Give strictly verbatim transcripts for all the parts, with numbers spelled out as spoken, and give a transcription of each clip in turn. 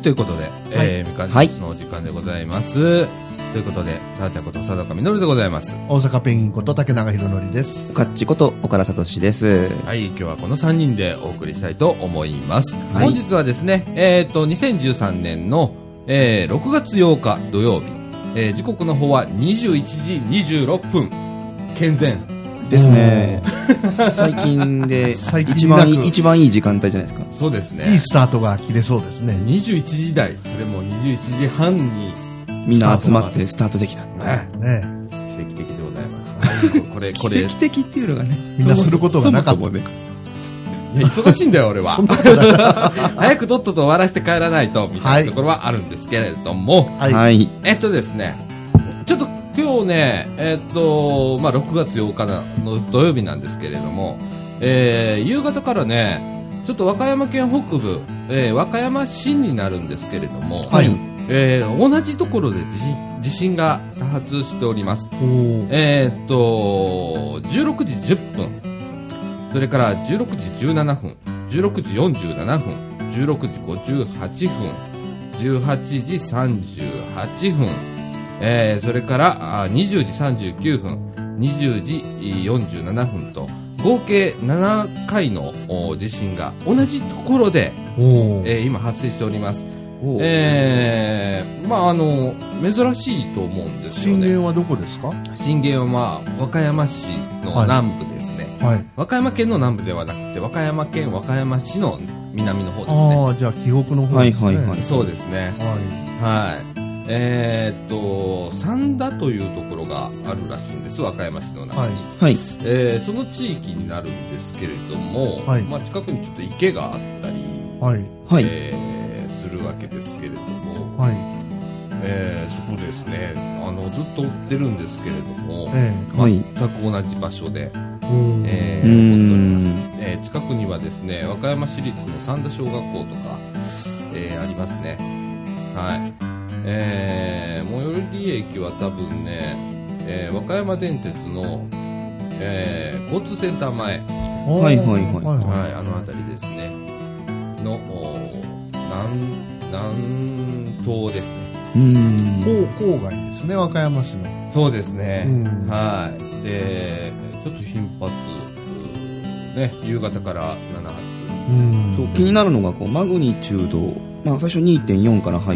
ということで、はい、えー、みかんジュースのお時間でございます。はい、ということで、さあちゃんこと佐坂みのるでございます。 大阪ペンギンこと竹永宏典です。 かっちこと岡田聡です。 はい、今日はこのさんにんでお送りしたいと思います。はい、本日はですね、えっと、にせんじゅうさんねんの、えー、ろくがつようか土曜日、えー、時刻の方はにじゅういちじにじゅうろっぷん、健全。 ですね。最近で一番いい一番いい時間帯じゃないですか。 そうですね。 いいスタートが切れそうですね。 にじゅういちじ台、それもにじゅういちじはんにみんな集まってスタートできた。 ね。ね。奇跡的でございます。これこれ。 奇跡的っていうのがね、 みんなすることがなかったもんね。 いや忙しいんだよ俺は。早くとっとと終わらせて帰らないとみたいなところはあるんですけれども。 はい。 えっとですね、ちょっと。今日ね、えー、っと、まあ、ろくがつようかの土曜日なんですけれども、えー、夕方からね、ちょっと和歌山県北部、えー、和歌山市になるんですけれども、 はい、 えー、同じところで地震、地震が多発しております。えー、っと、じゅうろくじじゅっぷん、それからじゅうろくじじゅうななふん、じゅうろくじよんじゅうななふん、じゅうろくじごじゅうはっぷん、じゅうはちじさんじゅうはっぷん、えー、それからにじゅうじさんじゅうきゅうふん、にじゅうじよんじゅうななふんと合計ななかいの地震が同じところで、えー、今発生しております。えー、まああの珍しいと思うんですよね。 震源はどこですか？ 震源は、まあ、和歌山市の南部ですね、はいはい、和歌山県の南部ではなくて和歌山県和歌山市の南の方ですね。 ああ、じゃあ紀北の方ですね。 はいはいはい、 そうですね。はい、はいえー、っと三田というところがあるらしいんです、和歌山市の中に、 はいえー、その地域になるんですけれども、はいまあ、近くにちょっと池があったり、 はいえー、するわけですけれども、はいえー、そこですねあのずっと追ってるんですけれども、えー、全く同じ場所で、えー、起こっております、えー、近くにはですね和歌山市立の三田小学校とか、えー、ありますね。はいえー、最寄り駅は多分ね、えー、和歌山電鉄の、えー、交通センター前はいはいはい、 はい、あの辺りですねの南南東ですね。 うん郊外ですね和歌山市の。 そうですね。はいでちょっと頻発ね夕方からななはつ。 うんそう気になるのがこうマグニチュードまあ、最初 にてんよん から入って、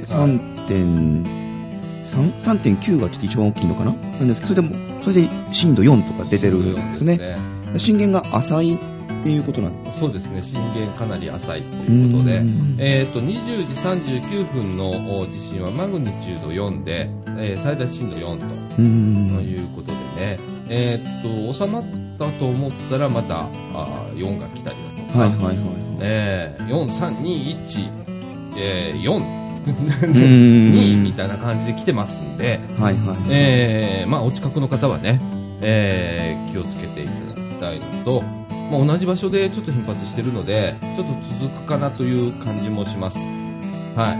さんてんさん てんきゅう がちょっと一番大きいのかななんですけど、それでも、それで震度よんとか出てるんですね。震源が浅いっていうことなんですか？ そうですね、震源かなり浅いということで、えっと、にじゅうじさんじゅうきゅうふんの地震はマグニチュードよんで、えー、最大震度よんということでね、えっと、収まったと思ったらまたあよんが来たりだとか、 はいはいはい。 えー、よん、さん、に、いち、えー、よん、にみたいな感じで来てますんで、 はいはいえーまあ、お近くの方はね、えー、気をつけていただきたいのと、まあ、同じ場所でちょっと頻発してるのでちょっと続くかなという感じもします。はい、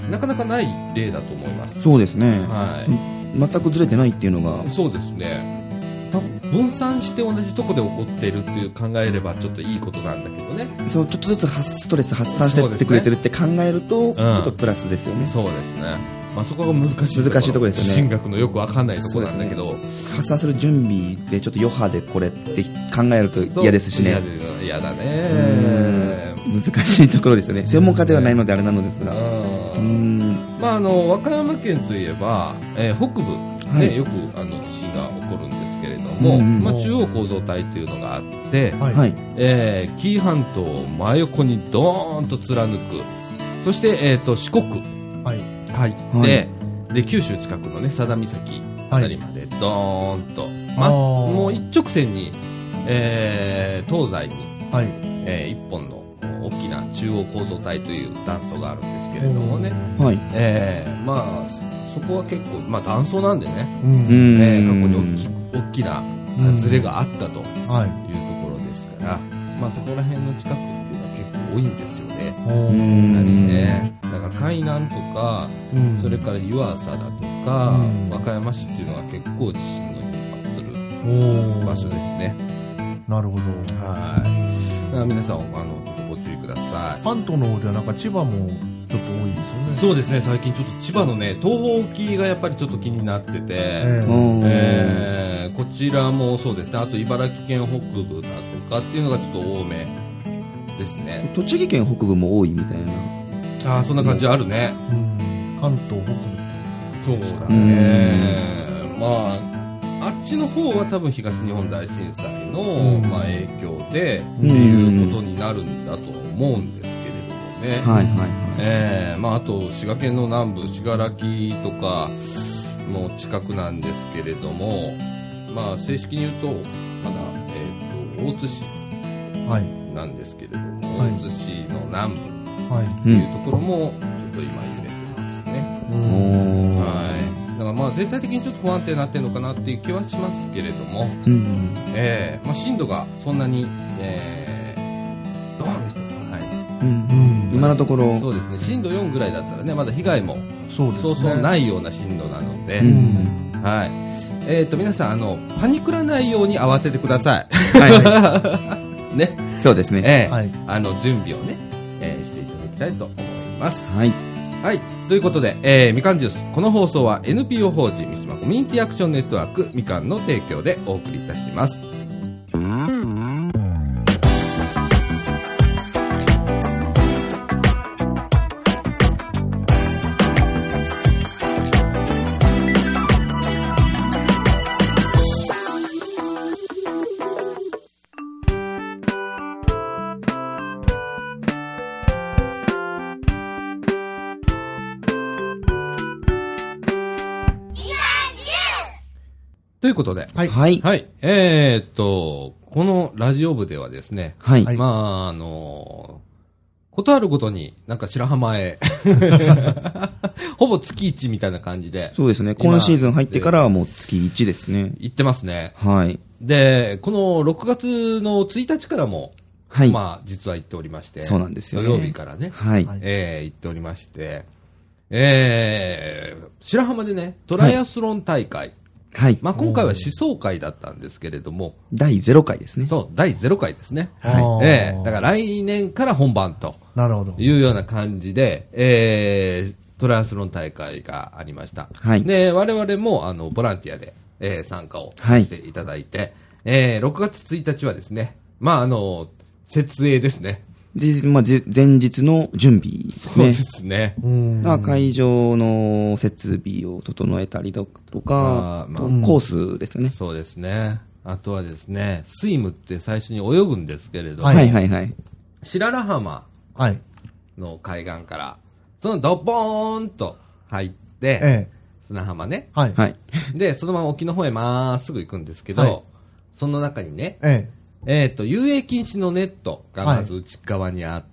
なかなかない例だと思います。 そうですね、 はい、 全くずれてないっていうのがそうですね。分散して同じとこで起こっているっていう考えればちょっといいことなんだけどね。 そうちょっとずつストレス発散してってくれてるって考えると、ね、ちょっとプラスですよね。 そうですね、まあ、そこが難しいところ、 難しいところですよね。 地震学のよく分かんないところなんだけど、ね、 発散する準備でちょっと余波でこれって考えると嫌ですしね。 嫌だね。 難しいところですよね。専門家ではないのであれなのですが、 うんまあ、あの和歌山県といえば、えー、北部で、ねはい、よくあの地震が起こるんですけれども、まあ、中央構造帯というのがあって、はいえー、紀伊半島を真横にドーンと貫く。そして、えー、と四国、はいはい、で, で九州近くの、ね、佐田岬あたりまでドーンと、ま、もう一直線に、えー、東西に、はいえー、一本の大きな中央構造帯という断層があるんですけれどもね、はいえー、まあそこは結構、まあ、断層なんでね、うんえー、過去に大き大きなズレがあったというところですから、うんまあ、そこら辺の近くっていうのは結構多いんですよね。なりねだから海南とか、うん、それから湯浅だとか、うん、和歌山市っていうのは結構地震の頻発する場所ですね。 なるほど。 はいだから皆さんあのちょっとご注意ください。 関東の方ではなんか千葉もちょっと多いですよね。 そうですね、最近ちょっと千葉のね、東方沖がやっぱりちょっと気になってて、 えーえー、こちらもそうですね、あと茨城県北部だとかっていうのがちょっと多めですね。 栃木県北部も多いみたいな。 ああ、そんな感じあるね。 うん、関東北部。 そうだね。まあ、あっちの方は多分東日本大震災の、うん、まあ、影響で、っていうことになるんだと思うんですけれどもね。 はいはいはい。 えー、まあ、あと、滋賀県の南部、信楽とかの近くなんですけれども、まあ、正式に言うと、まだ、えっと、大津市なんですけれども、はい、大津市の南部っていうところも、ちょっと今揺れてますね。はい。だからまあ全体的にちょっと不安定になってるのかなっていう気はしますけれども、うん、えーまあ、震度がそんなに、えー、ドーンと、はいうんうん、今のところそうですね、震度よんぐらいだったらね、まだ被害もそうですね、そうそうないような震度なので、うん、はい、えーと皆さん、あのパニクらないように慌ててください。はいはい、ね、 そうですね、 えーはい、あの準備をね、えー、していただきたいと思います。はい。はい。ということで、えー、みかんジュース。この放送は エヌピーオー 法人三島コミュニティアクションネットワークみかんの提供でお送りいたします。ということで、 はい。はい。 はい。えー、っと、このラジオ部ではですね、 はい。 まあ、あの、ことあるごとになんか白浜へ、ほぼ月いちみたいな感じで。 そうですね。今シーズン入ってからはもう月いちですね。 行ってますね。 はい。 で、このろくがつのついたちからも、 はい。 まあ、実は行っておりまして。 そうなんですよね。 土曜日からね。 はい。 えー、行っておりまして、えー、白浜でね、トライアスロン大会。はいはい。 まあ、今回は思想会だったんですけれども。 だいゼロかいですね。 そう、だいゼロかいですね。はい。ええー、だから来年から本番と。 なるほど。 いうような感じで、えー、トライアスロン大会がありました。 はい。 で、我々も、あの、ボランティアで、えー、参加をしていただいて、はい、えー、ろくがつついたちはですね、まあ、あの、設営ですね。 で、まあ、前日の準備ですね。 そうですね。 まあ、会場の設備を整えたりだとか、まあまあ、コースですよね。 そうですね。あとはですね、スイムって最初に泳ぐんですけれども、 はいはいはい。 白良浜の海岸から、そのドボーンと入って、ええ、砂浜ね。 はい。 で、そのまま沖の方へまっすぐ行くんですけど、はい、その中にね、 えええっと、遊泳禁止のネットがまず内側にあって、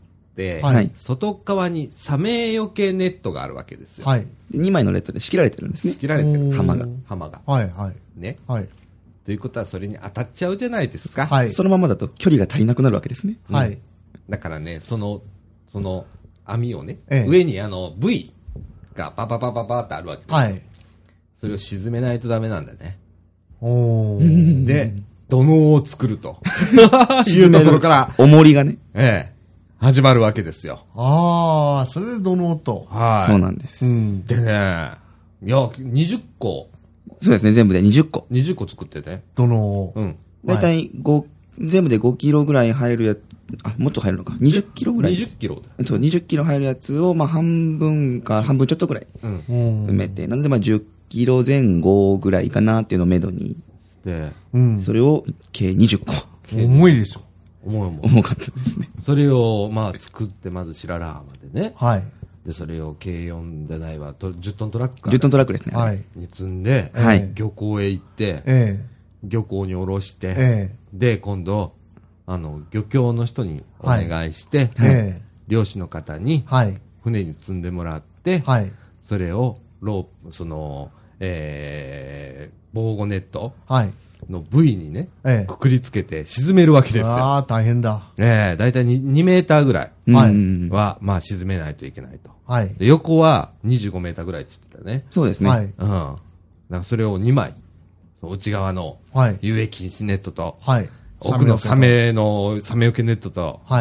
はい、 外側にサメよけネットがあるわけですよ。 はい。 にまいのネットで仕切られてるんですね。 仕切られてる。 浜が。 浜が。 はいはい。 ね。 はい。 ということはそれに当たっちゃうじゃないですか。 はい。そのままだと距離が足りなくなるわけですね。 はい。 だからね、その、その網をね、ええ、上にあの V がパパパパパってあるわけですよ。はい。それを沈めないとダメなんだね。 おー。 で、土のうを作るというところから、 重りがね、 ええ、始まるわけですよ。 ああ、それで土のうと。 はい。 そうなんです。 うん、 でね、いや、にじゅっこ。 そうですね、全部でにじゅっこ。 にじゅっこ作ってて。 土のう。うん。 だいたいご、全部でごキロぐらい入るやつ、あ、もっと入るのか。にじゅっキロぐらい。 にじゅっキロそう、にじゅっキロ入るやつを、まあ半分か、半分ちょっとぐらい。うん。埋めて、なのでまあじゅっキロぜん後ぐらいかなっていうのをめどに。 で、 うん、それを計にじゅっこ。 重いでしょ。 重い重い。 重かったですね。 それを、まあ、作って、まず白良浜でね。 はい。 で、それを軽よんじゃないわ、じゅっトントラックか。 じゅっトントラックですね。 はい。 に積んで、 はい。 漁港へ行って、 ええ。 漁港に下ろして、 ええ。 で、今度、あの、漁協の人にお願いして、 はい。ええ。 漁師の方に、 はい。 船に積んでもらって、 はい。 それを、ロープ、その、えー、防護ネット。 はい。 の V にね、 ええ、 くくりつけて沈めるわけですよ。 ああ、大変だ。 ええ、だいたい 2, 2メーターぐらいは、 は、まあ沈めないといけないと。 はい。 で横はにじゅうごメーターぐらいって言ってたね。 そうですね。 はい。 うん。だからそれをにまい、内側の遊泳禁止ネットと、 はい。 奥のサメの、サメよけネットと、 はい。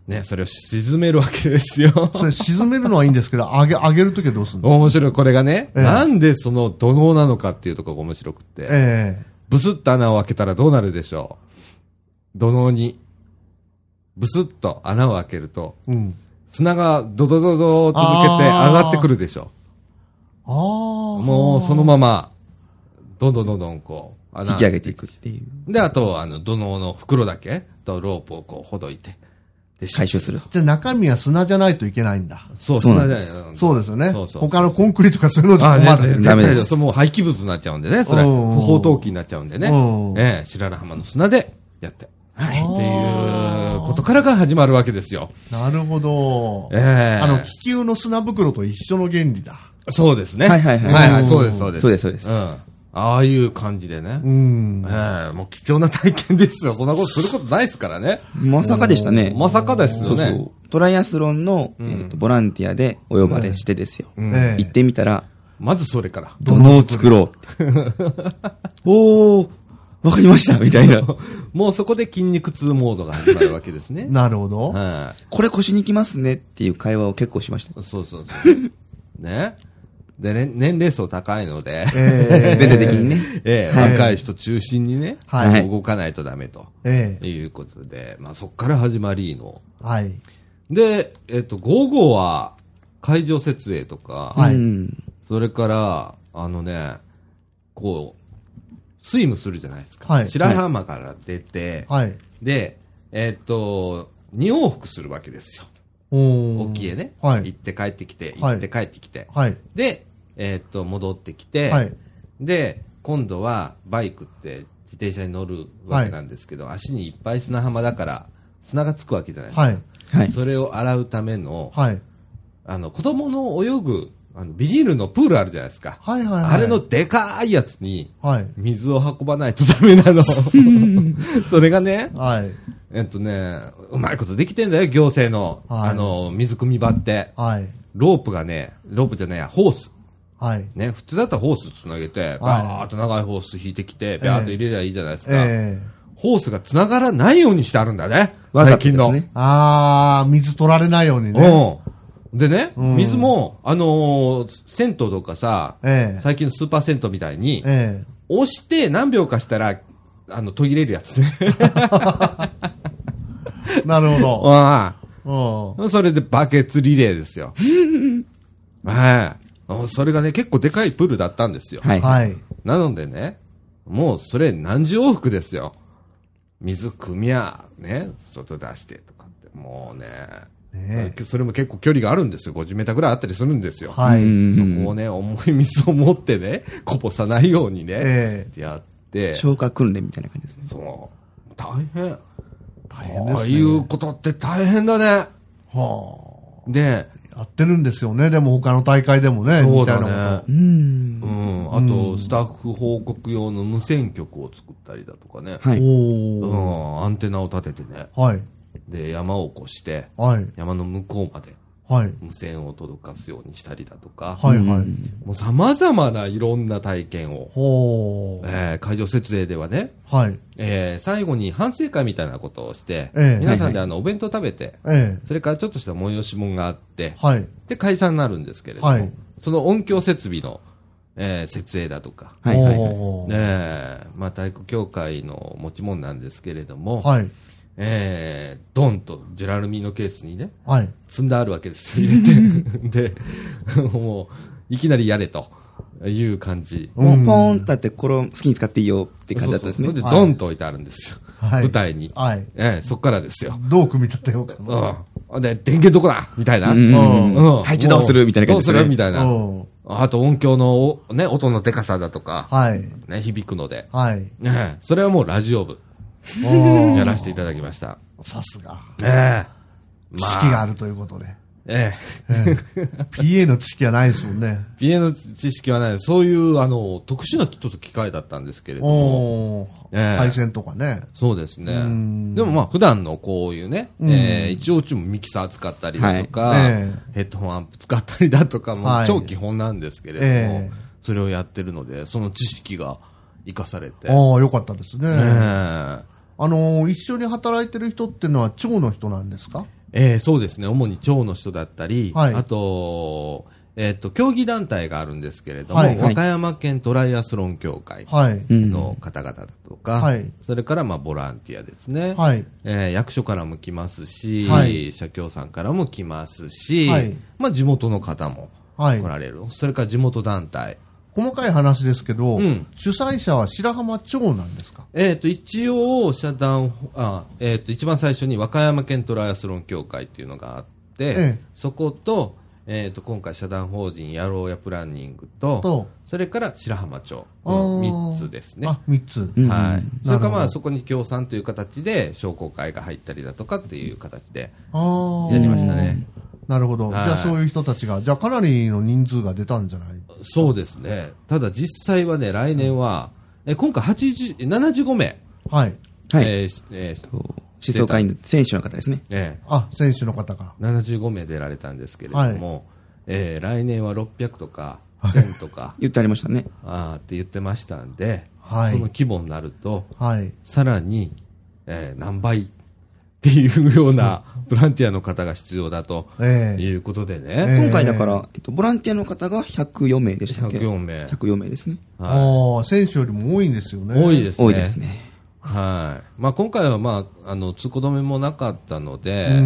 ね、それを沈めるわけですよ。 それ沈めるのはいいんですけど、上げ、上げるときはどうするんですか？ 面白い。これがね、ええ、なんでその土のうなのかっていうところが面白くて、ええ、ブスッと穴を開けたらどうなるでしょう。土のうに、ブスッと穴を開けると、うん、砂がドドドドーっと抜けて上がってくるでしょう。あもうそのまま、どんどんどんどんこう、 穴引き上げていくっていう。 で、あと、あの、土のうの袋だけとロープをこうほどいて、 で回収する。 じゃあ中身は砂じゃないといけないんだ。 そう、砂じゃない。 そうですよね。そうそう。他のコンクリとかそういうのじゃ困る。 ダメです。それもう廃棄物になっちゃうんでね。それ、不法投棄になっちゃうんでね。ええ、白良浜の砂でやって。はい。っていうことからが始まるわけですよ。 なるほど。ええ。あの、気球の砂袋と一緒の原理だ。 そうですね。 はいはいはい。 はいはい、そうです、そうです。 そうです、そうです。うん。 ああいう感じでね。うん。ええ、もう貴重な体験ですよ。そんなことすることないですからね。 まさかでしたね。 まさかですよね。そうそう。 トライアスロンの、えーと、ボランティアでお呼ばれしてですよ。うん、行ってみたら、 まずそれから。 土のうを作ろう。おー、わかりました、みたいな。 もうそこで筋肉痛モードが始まるわけですね。 なるほど。 はい。これ腰にきますねっていう会話を結構しました。 そうそうそう。ね。でね、年齢層高いので、 えー、全体的にね。 ええー、若い人中心にね、はい、動かないとダメと、えー、いうことで、まあそっから始まりの。はい。で、えっと、午後は会場設営とか、はい。それから、あのね、こう、スイムするじゃないですか。はい。白浜から出て、はい。で、えっと、に往復するわけですよ。沖へね、はい。行って帰ってきて、行って帰ってきて。はい。で、えー、っと、戻ってきて、はい、で、今度はバイクって自転車に乗るわけなんですけど、はい、足にいっぱい砂浜だから砂がつくわけじゃないですか。はいはい、それを洗うための、はい、あの、子供の泳ぐ、あの、ビニールのプールあるじゃないですか。はいはいはい、あれのでかいやつに、水を運ばないとダメなの。それがね、はい、えっとね、うまいことできてんだよ、行政の、はい、あの、水汲み場って。はい、ロープがね、ロープじゃないや、ホース。はい。ね、普通だったらホースつなげて、バーっと長いホース引いてきて、バーっと入れればいいじゃないですか。えー、ホースが繋がらないようにしてあるんだね。最近の。ね、 あー、水取られないようにね。 うん。でね、うん、水も、あのー、銭湯とかさ、えー、最近のスーパー銭湯みたいに、えー、押して何秒かしたら、あの、途切れるやつね。 なるほど。 ああ。それでバケツリレーですよ。はい。それがね、結構でかいプールだったんですよ。はい。はい。なのでね、もうそれ何十往復ですよ。水汲みや、ね、外出してとかって、もうね、ねそれも結構距離があるんですよ。ごじゅうメーターぐらいあったりするんですよ。はい。そこをね、重い水を持ってね、こぼさないようにね、えー、やって。 消火訓練みたいな感じですね。 そう。大変。大変ですね。ああいうことって大変だね。はあ。で、 やってるんですよね。でも他の大会でもね。 そうだね。うん。うん。あと、スタッフ報告用の無線局を作ったりだとかね。はい。うん。アンテナを立ててね。はい。で、山を越して、はい。山の向こうまで、はい。無線を届かすようにしたりだとか。はいはい。もう様々ないろんな体験を。ほー。えー、会場設営ではね。はい。えー、最後に反省会みたいなことをして、えー、皆さんであの、お弁当食べて、えー、それからちょっとした催し物があって、はい。で、解散になるんですけれども、はい。その音響設備の、えー、設営だとか。はいはいはい。えー、まあ、体育協会の持ち物なんですけれども、はい。えー、ドンとジュラルミンのケースにね、はい。積んであるわけですよ、入れて。で、もう、いきなりやれという感じ。 もう、ポーンとあって、これを好きに使っていいよって感じだったんですね。 そうそう。で、ドンと置いてあるんですよ。はい。舞台に。はい。えー、そっからですよ。 どう組み立てようか。 うん。で、電源どこだみたいな。うん。うん。配置どうするみたいな感じですね。 どうするみたいな。あと音響の、ね、音のデカさだとか。はい。ね、響くので。はい。ね、それはもうラジオ部。やらせていただきました。 さすが。ええ。知識があるということで。ええ。ピーエー の知識はないですもんね。 ピーエー の知識はない。そういう、あの、特殊なちょっと機械だったんですけれども。 ええ。配線とかね。 そうですね。でもまあ、普段のこういうね、ええ、一応うちもミキサー使ったりだとか、ヘッドホンアンプ使ったりだとか、も超基本なんですけれども、それをやってるので、その知識が活かされて。 ああ、よかったですね。ええ。あのー、一緒に働いてる人っていうのは町の人なんですか？ えー、そうですね。主に町の人だったり、 はい、 あと、えっ、ー、と、競技団体があるんですけれども、はい、和歌山県トライアスロン協会の方々だとか、はい、それからまあボランティアですね、はい、えー、役所からも来ますし、はい、社協さんからも来ますし、はい、まあ地元の方も来られる、はい、それから地元団体。 細かい話ですけど、うん、主催者は白浜町なんですか？ えっ、ー、と、一応、社団、あ、えっ、ー、と、一番最初に和歌山県トライアスロン協会っていうのがあって、ええ、そこと、えっ、ー、と、今回社団法人やろうやプランニングと、とそれから白浜町のみっつですね。 あ、みっつ。 はい。それからまあ、そこに協賛という形で商工会が入ったりだとかっていう形でやりましたね。 なるほど。じゃあそういう人たちが、じゃあかなりの人数が出たんじゃない？ そうですね。ただ実際はね、来年は、うん、え今回はちじゅう、ななじゅうごめい。 はい。 はい。えーえー、思想会の選手の方ですね。 ええ。 あ、選手の方が。 ななじゅうごめい出られたんですけれども、はい、えー、来年はろっぴゃくとか、せんとか。 言ってありましたね。 ああって言ってましたんで、はい、その規模になると、はい、さらに、えー、何倍っていうようなボランティアの方が必要だということでね。えー、今回だから、えっと、ボランティアの方がひゃくよんめいでしたっけ？ ひゃくよんめい。 ひゃくよんめいですね。 はい、ああ、選手よりも多いんですよね。 多いですね。 多いですね。 はい。まあ今回はまあ、あの、通行止めもなかったので、うん、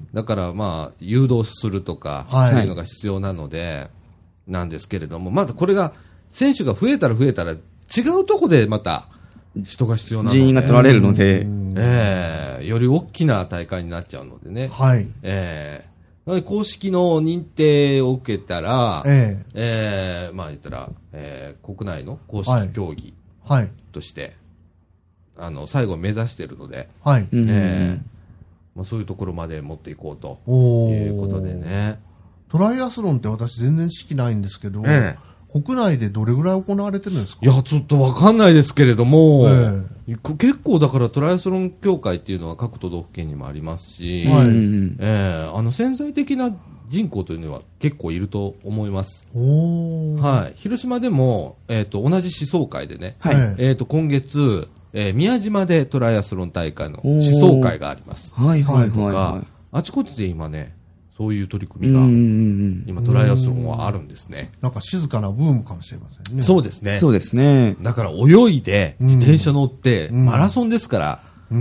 だからまあ、誘導するとか、っていうのが必要なので、なんですけれども、まだこれが、選手が増えたら増えたら、違うとこでまた、人が必要なので。 人員が取られるので、 ええー、より大きな大会になっちゃうのでね。 はい。 ええー、公式の認定を受けたら、ええー、えー、まあ言ったら、えー、国内の公式競技として、はいはい、あの、最後目指しているので、はい。ええー、まあそういうところまで持っていこうということでね。 トライアスロンって私全然知識ないんですけど、ええ国内でどれぐらい行われてるんですか？ いや、ちょっとわかんないですけれども、えー、結構だからトライアスロン協会っていうのは各都道府県にもありますし、はい、えー、あの潜在的な人口というのは結構いると思います。おはい。広島でも、えっ、ー、と、同じ思想会でね、はい、えっ、ー、と、今月、えー、宮島でトライアスロン大会の思想会があります。 はいはいはい、はい。 あちこちで今ね、そういう取り組みが、今トライアスロンはあるんですね。 なんか静かなブームかもしれませんね。 そうですね。 そうですね。 だから泳いで、自転車乗って、マラソンですから、うん、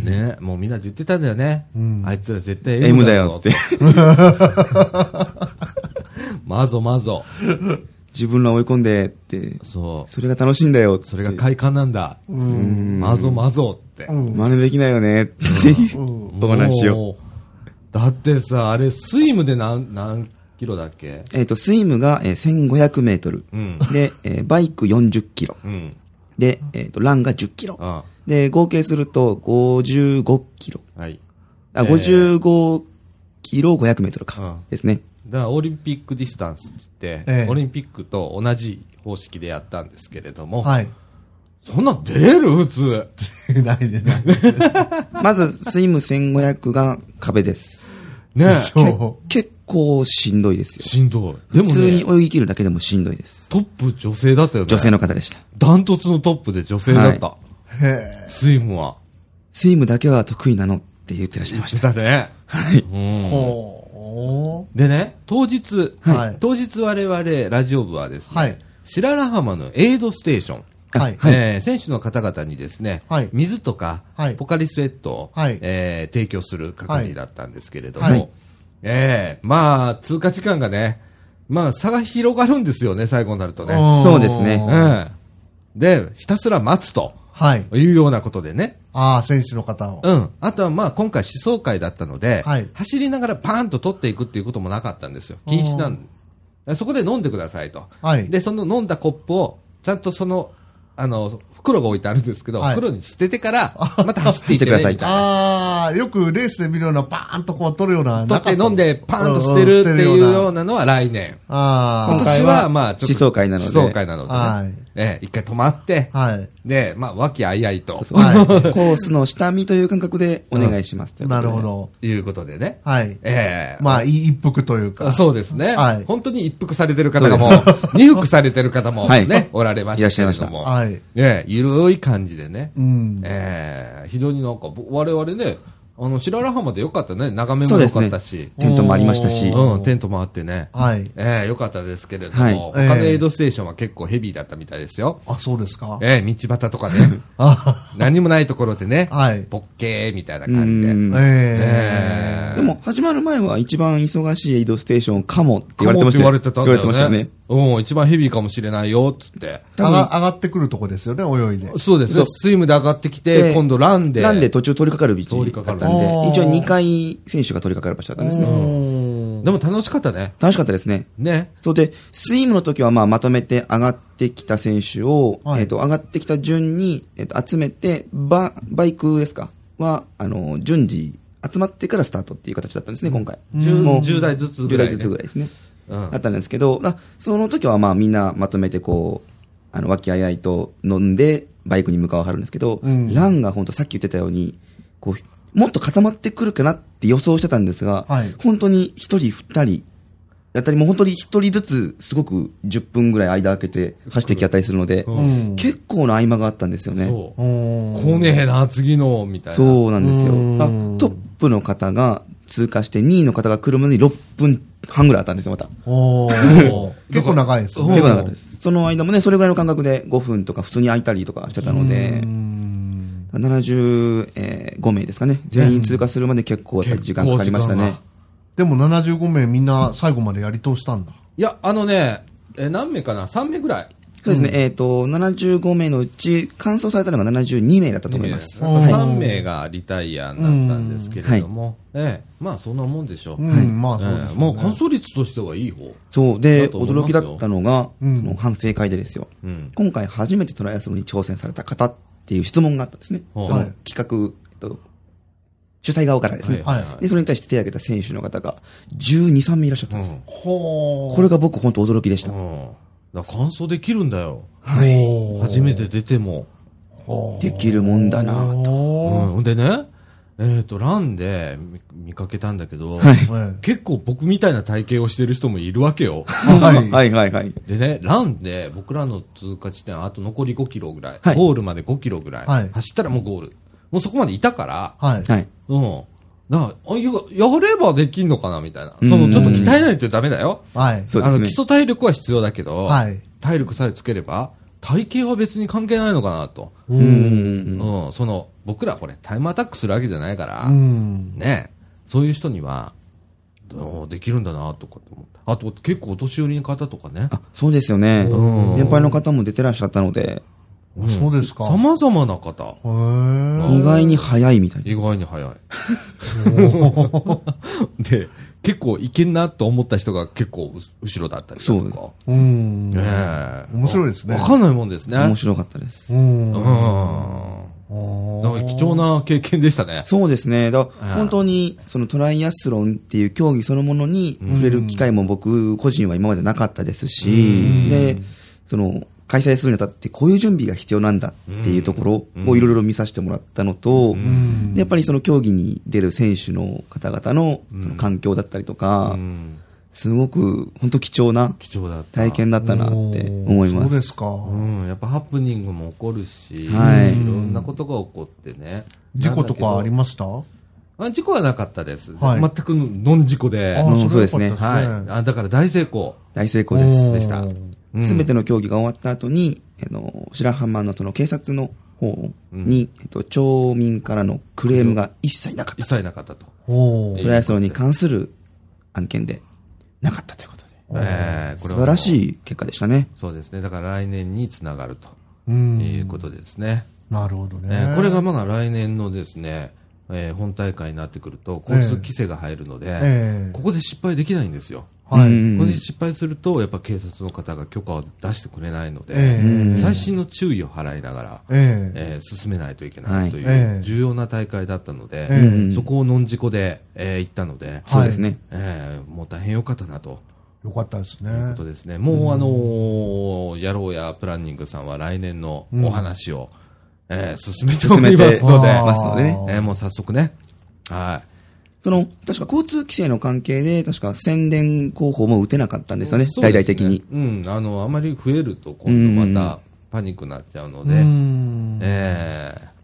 ね、もうみんなで言ってたんだよね。うん、あいつら絶対エム だよって。 まぞまぞ。 自分ら追い込んでって、そう。それが楽しいんだよって。 それが快感なんだ。うん。まぞまぞって。 真似できないよねっていうお話を。 だってさ、あれ、スイムで何、何キロだっけ？ えっと、スイムが、えー、せんごひゃくメートル。うん、で、えー、バイクよんじゅっキロ。うん、で、えっと、ランがじゅっキロ。ああで、合計するとごじゅうごキロ。はい。あ、ごじゅうごキロごひゃくメートルか。ああですね。 だからオリンピックディスタンスって、ええ、オリンピックと同じ方式でやったんですけれども。はい。そんな出れる普通。 ないでない。 まず、スイムせんごひゃくが壁です。 ねえ。結構しんどいですよ。 しんどい。でもね、 普通に泳ぎ切るだけでもしんどいです。 トップ女性だったよね。 女性の方でした。 ダントツのトップで女性だった。はい、へー。スイムは。 スイムだけは得意なのって言ってらっしゃいました。 だね。はい。うん。ほー。でね、当日、はい、当日我々ラジオ部はですね、はい、白良浜のエイドステーション。はい。えー、選手の方々にですね、はい、水とか、はい、ポカリスエットを、はい、えー、提供する係だったんですけれども、はい、えー、まあ、通過時間がね、まあ、差が広がるんですよね、最後になるとね。 そうですね。 うん。で、ひたすら待つと。はい。いうようなことでね。 ああ、選手の方を。 うん。あとはまあ、今回思想会だったので、はい、走りながらパーンと取っていくっていうこともなかったんですよ。禁止なんで。そこで飲んでくださいと。はい。で、その飲んだコップを、ちゃんとその、あの、袋が置いてあるんですけど、はい、袋に捨ててから、また走っていってくださいみたいな。 ああ、よくレースで見るような、バーンとこう取るような。 取って飲んで、パーンと捨てるっていうようなのは来年。ああ。今年は、まあ、 ちょっと。思想会なので。 思想会なので、ね。はい。ええ、一回止まって、はい。で、まあ、和気あいあいと。はい。 コースの下見という感覚でお願いします。 うん、なるほど。 いうことでね。 はい。ええ。まあ、一服というか。 そうですね。はい。本当に一服されてる方がもう、二服されてる方もね、はい、おられました。 いらっしゃいました。 はい。ええ、ゆるい感じでね。うん。ええ、非常になんか、我々ね、 あの、白良浜でよかったね。眺めもよかったし。ね、 テントもありましたし。 うん、テントもあってね。 はい。 ええー、よかったですけれども、はい、他のエイドステーションは結構ヘビーだったみたいですよ。 あ、そうですか。 ええー、道端とかね。何もないところでね。はい。ポッケーみたいな感じで。えー、 えー。でも、始まる前は一番忙しいエイドステーションかもって言われてましたよ。 言われてたんだよね。 言われてましたね。 うん、一番ヘビーかもしれないよ、つって。 上が、上がってくるとこですよね、泳いで。 そうですね。スイムで上がってきて、今度ランで。 ランで途中通りかかる道だったんで、一応にかい選手が通りかかる場所だったんですね。 でも楽しかったね。 楽しかったですね。 ね。 そうで、スイムの時はまあまとめて上がってきた選手を、はい、えっと、上がってきた順に、えっと、集めて、バ、バイクですかは、あの、順次、集まってからスタートっていう形だったんですね、今回。 じゅうだいずつぐらい、ね。 じゅうだいずつぐらいですね。うん、だったんですけど、その時はまあみんなまとめてこう、あの、和気あいあいと飲んで、バイクに向かわはるんですけど、うん、ランが本当さっき言ってたように、こう、もっと固まってくるかなって予想してたんですが、はい、本当に一人二人、やったりもう本当に一人ずつすごくじゅっぷんぐらい間空けて走ってきやったりするので、うん、結構な合間があったんですよね。 そう。来ねえな、次の、みたいな。 そうなんですよ。あ、トップの方が通過してにいの方が来るまでにろっぷんはんぐらいあったんですよ、また。 お結構長いですよね。 結構長かったです。その間もね、それぐらいの間隔でごふんとか普通に空いたりとかしてたので、ななじゅうごめいですかね。全員通過するまで結構やっぱり時間かかりましたね。 でもななじゅうごめいみんな最後までやり通したんだ。 いや、あのね、え、何名かな ?さん 名ぐらい。 そうですね。うん、えっ、ー、と、ななじゅうごめいのうち、完走されたのがななじゅうにめいだったと思います。 さんめいがリタイアになったんですけれども、はい、ええ、まあそんなもんでしょう。 はい。まあそうですね。 もう完走率としてはいい方。 そう。で、驚きだったのが、うん、その反省会でですよ、うん。今回初めてトライアスロンに挑戦された方っていう質問があったんですね。はい、その企画、えっと、主催側からですね、はいはい。で、それに対して手を挙げた選手の方がじゅうに、さんめいいらっしゃったんです。うん、これが僕本当驚きでした。うんだ完走できるんだよ。 はい。 初めて出ても。 できるもんだなと。 うん。でね、えっと、ランで見かけたんだけど、はい、結構僕みたいな体型をしてる人もいるわけよ。 はい。はいはいはい。 でね、ランで僕らの通過地点あと残りごキロぐらい、はい、ゴールまでごキロぐらい、はい、走ったらもうゴール。もうそこまでいたから、はい。はい。うん。だから、や、やればできんのかなみたいな。その、ちょっと鍛えないとダメだよ。はい。そうですね。あの、基礎体力は必要だけど、はい。体力さえつければ、体型は別に関係ないのかなと。うん。うん。その、僕らこれタイムアタックするわけじゃないから、うん。ね。そういう人には、できるんだなとかって思った。あと、結構お年寄りの方とかね。 あ、そうですよね。うん。年配の方も出てらっしゃったので、 うん、そうですか。 様々な方。 意外に早いみたいな。 意外に早い。で、結構いけんなと思った人が結構後ろだったりとか。そう。 うん。ねえ。面白いですね。 わかんないもんですね。 面白かったです。うん。 うん。だから貴重な経験でしたね。 そうですね。だから本当にそのトライアスロンっていう競技そのものに触れる機会も僕個人は今までなかったですし、で、その、開催するにあたってこういう準備が必要なんだっていうところをいろいろ見させてもらったのと、でやっぱりその競技に出る選手の方々のその環境だったりとか、すごく本当貴重な体験だったなって思います。 そうですか。 うん、やっぱハプニングも起こるし、はい、いろんなことが起こってね。 事故とかありました？ あ事故はなかったです。はい、全くノン事故で。 あ、うん、そうですね。 はい。あだから大成功。 大成功です。でした。すべての競技が終わった後に、えの、白浜のその警察の方に、うん、えっと、町民からのクレームが一切なかった。 一切なかったと。 トライアスロンに関する案件でなかったということで。えー、これは素晴らしい結果でしたね。 そうですね。だから来年につながるということですね。 なるほどね。 えー、これがまあ来年のですね、えー、本大会になってくると交通規制が入るので、えー、ここで失敗できないんですよ。はい。これで失敗すると、やっぱ警察の方が許可を出してくれないので、えー、細心の注意を払いながら、えーえー、進めないといけないという重要な大会だったので、えー、そこをノン事故で、えー、行ったので、 そうですね。 えー、もう大変良かったなと。 よかったですね。 ということですね。もう、あのー、やろうやプランニングさんは来年のお話を、うん、えー、進めておりますので、ますのでね、えー、もう早速ね、はい。 その、確か交通規制の関係で、確か宣伝広報も打てなかったんですよね、大々的に。 うん、あの、あまり増えると今度またパニックになっちゃうので、ええ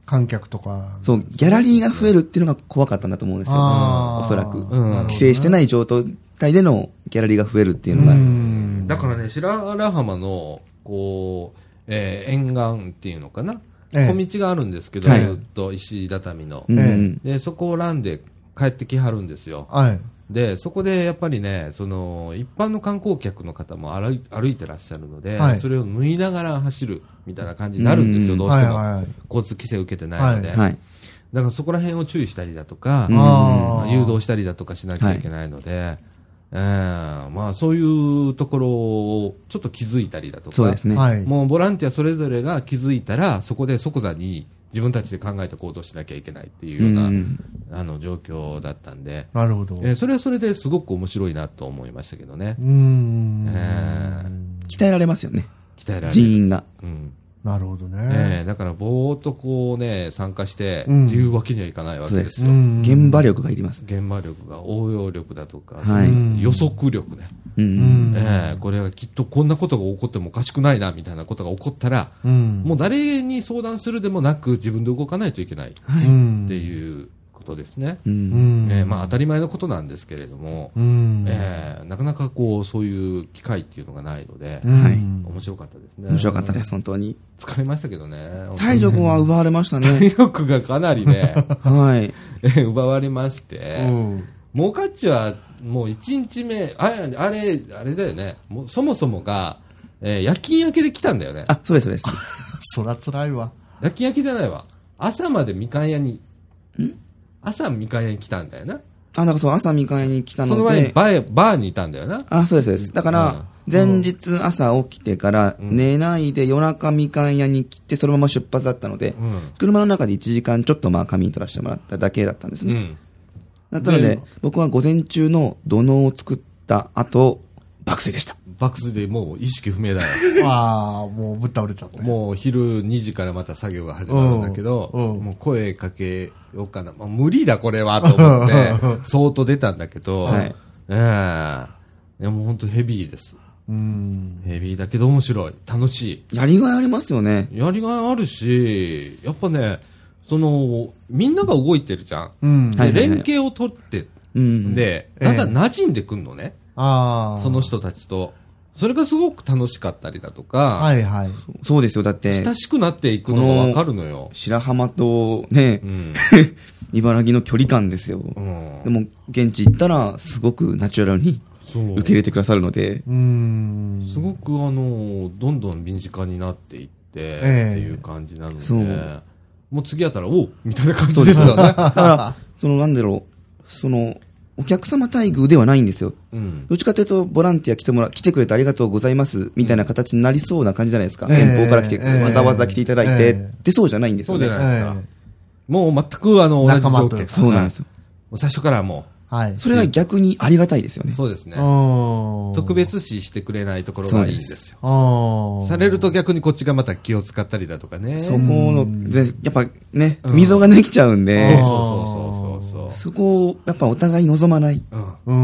観客とか。 そう、ギャラリーが増えるっていうのが怖かったんだと思うんですよ。おそらく。うん、規制してない状態でのギャラリーが増えるっていうのが。 うんだからね、白良浜の、こう、えー、沿岸っていうのかな、ええ、小道があるんですけど、はい、ずっと石畳の、ええ、で、そこをランで帰ってきはるんですよ。はい、で、そこでやっぱりね、その、一般の観光客の方も歩い、歩いてらっしゃるので、はい、それを縫いながら走るみたいな感じになるんですよ、どうしても。はいはい、交通規制を受けてないので。はい、だからそこら辺を注意したりだとか、誘導したりだとかしなきゃいけないので、はいえー、まあそういうところをちょっと気づいたりだとか、 そうですね。 もうボランティアそれぞれが気づいたら、そこで即座に自分たちで考えて行動しなきゃいけないっていうような、うん、あの状況だったんで、 なるほど。 えー、それはそれですごく面白いなと思いましたけどね。うーん、 えー、鍛えられますよね。 鍛えられる。 人員が。 うんなるほどね。 えー、だからぼーっとこうね、参加して、うん、っていうわけにはいかないわけですよ。 現場力がいります。 現場力が、応用力だとか、はい、予測力ね。うんえー、これはきっとこんなことが起こってもおかしくないな、みたいなことが起こったら、うん、もう誰に相談するでもなく自分で動かないといけないっていうことですね。うんえー、まあ当たり前のことなんですけれども、うんえー、なかなかこう、そういう機会っていうのがないので、うん、面白かったですね。 面白かったです、本当に。 疲れましたけどね。 体力は奪われましたね。 体力がかなりね、 はい。 奪われまして、うん、モカッチはもう一日目、あれ、あれ、あれだよね。もうそもそもが、えー、夜勤明けで来たんだよね。 あ、そうです、そうです。 そら辛いわ。 夜勤明けじゃないわ。朝までみかん屋に、ん朝みかん屋に来たんだよな。 あ、なんかそう、朝みかん屋に来たので。 その前にバー、バーにいたんだよな。 あ、そうです、そうです。だから、前日朝起きてから寝ないで夜中みかん屋に来てそのまま出発だったので、うん、車の中でいちじかんちょっとまあ仮眠取らせてもらっただけだったんですね。うん、だったので、僕は午前中の土のうを作った後、爆睡でした。 爆睡でもう意識不明だよ。 ああ、もうぶっ倒れちゃった、ね。 もう昼にじからまた作業が始まるんだけど、うんうん、もう声かけようかな。まあ、無理だこれはと思って、相当出たんだけど、はい、えー、いやもう本当ヘビーです。うんヘビーだけど面白い。楽しい。やりがいありますよね。 やりがいあるし、やっぱね、その、みんなが動いてるじゃん。うん、で、連携を取って、うん、で、だんだん馴染んでくんのね。ああ。その人たちと。それがすごく楽しかったりだとか。 はいはい。 そうですよ。だって。 親しくなっていくのがわかるのよ。 白浜とね、うん、茨城の距離感ですよ。うん、でも、現地行ったら、すごくナチュラルに。受け入れてくださるので、うーんすごくあのどんどん身近になっていって、えー、っていう感じなので、そうもう次やったらおみたいな感じですよね。だからそのなんだろうそのお客様待遇ではないんですよ。うん、どっちかというとボランティア来てもら来てくれてありがとうございますみたいな形になりそうな感じじゃないですか。遠、えー、方から来て、えー、わざわざ来ていただいて、えー、ってそうじゃないんですよね。 そうじゃないですか。えー、もう全くあの同じ条件。 そうなんですよ。 もう最初からもう。 はい、それが逆にありがたいですよね。 そうですね。特別視してくれないところがいいんですよ。されると逆にこっちがまた気を使ったりだとかね。 そこの、やっぱね、溝ができちゃうんで、そうそうそうそう。そこをやっぱお互い望まない。 うん。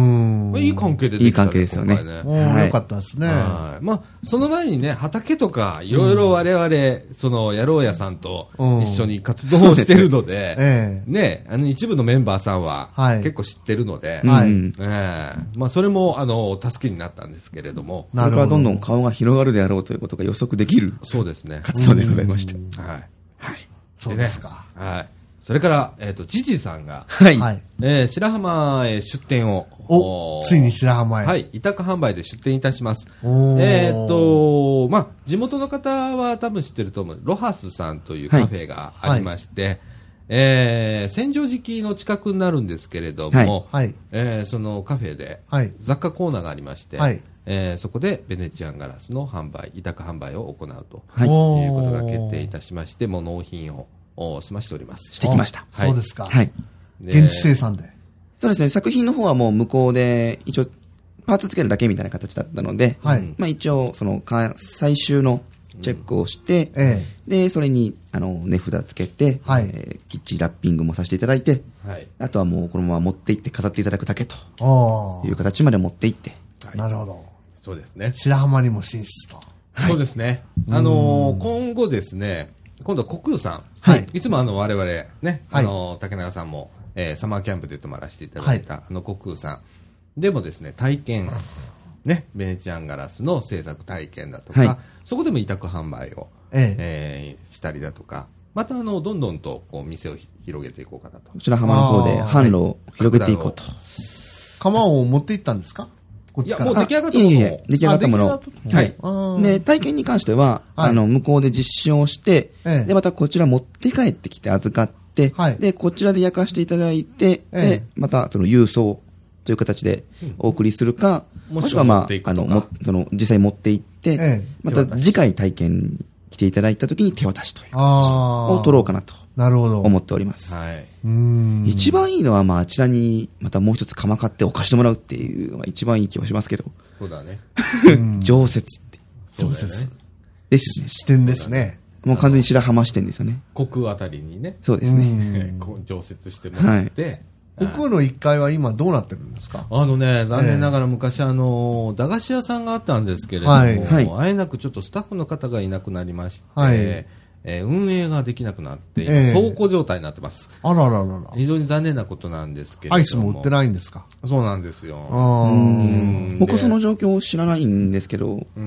いい関係でできたね。 いい関係ですよね。 はい。よかったですね。 まあ、その前にね、畑とか、いろいろ我々、その、野郎屋さんと一緒に活動をしてるので、ね、あの一部のメンバーさんは結構知ってるので、はい。ええ。まあ、それも、あの、助けになったんですけれども。 これからどんどん顔が広がるであろうということが予測できる。 そうですね。 活動でございまして。 はい。はい。 そうですか。 はい。それから、えっと、ジジさんが、はい。えー、白浜へ出店を。 お、ついに白浜へ。 はい。委託販売で出店いたします。えっと、まあ、地元の方は多分知ってると思う。ロハスさんというカフェがありまして、はいはい、えー、千畳敷の近くになるんですけれども、はい、えー、そのカフェで雑貨コーナーがありまして、はい、えー、そこでベネチアンガラスの販売、委託販売を行うということが決定いたしまして、もう納品を済ましております。 してきました。 はい、そうですか。はい。現地生産で。 そうですね。作品の方はもう向こうで一応パーツつけるだけみたいな形だったので、はい、まあ一応その最終のチェックをして、うん、でそれにあの値札つけて、はい、えー、きっちりラッピングもさせていただいて、はい、あとはもうこのまま持って行って飾っていただくだけという形まで持って行って、 はい、なるほど。 そうですね。 白浜にも進出と。 はい、そうですね。あのー、今後ですね、 今度は国空さん。 はい。 いつもあの、我々、ね、あの、竹中さんも、えー、サマーキャンプで泊まらせていただいた、はい、あの、国空さん。でもですね、体験、ね、ベネチアンガラスの制作体験だとか、はい、そこでも委託販売を、えええー、したりだとか、またあの、どんどんと、こう、店を広げていこうかなと。 こちら浜の方で販路を広げていこうと。 釜を持っていったんですか？ いや、もう出来上がったもの。 いえいえ、出来上がったもの。はい。で、体験に関しては、あの、向こうで実証して、で、またこちら持って帰ってきて預かって、で、こちらで焼かしていただいて、で、また、その郵送という形でお送りするか、もしくはまあ、あの、も、その、実際持って行って、また次回体験に来ていただいたときに手渡しという形を取ろうかなと。なるほど。思っております。はい。一番いいのは、まあ、あちらに、またもう一つ釜買ってお貸してもらうっていうのが一番いい気はしますけど。 そうだね。 常設って。 常設。 ですよね。 視点ですね。 もう完全に白浜支店ですよね。 国空あたりにね。 そうですね。 常設してもらって。 国空のいっかいは今どうなってるんですか？ あのね、残念ながら昔あの、駄菓子屋さんがあったんですけれども、はい、あえなくちょっとスタッフの方がいなくなりまして、はい、えー、運営ができなくなって、今、倉庫状態になってます。 あらららら。 非常に残念なことなんですけれども。 アイスも売ってないんですか？ そうなんですよ。 僕その状況を知らないんですけど。 うん、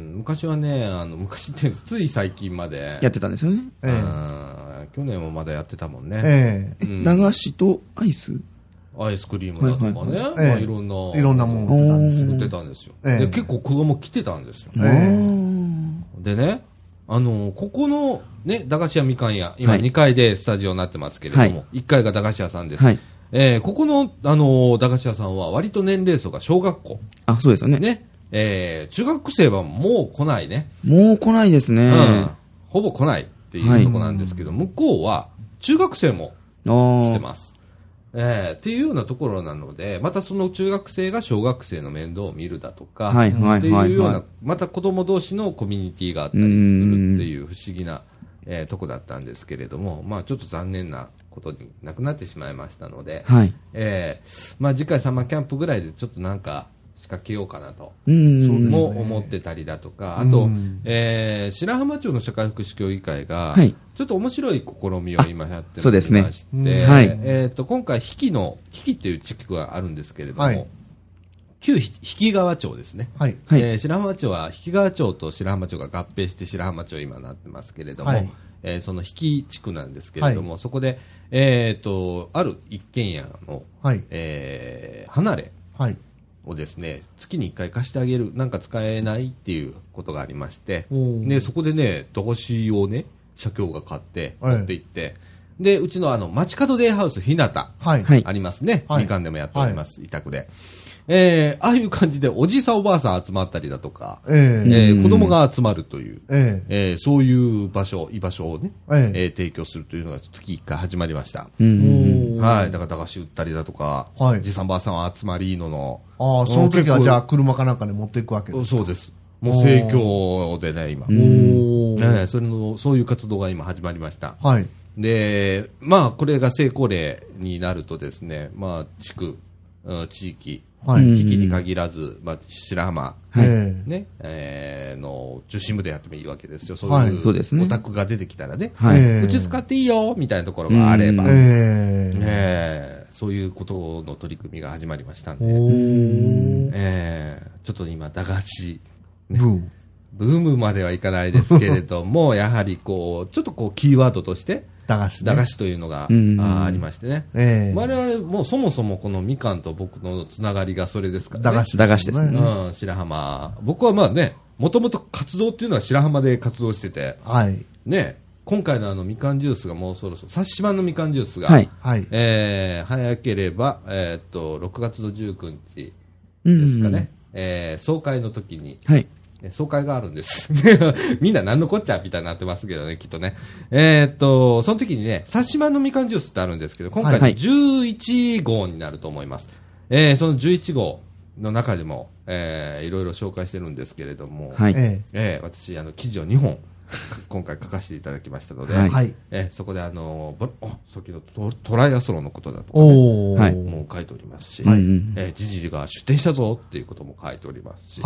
昔はね、あの、昔ってつい最近まで。 やってたんですよね。 えー、去年もまだやってたもんね。 えー、駄菓子とアイス？ アイスクリームだとかね、はいはい、まあ、いろんな、 いろんなもの売ってたんですよ。で、結構子供来てたんですよ。でね、あの、ここの、ね、駄菓子屋みかん屋、今にかいでスタジオになってますけれども、はい、いっかいが駄菓子屋さんです。はい、えー、ここの、あの、駄菓子屋さんは割と年齢層が小学校。 あ、そうですよね。 ね、えー、中学生はもう来ないね。 もう来ないですね。うん。 ほぼ来ないっていうとこなんですけど、はい、向こうは中学生も来てます。えー、っていうようなところなので、またその中学生が小学生の面倒を見るだとか、はいはいはいはい、っていうような、また子供同士のコミュニティがあったりするっていう不思議な、えー、とこだったんですけれども、まあちょっと残念なことになくなってしまいましたので、はい、えー、まあ次回サマーキャンプぐらいでちょっとなんか仕掛けようかなと、も思ってたりだとか、あと、えー、白浜町の社会福祉協議会が、はい、ちょっと面白い試みを今やっておりまして、ね、はい、えっと、今回、比企の、比企っていう地区があるんですけれども、はい、旧比企川町ですね。はい、えー、白浜町は、比企川町と白浜町が合併して白浜町今なってますけれども、はい、えー、その比企地区なんですけれども、はい、そこで、えっと、ある一軒家の、はい、えー、離れ、はい、をですね、月にいっかい貸してあげる、なんか使えないっていうことがありまして、で、そこでね、駄菓子をね、社協が買って、持って行って、はい、で、うちのあの、街角デイハウスひなた、はい、ありますね。はい、みかんでもやっております、はい、委託で。えー、ああいう感じで、おじさんおばあさん集まったりだとか、えーえー、子供が集まるという、えーえー、そういう場所、居場所をね、えーえー、提供するというのが月いっかい始まりました。はい。だから駄菓子売ったりだとか、はい、じさんばあさんは集まりのの。 ああ、その時はじゃあ車かなんかに持っていくわけですか？ そうです。もう盛況でね、今。おー、ね、それの、そういう活動が今始まりました。はい。で、まあ、これが成功例になるとですね、まあ、地区、地域、はい、危機に限らず、まあ、白浜、はい、ね、えー、の中心部でやってもいいわけですよ。そういう、オタクが出てきたらね、はい、うち使っていいよみたいなところがあれば、えーえー、そういうことの取り組みが始まりましたんで、えー、ちょっと今、駄菓子、ね、ブーム。ブームまではいかないですけれども、やはりこう、ちょっとこう、キーワードとして、駄菓子、ね、駄菓子というのが、うん、あ, ありましてね。えー、我々もそもそもこのみかんと僕のつながりがそれですからね。 駄菓子、駄菓子ですね。 うん、白浜。僕はまあね、もともと活動っていうのは白浜で活動してて、はい。ね、今回のあのみかんジュースがもうそろそろ、冊子版のみかんジュースが、はい。えー、早ければ、えー、っと、ろくがつのじゅうくにちですかね。うんうん、えー、総会の時に、はい。総会があるんです。みんな何のこっちゃみたいになってますけどね、きっとね。えー、っと、その時にね、冊子版のみかんジュースってあるんですけど、今回じゅういちごうになると思います。はい、えー、そのじゅういちごうの中でも、えー、いろいろ紹介してるんですけれども、はい、えー、私、あの、記事をにほん、今回書かせていただきましたので、はい、えー、そこであの、お、さっきのト, トライアスロンのことだとか、ね、はい、もう書いておりますし、はい、えー、ジジリが出展したぞっていうことも書いておりますし、はい、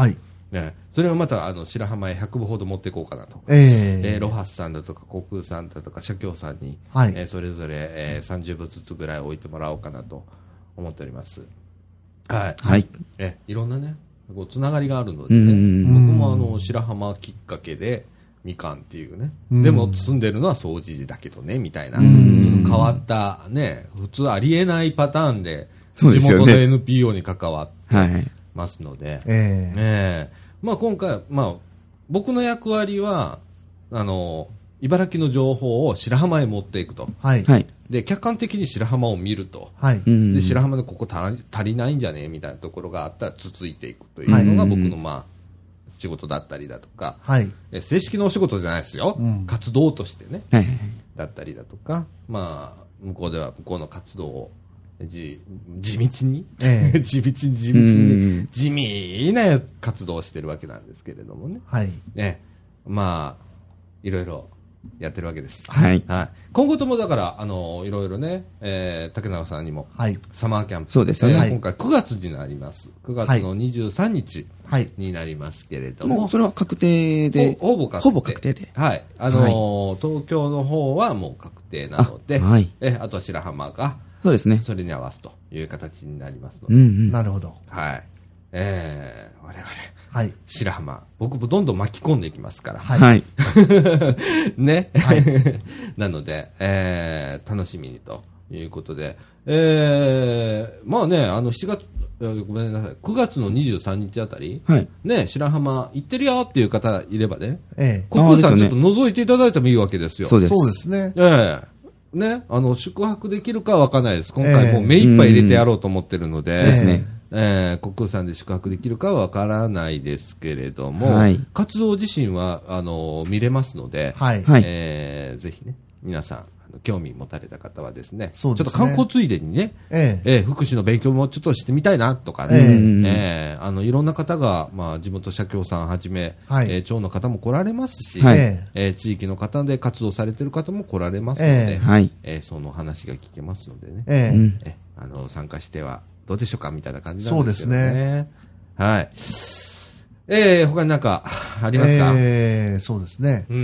ね、それをまたあの白浜へひゃくぶほど持っていこうかなと、えーえー、ロハスさんだとか航空さんだとか社協さんに、はいえー、それぞれ、えー、さんじゅうぶずつぐらい置いてもらおうかなと思っております。はい、はい、えいろんなねこうつながりがあるのでね、僕もあの白浜きっかけでみかんっていうね、でも住んでるのは総持寺だけどねみたいな、ちょっと変わったね普通ありえないパターンで地元の エヌピーオー に関わってますので、えーえーまあ、今回、まあ、僕の役割はあの茨城の情報を白浜へ持っていくと、はい、で客観的に白浜を見ると、はい、で白浜でここ足りないんじゃねみたいなところがあったらつついていくというのが僕の、まあ、仕事だったりだとか、はい、正式なお仕事じゃないですよ、うん、活動としてね、はい、だったりだとか、まあ、向こうでは向こうの活動をじ地道に、ええ、地道に地道に地味な活動をしてるわけなんですけれどもね、はいねまあ、いろいろやってるわけです、はいはい、今後ともだからあのいろいろね、えー、竹中さんにも、はい、サマーキャンプそうですね、えー、今回くがつになりますくがつのにじゅうさんにちになりますけれども、はい、もうそれは確定でほぼ確定、ほぼ確定で、はいあのーはい、東京の方はもう確定なので あ,、はい、えあとは白浜がそうですね。 それに合わすという形になりますので。 うんうん、なるほど。 はい。えー、我々、はい、白浜、僕もどんどん巻き込んでいきますから。はい。ね。はい、なので、えー、楽しみにということで、えー、まあね、あのしちがつ、ごめんなさい、くがつのにじゅうさんにちあたり、はい、ね、白浜行ってるよっていう方いればね、ええ、国空さんちょっと覗いていただいてもいいわけですよ。 そうです。そうですね。 ええーね、あの宿泊できるかは分からないです。今回もう目いっぱい入れてやろうと思ってるので、えー、ですね。えー、国空さんで宿泊できるかは分からないですけれども、はい、活動自身はあの見れますので、はい、えー、ぜひね皆さん興味持たれた方はですね、そうですねちょっと観光ついでにね、えーえー、福祉の勉強もちょっとしてみたいなとかね、えーえー、あのいろんな方が、まあ、地元社協さんはじめ、はいえー、町の方も来られますし、はいえー、地域の方で活動されている方も来られますので、えーはいえー、その話が聞けますのでね、えーえー、あの参加してはどうでしょうかみたいな感じなんですけどね。そうですね。はい。えー、他に何かありますか？ えー、そうですね。うん。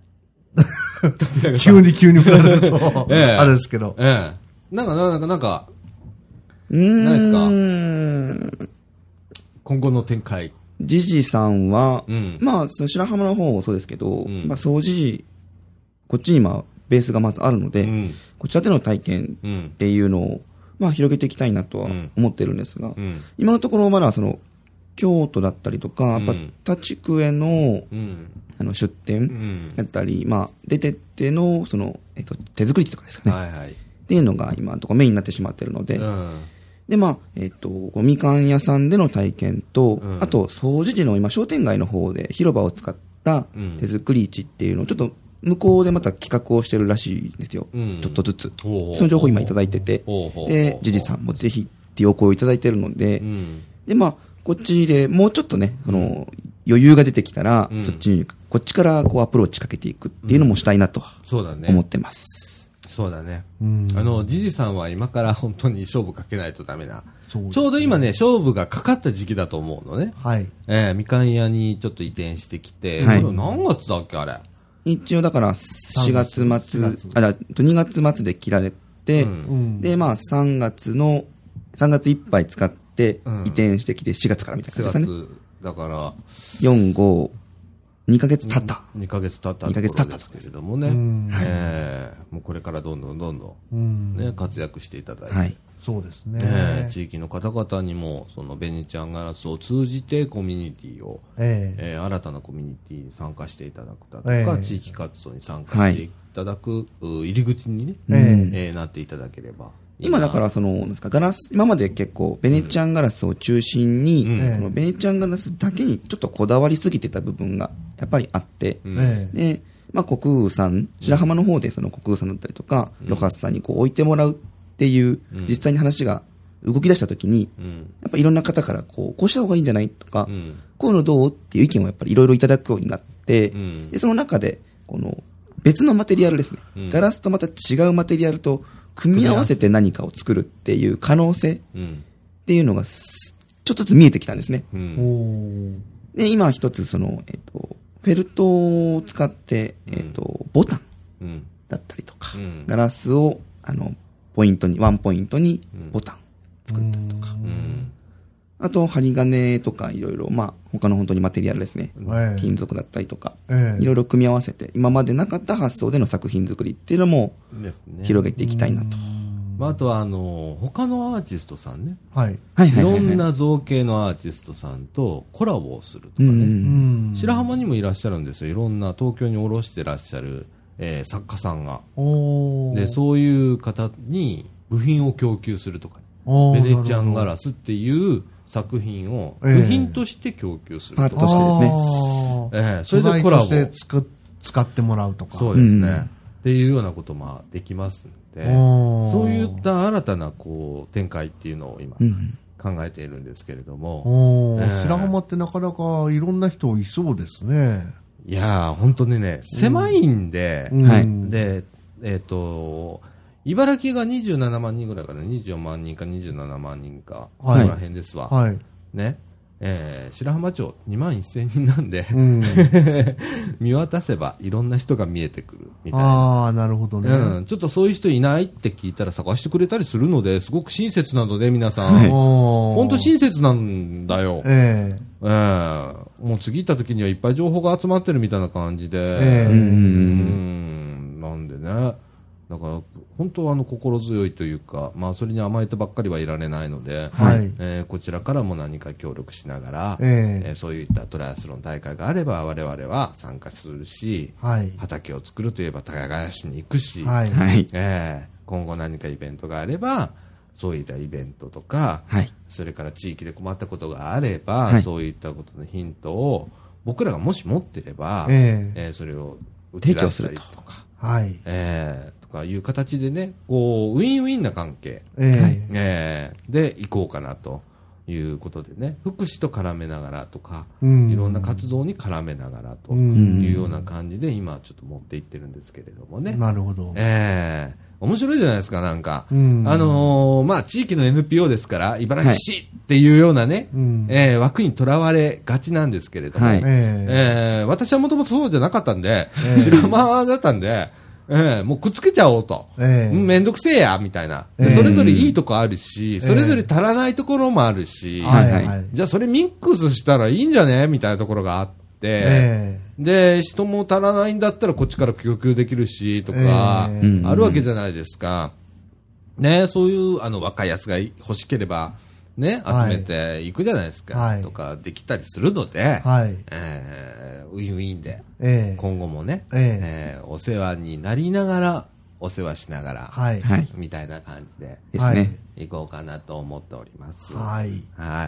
急に急に振られると、ええ、あれですけど。ええ。なんか、なんか、なんか、何ですか今後の展開。 ジジさんは、うん、まあ、その白浜の方もそうですけど、うん、まあ、総ジジ、こっちにまあ、ベースがまずあるので、うん、こちらでの体験っていうのを、まあ、広げていきたいなとは思ってるんですが、うん、今のところまだその、京都だったりとか、やっぱ立区への、うん、あの出店だったり、うん、まあ出てってのそのえっと手作り地とかですかね、はいはい、っていうのが今のところメインになってしまっているので、うん、でまあえっとみかん屋さんでの体験と、うん、あと総除寺の今商店街の方で広場を使った手作り市っていうのをちょっと向こうでまた企画をしてるらしいんですよ、うん、ちょっとずつ、うん、その情報を今いただいてて、うん、でじじさんもぜひっていうお声をいただいてるので、うん、でまあこっちでもうちょっとね、その余裕が出てきたら、うん、そっちにこっちからこうアプローチかけていくっていうのもしたいなと思ってます。 うん、そうだね。そうだね。うん、あのジジさんは今から本当に勝負かけないとダメな。そうちょうど今ね勝負がかかった時期だと思うのね。はい。えー、みかん屋にちょっと移転してきて、はい、何月だっけあれ。 一応だからしがつまつ、あ、にがつまつで切られて、うん、でまあさんがつのさんがついっぱい使ってで移転してきてしがつからみたいな感じですね。 だからよん、ご、にかげつ経った。 にかげつ経ったところですけれどもね。えー、もうこれからどんどんどんどん、ね、活躍していただいて。はい。 そうですね。 えー、地域の方々にも、そのベニちゃんガラスを通じてコミュニティを、えーえー、新たなコミュニティに参加していただくだとか、えー、地域活動に参加していただく、はい、入り口にね、えーえー、なっていただければ。 今だからその、なんですか、ガラス、今まで結構ベネチアンガラスを中心に、うん、そのベネチアンガラスだけにちょっとこだわりすぎてた部分がやっぱりあって、うん、で、まあ国空さん、白浜の方でその国空さんだったりとか、うん、ロハスさんにこう置いてもらうっていう、うん、実際に話が動き出した時に、うん、やっぱいろんな方からこう、こうした方がいいんじゃないとか、うん、こういうのどうっていう意見をやっぱりいろいろいただくようになって、うん、で、その中で、この別のマテリアルですね、うん、ガラスとまた違うマテリアルと組み合わせて何かを作るっていう可能性っていうのがちょっとずつ見えてきたんですね。うん、 で、今一つその、えっと、フェルトを使って、えっと、ボタンだったりとか、うん、ガラスを、あの、ポイントに、ワンポイントにボタン作ったりとか、うん、あと、針金とかいろいろ、まあ、他の本当にマテリアルですね。えー、金属だったりとか、えー、いろいろ組み合わせて、今までなかった発想での作品作りっていうのも、広げていきたいなと。 まあ、あとは、あの、他のアーティストさんね。 はい。 いろんな造形のアーティストさんとコラボをするとかね。白浜にもいらっしゃるんですよ。いろんな東京に卸してらっしゃる、えー、作家さんが。で、そういう方に部品を供給するとか、ね、ベネチアンガラスっていう作品を部品として供給するとか。 パートとしてですね。 えー、それでコラボ。 素材として使ってもらうとか。 そうですね。うん、っていうようなこともできますんで、そういった新たなこう展開っていうのを今考えているんですけれども、 えー、白浜ってなかなかいろんな人いそうですね。 いやー本当にね狭いんで、うん、でえっ、ー、と茨城がにじゅうななまんにんぐらいかな、にじゅうよんまんにんかにじゅうななまんにんか、はい、そこら辺ですわ、はい、ね。えー、白浜町にまんせんにんなんで、うん、見渡せばいろんな人が見えてくるみたいな。 ああ、なるほどね、 うん。ちょっとそういう人いないって聞いたら探してくれたりするので、すごく親切なので皆さん。はい、ほんと親切なんだよ。えーえー、もう次行った時にはいっぱい情報が集まってるみたいな感じで。えー、うん。なんでね。だから本当はあの心強いというか、まあ、それに甘えてばっかりはいられないので、はいえー、こちらからも何か協力しながら、えーえー、そういったトライアスロン大会があれば我々は参加するし、はい、畑を作るといえば耕しに行くし、はいえー、今後何かイベントがあればそういったイベントとか、はい、それから地域で困ったことがあれば、はい、そういったことのヒントを僕らがもし持っていれば、えーえー、それを打ち出したりとか。はいえーとかいう形でね、こう、ウィンウィンな関係、えーえー、で行こうかなということでね、福祉と絡めながらとか、うん、いろんな活動に絡めながらというような感じで今ちょっと持っていってるんですけれどもね。 なるほど。 えー、面白いじゃないですか、なんか。うん、あのー、まあ、地域の エヌピーオー ですから、茨城市っていうようなね、はいえー、枠にとらわれがちなんですけれども、はいえー、私はもともとそうじゃなかったんで、えー、白浜だったんで、ええ、もうくっつけちゃおうと。ええ、めんどくせえや、みたいな、ええ。それぞれいいとこあるし、それぞれ足らないところもあるし、ええ、じゃあそれミックスしたらいいんじゃねみたいなところがあって、ええ、で、人も足らないんだったらこっちから供給できるし、とか、ええ、あるわけじゃないですか。ね、そういう、あの、若いやつが欲しければ、ね、集めていくじゃないですか、はい、とかできたりするので、はいえー、ウィンウィンで、えー、今後もね、えーえー、お世話になりながらお世話しながら、はい、みたいな感じでですね、いこうかなと思っております。はい。はい。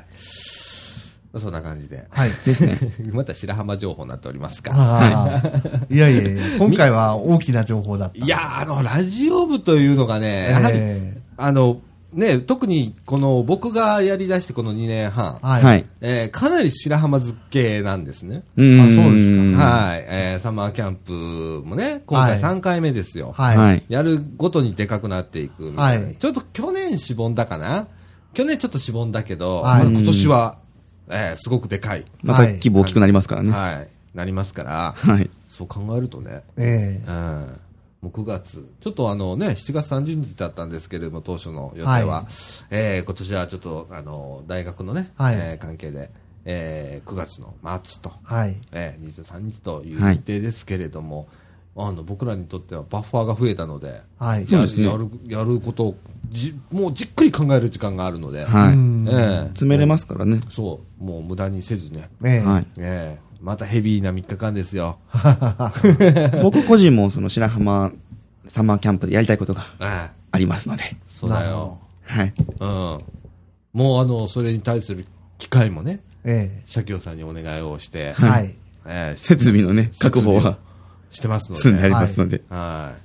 そんな感じで。はい。ですね。また白浜情報になっておりますか。 はい。いやいやいや、今回は大きな情報だった。 いや、あの、ラジオ部というのがね、やはり、えー、あの、ね、特にこの僕がやり出してこのにねんはん、はいえー、かなり白浜漬けなんですね。 うんあそうですか。 はい、えー、サマーキャンプもね、今回さんかいめですよ。はい、やるごとにでかくなっていくみたいな。はい、ちょっと去年しぼんだかな。去年ちょっとしぼんだけど、はいまあ、今年は、えー、すごくでかい。 また規模大きくなりますからね。 はい、なりますから、はい、そう考えるとね。えーうんもうくがつ、ちょっとあのね、しちがつさんじゅうにちだったんですけれども、当初の予定は、はいえー、今年はちょっとあの大学のね、はいえー、関係で、えー、くがつの末と、はいえー、にじゅうさんにちという日程ですけれども、はい、あの僕らにとってはバッファーが増えたので、はい、や, ね、や, るやることをじもうじっくり考える時間があるので、はいえー、詰めれますからね。 そうもう無駄にせずね、えーはいえーまたヘビーなみっかかんですよ。 僕個人もその白浜サマーキャンプでやりたいことがありますので。 そうだよ。はい。うん。もうあの、それに対する機会もね、ええ、社協さんにお願いをして、はい。えー、 設備のね、確保はしてますので。 済んでありますので。 はい。はい、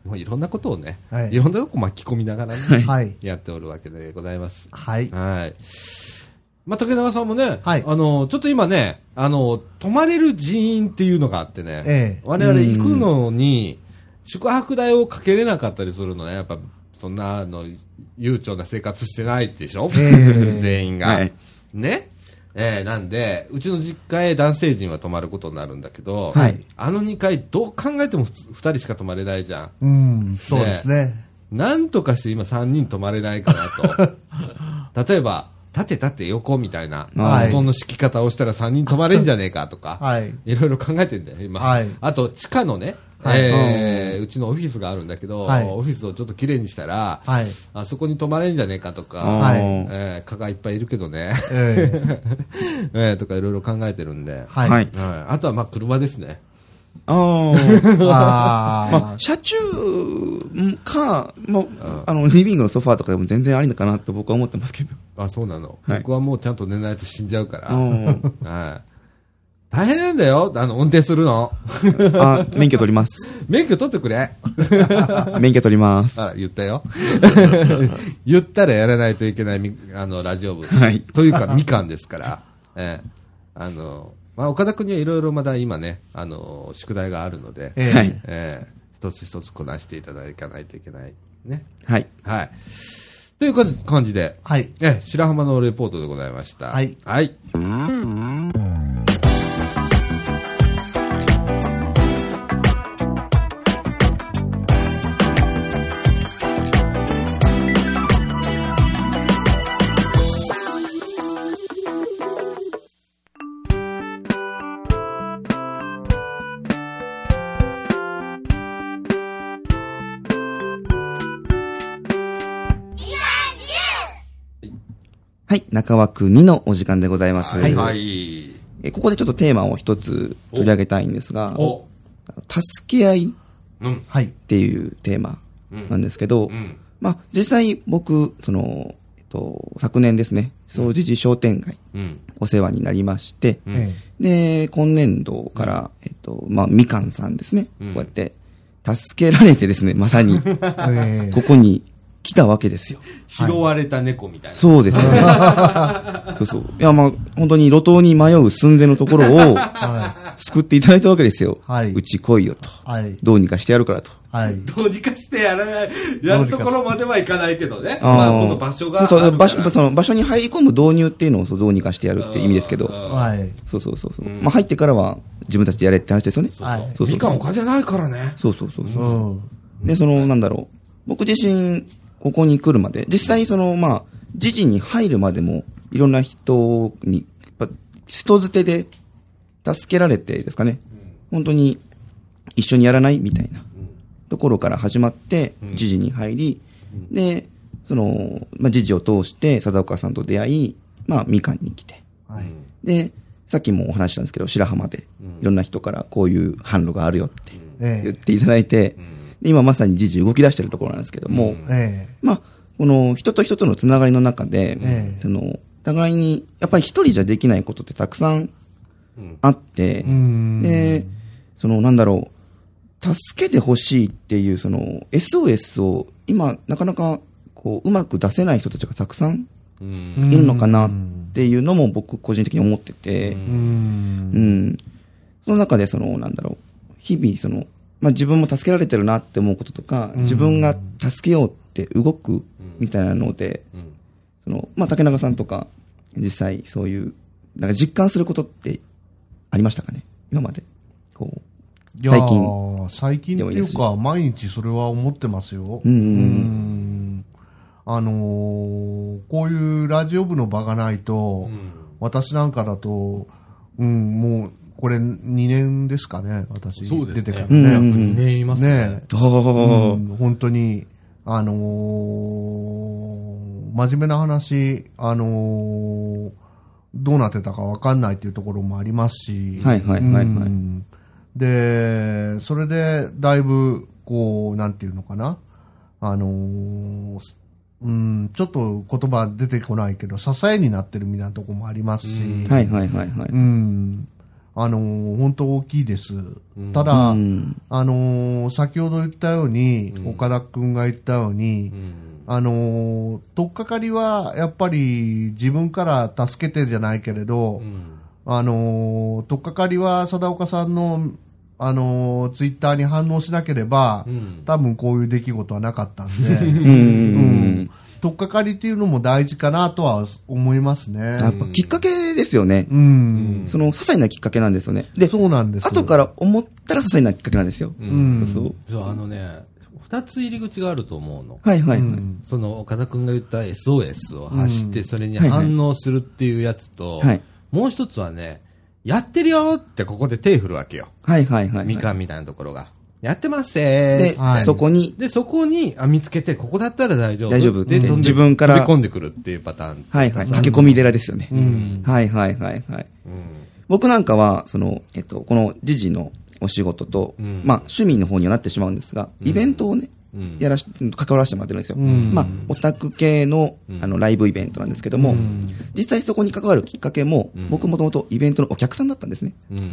もういろんなことをね、はい、いろんなとこ巻き込みながらね、はい、やっておるわけでございます。はい。はい。まあ、竹中さんもね、はい、あの、ちょっと今ね、あの、泊まれる人員っていうのがあってね、ええ、我々行くのに、宿泊代をかけれなかったりするのね、やっぱ、そんな、あの、悠長な生活してないでしょ、えー、全員が、はい。ね。 えー、なんで、うちの実家へ男性陣は泊まることになるんだけど、 はい、 あのにかいどう考えてもふたりしか泊まれないじゃん。 うん、そうですね。 なんとかして今さんにん泊まれないかなと。例えば、縦縦横みたいな、 はい、 布団の敷き方をしたらさんにん泊まれんじゃねえかとか、はい、いろいろ考えてんだよ、今。はい、あと、地下のね、はい、えー、うちのオフィスがあるんだけど、はい、オフィスをちょっときれいにしたら、はい、あそこに泊まれんじゃねえかとか、はい、えー、蚊がいっぱいいるけどね、えーえー、とかいろいろ考えてるんで、はいはい、あとはまあ車ですね。 ああ、まあ、車中か、もう、あの、リビングのソファーとかでも全然ありのかなと僕は思ってますけど。 あ、そうなの。はい、僕はもうちゃんと寝ないと死んじゃうから。はい。大変なんだよ、あの、運転するの。 あ、免許取ります。 免許取ってくれ。 免許取ります。 あ、言ったよ。言ったらやらないといけない、あの、ラジオ部。はい。というか、みかんですから。ええ。あの、まあ、岡田君にはいろいろまだ今ね、あの、宿題があるので、 えー、 えー、一つ一つこなしていただかないといけない。ね。 はい。 はい。という感じで、 はい。 え、白浜のレポートでございました。 はい。 はい。 はい、中枠にのお時間でございます。 はいはい、 えここでちょっとテーマを一つ取り上げたいんですが、助け合いっていうテーマなんですけど、うんうん、まあ実際僕、その、えっと、昨年ですね、総持寺商店街、うん、お世話になりまして、うん、で、今年度から、えっと、まあみかんさんですね、うん、こうやって助けられてですね、まさに、ここに、来たわけですよ。 拾われた猫みたいな。はい、 そうですよね。そうそう。いや、まあ、本当に路頭に迷う寸前のところを、救っていただいたわけですよ。はい。うち来いよと。はい。どうにかしてやるからと。 はい。どうにかしてやらない、やるところまではいかないけどね。まあ、この場所が。 そうそう、場所、その場所に入り込む導入っていうのをそうどうにかしてやるって意味ですけど。はい。そうそうそうそう。まあ、入ってからは自分たちでやれって話ですよね。 はい。そうそう。みかんお金ないからね。 そうそうそうそう。で、その、なんだろう。僕自身、ここに来るまで、実際その、まあ、時事に入るまでも、いろんな人に、やっぱ、人づてで助けられてですかね、うん、本当に一緒にやらないみたいなところから始まって、時事に入り、うん、で、その、まあ、時事を通して、貞岡さんと出会い、まあ、みかんに来て、はい、で、さっきもお話したんですけど、白浜で、いろんな人からこういう販路があるよって言っていただいて、うんうん今まさに時事動き出してるところなんですけども、うんえー、まあ、この人と人とのつながりの中で、えー、その、互いに、やっぱり一人じゃできないことってたくさんあって、うん、で、その、なんだろう、助けてほしいっていう、その、エスオーエス を今、なかなか、こう、うまく出せない人たちがたくさんいるのかなっていうのも僕個人的に思ってて、うん。うん、その中で、その、なんだろう、日々、その、まあ、自分も助けられてるなって思うこととか、自分が助けようって動くみたいなので、うんうん、その、まあ、竹中さんとか、実際そういう、なんか実感することってありましたかね今まで。こう、最近。 最近っていうか、毎日それは思ってますよ。うん。うんあのー、こういうラジオ部の場がないと、うん、私なんかだと、うん、もう、これにねんですかね、私。 そうですね。 出てからね。 約にねんいますね。ね、 うん、本当に、あのー、真面目な話、あのー、どうなってたかわかんないっていうところもありますし。 はいはいはいはい。うん、 で、それで、だいぶ、こう、なんていうのかな。あのー、うん、ちょっと言葉出てこないけど、支えになってるみたいなところもありますし。 はいはいはいはい。 うんあのー、本当大きいです。うん、ただ、うん、あのー、先ほど言ったように、うん、岡田くんが言ったように、うん、あのー、とっかかりはやっぱり自分から助けてじゃないけれど、うん、あのとっかかりは貞岡さんの、あのツイッターに反応しなければ、うん、多分こういう出来事はなかったんで、うんうん、 とっかかりっていうのも大事かなとは思いますね。 やっぱきっかけですよね。 うん。 その、些細なきっかけなんですよね。で、 そうなんです。 後から思ったら些細なきっかけなんですよ。 うん。そう。そう、あのね、二つ入り口があると思うの。 はいはいはい。 その、岡田くんが言った エスオーエス を発して、それに反応するっていうやつと、はいはい、もう一つはね、やってるよってここで手振るわけよ。 はいはいはい、はい。 みかんみたいなところが。やってますせー。 で、はい、そこに。 で、そこに、あ、見つけて、ここだったら大丈夫。 大丈夫。 で、 自分から。 飛び込んでくるっていうパターン。 はいはい。駆け込み寺ですよね。うん、はいはいはいはい。うん、僕なんかは、その、えっと、この時事のお仕事と、うん、まあ、趣味の方にはなってしまうんですが、イベントをね、うん、やらし、関わらせてもらってるんですよ。うん、まあ、オタク系の、あの、ライブイベントなんですけども、うん、実際そこに関わるきっかけも、うん、僕もともとイベントのお客さんだったんですね。うん、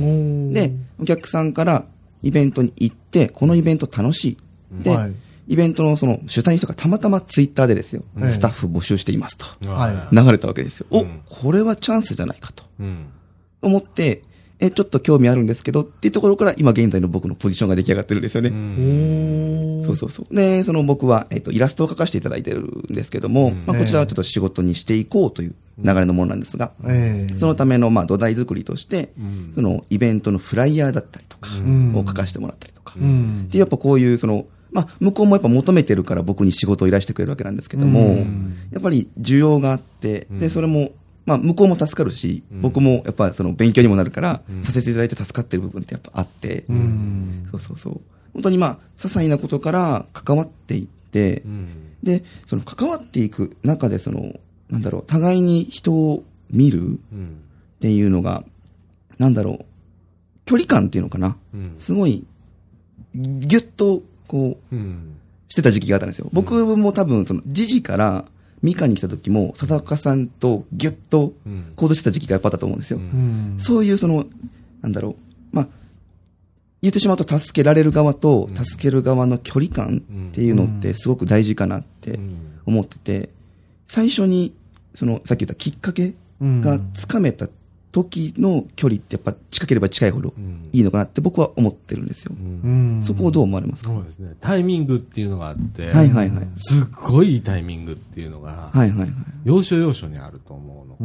で、お客さんからイベントに行って、このイベント楽しい。で、はい、イベントのその主催の人がたまたまツイッターでですよ、うん、スタッフ募集していますと、はい、流れたわけですよ。うん、お、これはチャンスじゃないかと、うん、思って、え、ちょっと興味あるんですけどっていうところから今現在の僕のポジションが出来上がってるんですよね。うんそうそうそう。で、その僕は、えっと、イラストを描かせていただいてるんですけども、うん、まあ、こちらはちょっと仕事にしていこうという流れのものなんですが、うん、そのためのまあ土台作りとして、うん、そのイベントのフライヤーだったりとかを書かせてもらったりとか、うん、で、やっぱこういうその、まあ、向こうもやっぱ求めてるから僕に仕事を依頼してくれるわけなんですけども、うん、やっぱり需要があって、で、それも、まあ、向こうも助かるし、うん、僕もやっぱその勉強にもなるから、うん、させていただいて助かってる部分ってやっぱあって、うん、そうそうそう。本当にまあ、些細なことから関わっていって、うん、で、その関わっていく中でその、なんだろう、互いに人を見るっていうのが、なんだろう、距離感っていうのかな。うん、すごい、ぎゅっと、こう、うん、してた時期があったんですよ。僕も多分、その、時事から、ミカに来た時も、佐々岡さんとギュッと行動してた時期がやっぱあったと思うんですよ。うん、そういうその、なんだろう。まあ、言ってしまうと助けられる側と助ける側の距離感っていうのってすごく大事かなって思ってて、最初に、その、さっき言ったきっかけがつかめた時の距離ってやっぱ近ければ近いほどいいのかなって僕は思ってるんですよ。うん、そこをどう思われますか？ そうですね。タイミングっていうのがあって、 はいはいはい。 すっごいいいタイミングっていうのが、はいはいはい。要所要所にあると思うの。うん、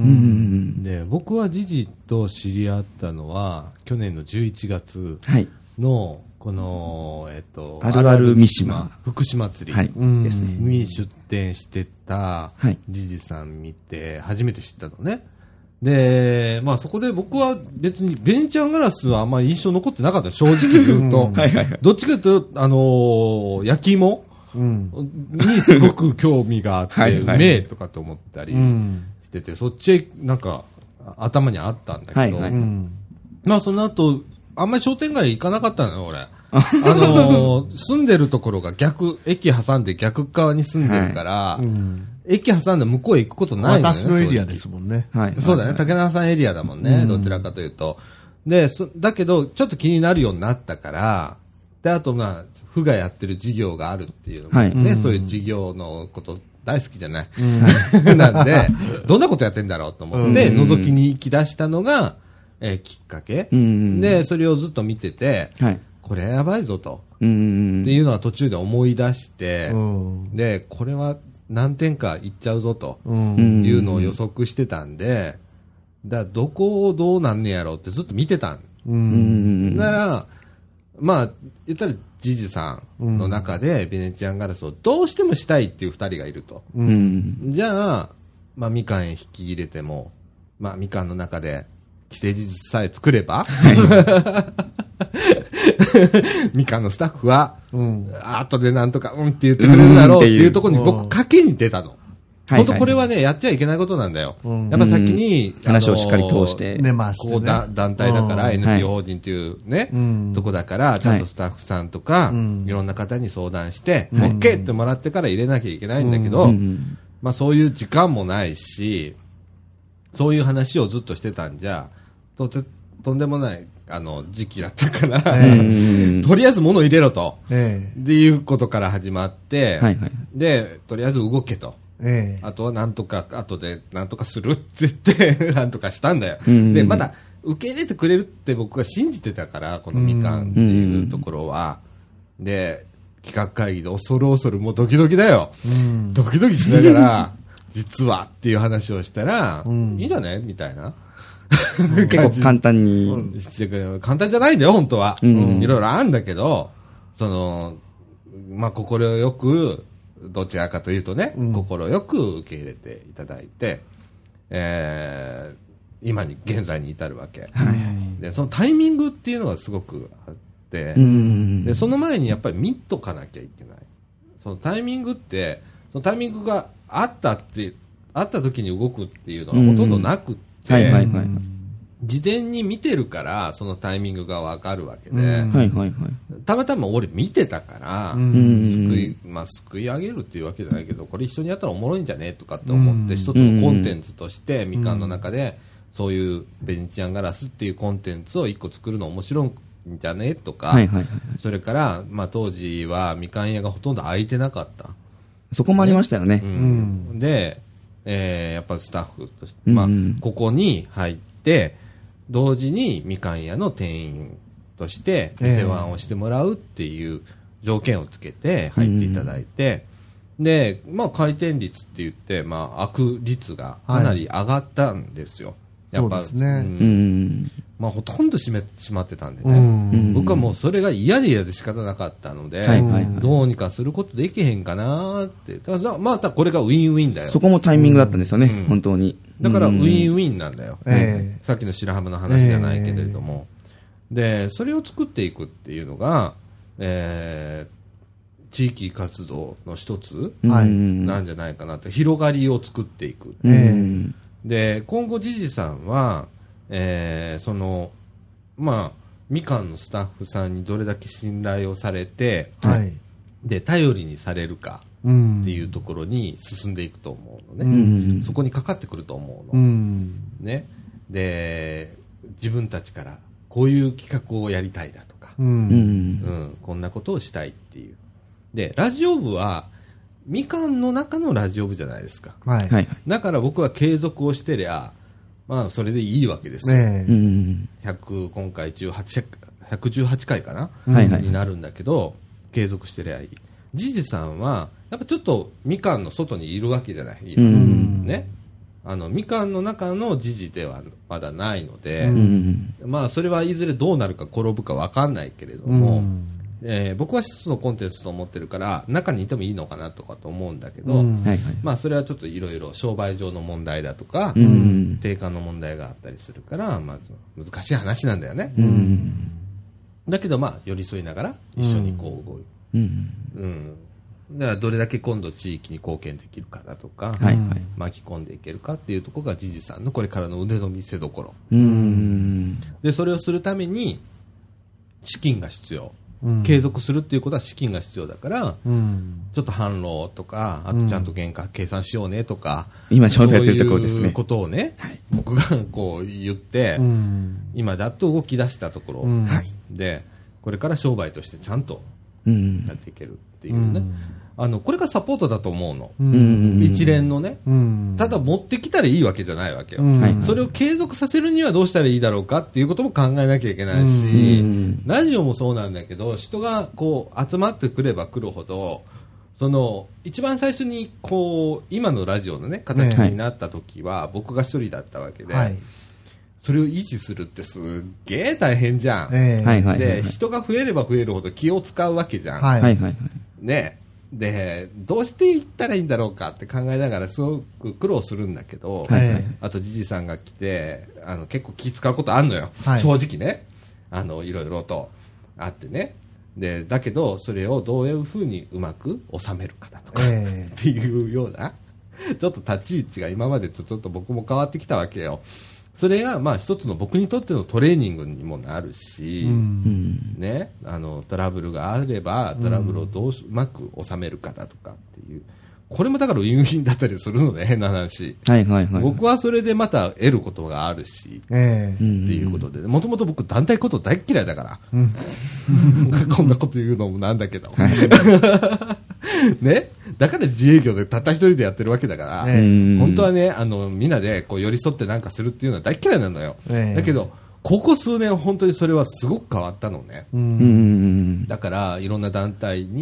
で、僕はジジと知り合ったのは、去年のじゅういちがつの、この、えっと、 あるある三島福島祭り、 はい、ですね。 に出店してたジジさん見て、初めて知ったのね。で、まあそこで僕は別にベネチアンガラスはあんまり印象残ってなかった、正直言うと。はいはいはい、どっちかというと、あのー、焼き芋、うん、にすごく興味があって、はいはい、うめえとかって思ったりしてて、そっちへなんか頭にあったんだけど、はいはい、まあその後、あんまり商店街行かなかったのよ、俺。あのー、住んでるところが逆、駅挟んで逆側に住んでるから、はいうん、駅挟んで向こうへ行くことないのよね。 私のエリアですもんね。 はい。そうだね。竹中さんエリアだもんね。うん、どちらかというと。で、そ、だけど、ちょっと気になるようになったから、で、あとまあ、府がやってる事業があるっていうのもね、はい、そういう事業のこと大好きじゃない。うん、なんで、どんなことやってんだろうと思って、覗きに行き出したのが、えー、きっかけ、うん、で、それをずっと見てて、はい、これやばいぞと、うん、っていうのは途中で思い出して、うん、で、これは何点かいっちゃうぞというのを予測してたんで、だからどこをどうなんねやろうってずっと見てたん。うん、なら、まあ、言ったらジジさんの中でベネチアンガラスをどうしてもしたいっていう二人がいると。うん、じゃあ、まあ、みかんへ引き入れても、まあ、みかんの中で既成事実さえ作れば、みかんのスタッフは、うん、後でなんとか、うんって言ってくれるだろうっていうところに僕、賭けに出たの。本当これはね、やっちゃいけないことなんだよ。うん、やっぱ先に、 話をしっかり通して。 出ますね。 こうだ、団体だから、エヌピーオー 法人っていうね、はい、とこだから、ちゃんとスタッフさんとか、はい、いろんな方に相談して、うん、OK ってもらってから入れなきゃいけないんだけど、うん、まあそういう時間もないし、そういう話をずっとしてたんじゃ、とて、とんでもない、あの、時期だったから、とりあえず物を入れろと、えー、っていうことから始まって、はいはい、で、とりあえず動けと。えー、あとはなんとか、後でなんとかするって言って、なんとかしたんだよ。で、まだ受け入れてくれるって僕が信じてたから、このみかんっていうところは。で、 企画会議で恐る恐るもうドキドキだよ。うん、ドキドキしながら、実はっていう話をしたら、うん、いいんじゃねみたいな。 結構簡単に、うん。 簡単じゃないんだよ、本当は。うん、いろいろあるんだけど、その、まあ、心よく、どちらかというとね、うん、心よく受け入れていただいて、えー、今に、現在に至るわけ。はい、で、そのタイミングっていうのがすごくあって、うん、で、その前にやっぱり見とかなきゃいけない。そのタイミングって、そのタイミングがあったって、あった時に動くっていうのはほとんどなくって、はいはいはい、事前に見てるからそのタイミングがわかるわけで、はいはいはい、たまたま俺見てたから、うん、救い、まあ、救い上げるっていうわけじゃないけど、これ一緒にやったらおもろいんじゃねとかって思って、一つのコンテンツとしてみかんの中でそういうベネチアンガラスっていうコンテンツを一個作るの面白いんじゃねとか、はいはいはい、それから、まあ、当時はみかん屋がほとんど開いてなかった。 そこもありましたよね。 うん、で、えー、やっぱスタッフとして、まあ、ここに入って、同時にみかん屋の店員として世話をしてもらうっていう条件をつけて入っていただいて、で、まあ回転率って言って、まあ開く率がかなり上がったんですよ。はい、やっぱ、そうですね。うん、まあほとんど閉めてしまってたんでね。僕はもうそれが嫌で嫌で仕方なかったので、はいはいはい、どうにかすることできへんかなって。だからまたこれがウィンウィンだよ。 そこもタイミングだったんですよね、うん、本当に。 だからウィンウィンなんだよ。えー、さっきの白浜の話じゃないけれども。えー、で、それを作っていくっていうのが、えー、地域活動の一つなんじゃないかなって、広がりを作っていく。えー、で、今後、じじさんは、えー、その、まあ、みかんのスタッフさんにどれだけ信頼をされて、はい、で、頼りにされるか。っていうところに進んでいくと思うのね、うん、そこにかかってくると思うの、うん、ね、で自分たちからこういう企画をやりたいだとか、うんうん、こんなことをしたいっていうでラジオ部はみかんの中のラジオ部じゃないですか、はい、だから僕は継続をしてりゃまあそれでいいわけですよ、ね、ひゃく今回じゅうはち、ひゃくじゅうはちかいかな、はい、になるんだけど継続してりゃいい。じじさんはやっぱちょっとみかんの外にいるわけじゃない、うんね、あのみかんの中のじじではまだないので、うん、まあそれはいずれどうなるか転ぶか分かんないけれども、うんえー、僕は一つのコンテンツと思ってるから中にいてもいいのかなとかと思うんだけど、うんまあ、それはちょっといろいろ商売上の問題だとか、うん、定価の問題があったりするから、まあ、難しい話なんだよね、うん、だけどまあ寄り添いながら一緒にこう動いてうんうん、だからどれだけ今度地域に貢献できるかだとか、はいはい、巻き込んでいけるかっていうところがじじさんのこれからの腕の見せ所うんでそれをするために資金が必要、うん、継続するっていうことは資金が必要だから、うん、ちょっと販路とかあとちゃんと原価計算しようねとか、 うん、今ちょうどやってるところですねそういうことをね、はい、僕がこう言って、うん、今だっと動き出したところ、うん、でこれから商売としてちゃんとやっていけるっていうね、うん、あのこれがサポートだと思うの、うん、一連のね、うん、ただ持ってきたらいいわけじゃないわけよ、うん、それを継続させるにはどうしたらいいだろうかっていうことも考えなきゃいけないし、うん、ラジオもそうなんだけど人がこう集まってくれば来るほどその一番最初にこう今のラジオのね形になった時は僕が一人だったわけで、はいそれを維持するってすっげえ大変じゃん、えー、で人が増えれば増えるほど気を使うわけじゃん、はい、ねでどうしていったらいいんだろうかって考えながらすごく苦労するんだけど、はい、あとじじさんが来てあの結構気使うことあんのよ、はい、正直ねあのいろいろとあってねでだけどそれをどういうふうにうまく収めるかだとか、えー、っていうようなちょっと立ち位置が今までとちょっと僕も変わってきたわけよ。それがまあ一つの僕にとってのトレーニングにもなるし、うんね、あのトラブルがあればトラブルをどううまく収めるかだとかっていうこれもだからウィンウィンだったりするのね変な話、はいはいはい、僕はそれでまた得ることがあるし、えー、っていうことでもともと僕団体こと大嫌いだから、うん、こんなこと言うのもなんだけど、ね、だから自営業でたった一人でやってるわけだから、えー、本当はねあのみんなでこう寄り添ってなんかするっていうのは大嫌いなのよ、えー、だけどここ数年本当にそれはすごく変わったのね、うん、だからいろんな団体に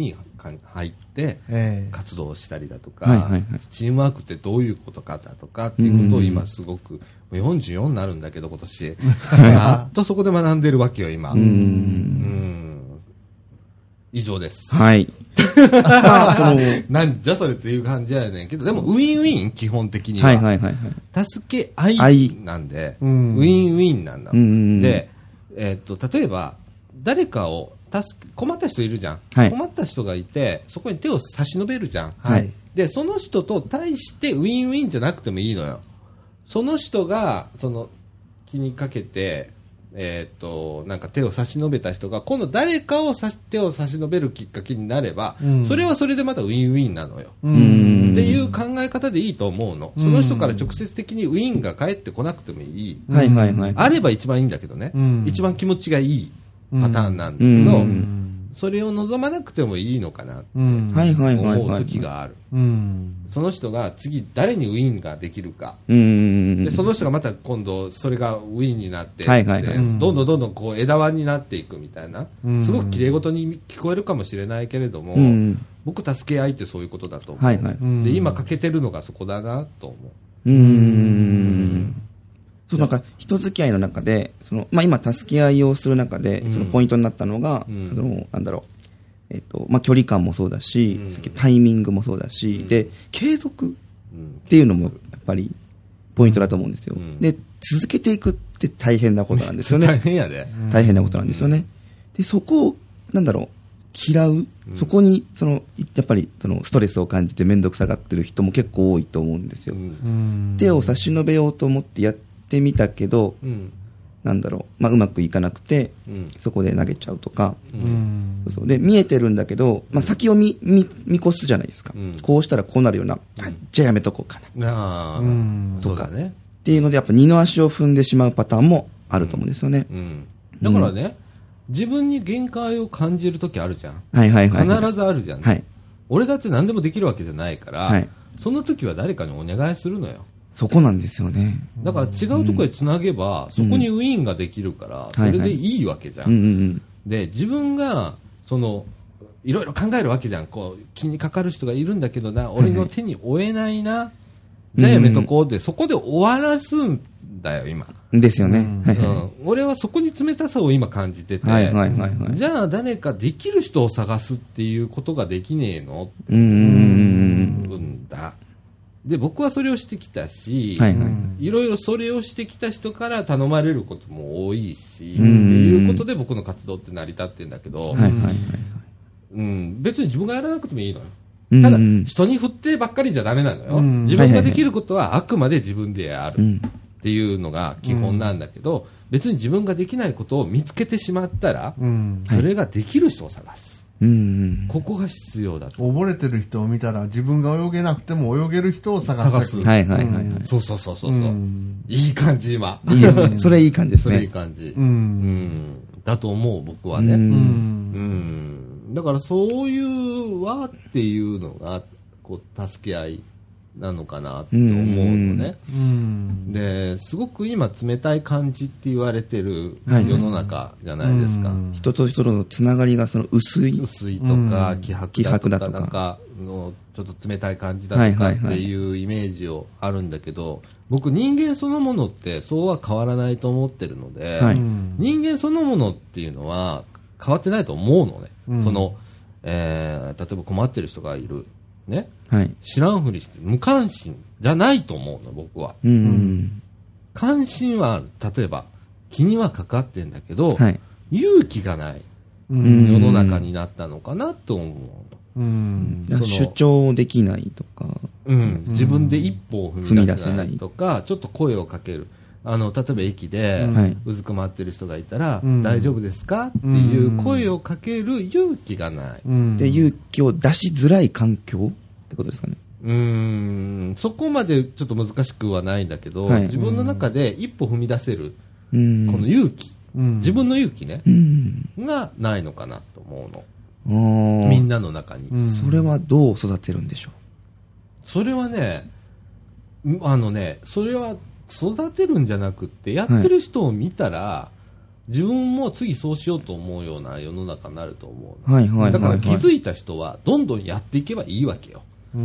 入って活動したりだとか、 はいはいはい、 チームワークってどういうことかだとかっていうことを今すごく、よんじゅうよんになるんだけど今年やっとそこで学んでるわけよ今。うんうん以上です。 はい。 なんじゃそれっていう感じやねんけど、でもウィンウィン基本的には。 はいはいはい、はい。 助け合いなんで、ウィンウィンなんだ。で、えー、っと、例えば、誰かを助け、困った人いるじゃん、はい。困った人がいて、そこに手を差し伸べるじゃん。はい。で、その人と対してウィンウィンじゃなくてもいいのよ。その人が、その、気にかけて、えっと、なんか手を差し伸べた人が、今度誰かを差し手を差し伸べるきっかけになれば、うん、それはそれでまたウィンウィンなのよ。うんっていう考え方でいいと思うの。その人から直接的にウィンが返ってこなくてもいい。 はいはいはい。 あれば一番いいんだけどね。うん、一番気持ちがいいパターンなんだけど、うん、それを望まなくてもいいのかなって思う時がある。その人が次誰にウィンができるか。でその人がまた今度それがウィンになって、はいはいはい、どんどんどんどんこう枝輪になっていくみたいな、すごく綺麗事に聞こえるかもしれないけれども、僕助け合いってそういうことだと思う。はいはい、で今欠けてるのがそこだなと思う。うーんそうなんか人付き合いの中でその、まあ、今助け合いをする中でそのポイントになったのが、うん、あのなんだろう、えっとまあ、距離感もそうだし、うん、タイミングもそうだし、うん、で継続っていうのもやっぱりポイントだと思うんですよ、うん、で続けていくって大変なことなんですよね。 大変やで。 大変なことなんですよね、うん、でそこをなんだろう嫌う、うん、そこにそのやっぱりそのストレスを感じて面倒くさがってる人も結構多いと思うんですよ、うん、手を差し伸べようと思ってやってってみたけど、うん、なんだろう、まあ、うまくいかなくて、うん、そこで投げちゃうとか、うん、そうそうで見えてるんだけど、まあ、先を 見, 見, 見越すじゃないですか、うん、こうしたらこうなるような、うん、じゃあやめとこうかな、うん、とか、ね、っていうのでやっぱ二の足を踏んでしまうパターンもあると思うんですよね、うんうん、 だからね、うん、自分に限界を感じるときあるじゃん、 はいはいはいはい、 必ずあるじゃん、ね、はい、俺だって何でもできるわけじゃないから、はい、その時は誰かにお願いするのよ。 そこなんですよね。 だから違うところへつなげば、うん、そこにウィンができるから、うん、それでいいわけじゃん。はいはい、うんうん、で、自分が、その、いろいろ考えるわけじゃん。こう、気にかかる人がいるんだけどな、俺の手に負えないな。はいはい、じゃあやめとこうって、うん、そこで終わらすんだよ、今。 ですよね。うんはいはい、うん。俺はそこに冷たさを今感じてて、はいはいはいはい、じゃあ誰かできる人を探すっていうことができねえのって思うんだ。で僕はそれをしてきたし、はいはい、いろいろそれをしてきた人から頼まれることも多いし、っていうことで僕の活動って成り立ってるんだけど、はいはいはい、うん、別に自分がやらなくてもいいのよ。ただ人に振ってばっかりじゃダメなのよ。自分ができることはあくまで自分でやるっていうのが基本なんだけど、別に自分ができないことを見つけてしまったら、それができる人を探す。うん、ここが必要だと。 溺れてる人を見たら自分が泳げなくても泳げる人を探す。探す。 はいはいはい、はいうん。そうそうそうそう。うん、いい感じ今。 いいですね。それいい感じですね。 それいい感じ。うん。うん、だと思う僕はね。うん。うん。だからそういう輪っていうのがこう助け合いなのかなって思うのね。うん、ですごく今冷たい感じって言われてる世の中じゃないですか。はいはい、 人と人とのつながりがその薄い薄いとか希薄だとかなんかのちょっと冷たい感じだとかっていうイメージをあるんだけど、僕人間そのものってそうは変わらないと思ってるので、はい、人間そのものっていうのは変わってないと思うのね。うん、その、えー、例えば困ってる人がいる。ね、はい、知らんふりして無関心じゃないと思うの僕は、うんうん、関心はある。例えば気にはかかってんだけど、はい、勇気がない世の中になったのかなと思うの、 うんうん、主張できないとか、 うん、自分で一歩を踏み出せないとか、ちょっと声をかける。あの例えば駅でうずくまってる人がいたら、うん、大丈夫ですかっていう声をかける勇気がない、 うん、で勇気を出しづらい環境ってことですかね。 うーんそこまでちょっと難しくはないんだけど、はい、自分の中で一歩踏み出せる、うん、この勇気、うん、自分の勇気ね、うん、がないのかなと思うの。みんなの中に、 うん、それはどう育てるんでしょう。 それはねあのねそれは育てるんじゃなくってやってる人を見たら、は自分も次そうしようと思うような世の中になると思う。 はいはいはいはい、 だから気づいた人はどんどんやっていけばいいわけよ。 うん、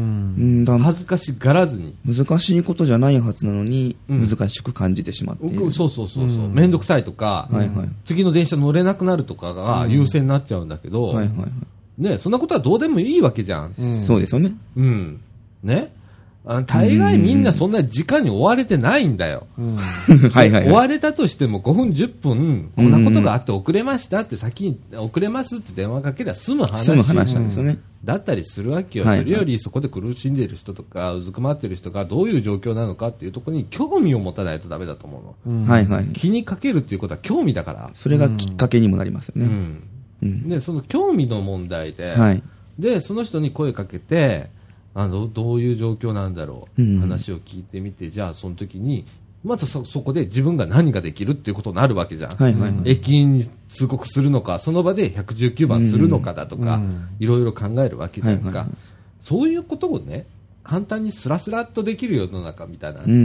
恥ずかしがらずに。 難しいことじゃないはずなのに、難しく感じてしまっている、 うん、そうそうそうそう、めんどくさいとか、はいはい、次の電車乗れなくなるとかが優先になっちゃうんだけど、はいはいはい、ね、そんなことはどうでもいいわけじゃん。 うん、そうですよね。 うん。ね。あ大概みんなそんな時間に追われてないんだよ。うんはいはいはい、追われたとしてもごふんじゅっぷんこんなことがあって遅れましたって先に遅れますって電話かけりゃ済む話。 済む話なんですよね。 だったりするわけよ。はいはい、それよりそこで苦しんでいる人とかうずくまっている人がどういう状況なのかっていうところに興味を持たないとダメだと思うの。うん、はいはい。気にかけるっていうことは興味だから。 それがきっかけにもなりますよね。うんうん、でその興味の問題で、はい、でその人に声かけて。あのどういう状況なんだろう、うん、話を聞いてみて、じゃあその時にまた そ, そこで自分が何ができるっていうことになるわけじゃん、はいはいはい、駅員に通告するのかその場でひゃくじゅうきゅうばんするのかだとか、うん、いろいろ考えるわけじゃんか、はいはいはい、そういうことをね簡単にスラスラっとできる世の中みたいな、うん、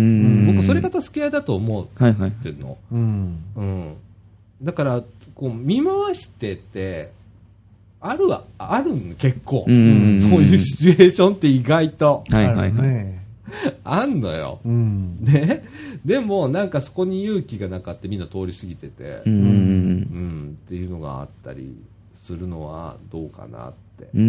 僕それ方助け合いだと思ってるの、はいはいうんうん、だからこう見回してってあるはあるん結構、うんうんうん、そういうシチュエーションって意外と、はいはいはい、あんのよ、うん、ね、でもなんかそこに勇気がなかったみんな通り過ぎてて、うんうんうん、っていうのがあったりするのはどうかなって、うん、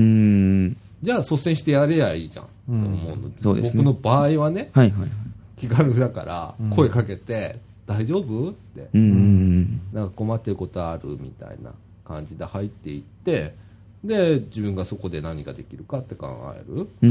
じゃあ率先してやれやいいじゃん、うん、と思うの、そうですね、僕の場合はね、はいはいはい、気軽だから声かけて、うん、大丈夫って、うんうん、なんか困ってることあるみたいな感じで入っていってで自分がそこで何ができるかって考える、うんうんうん、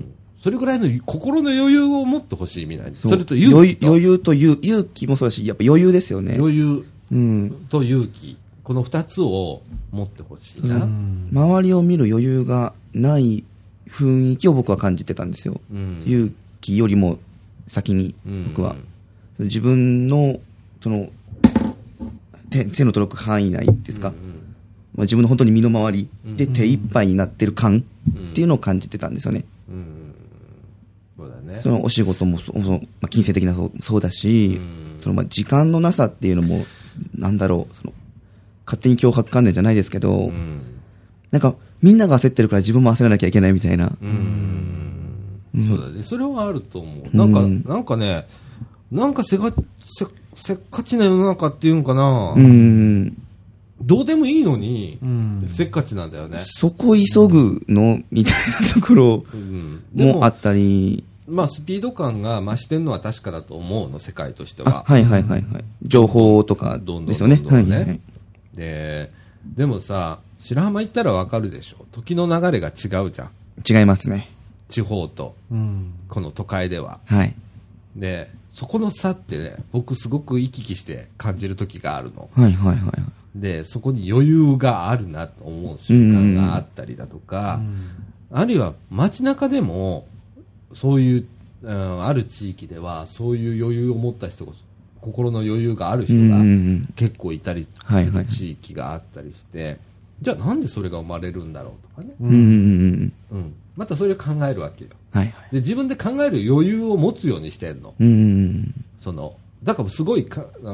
それぐらいの心の余裕を持ってほしいみたいな。それと勇気と余裕と勇気もそうだしやっぱ余裕ですよね。 余裕と勇気、うん、この二つを持ってほしいな、うん、 周りを見る余裕がない雰囲気を僕は感じてたんですよ、うん、勇気よりも先に僕は、うん、自分のその 手, 手の届く範囲内ですか、うんうん、まあ、自分の本当に身の回りで手一杯になってる感っていうのを感じてたんですよね。うんうん、そうだね。そのお仕事もそそ、まあ、金銭的なそう、そうだし、うん、そのまあ時間のなさっていうのもなんだろう、その勝手に強迫観念じゃないですけど、うん、なんかみんなが焦ってるから自分も焦らなきゃいけないみたいな。 うんうん、そうだね。それはあると思う。なんか、うん、なんかね、なんかせがせせっかちな世の中っていうのかな。うんどうでもいいのに、うん、せっかちなんだよね。 そこ急ぐのみたいなところもあったり、 うん、まあスピード感が増してるのは確かだと思うの、世界としては。 はいはいはいはい。情報とかですよね。 どんどんどんどんね、はいはい、で、でもさ、白浜行ったらわかるでしょ。時の流れが違うじゃん。 違いますね。 地方と、うん、この都会では。はい。で、そこの差ってね、僕すごく行き来して感じる時があるの。はいはいはい。でそこに余裕があるなと思う瞬間があったりだとか、うん、あるいは街中でもそういう、うん、ある地域ではそういう余裕を持った人が心の余裕がある人が結構いたりする地域があったりして、はいはい、じゃあなんでそれが生まれるんだろうとかね、うんうん、またそれを考えるわけよ、はいはい、で自分で考える余裕を持つようにしてるの、うん、そのだからすごいか、うん、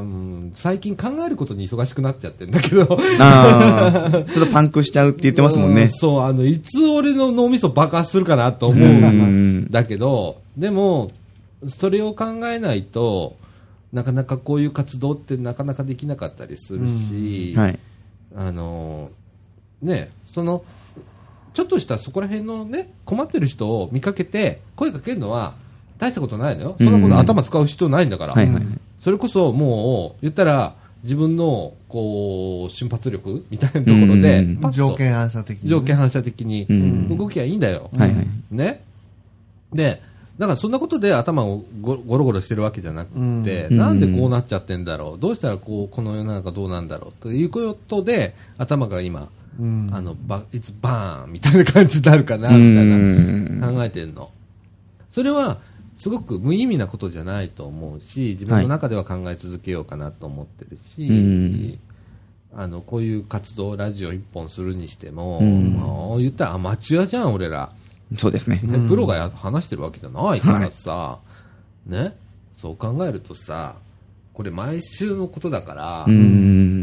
最近考えることに忙しくなっちゃってるんだけどあちょっとパンクしちゃうって言ってますもんね。 うん、そうあのいつ俺の脳みそ爆発するかなと思うんだけど、でもそれを考えないとなかなかこういう活動ってなかなかできなかったりするし、はい、あのねそのちょっとしたそこら辺のね困ってる人を見かけて声かけるのは大したことないのよ。そんなこと頭使う必要ないんだから、うんはいはい、それこそもう言ったら自分のこう瞬発力みたいなところで、 うん、条件反射的に、ね、 条件反射的に動きゃいいんだよ、うんはいはい、ね。でだからそんなことで頭をゴロゴロしてるわけじゃなくて、うん、なんでこうなっちゃってんだろう、どうしたらこうこの世の中どうなんだろうということで頭が今、うん、あのバいつバーンみたいな感じになるかなみたいな考えてるの。それはすごく無意味なことじゃないと思うし、自分の中では考え続けようかなと思ってるし、はい、あのこういう活動ラジオ一本するにしても、まあ、言ったらアマチュアじゃん俺ら。 そうですね。 ねプロが話してるわけじゃないからさ、はい、ね、そう考えるとさ、ここれ毎週のことだから、 うん、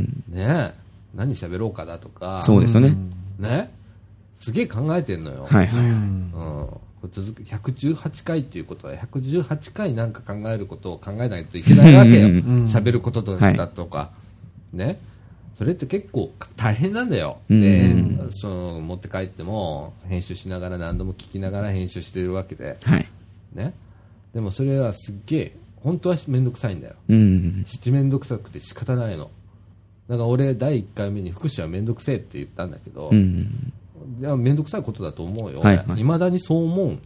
ね、何喋ろうかだとか、 そうですよね。 ね、すげえ考えてんのよ。 はいはい。 うん、これ続くひゃくじゅうはちかいっていうことはひゃくじゅうはちかいなんか考えることを考えないといけないわけよ。喋ることだとか、はい、ね。それって結構大変なんだよ。で、その持って帰っても編集しながら何度も聞きながら編集してるわけで、 はい、 ね。でもそれはすっげえ本当はめんどくさいんだよ。 うん、 七めんどくさくて仕方ないの。だから俺だいいっかいめに福祉はめんどくせえって言ったんだけど、うん、いやめんどくさいことだと思うよ。はいはい、未だにそう思う。うん、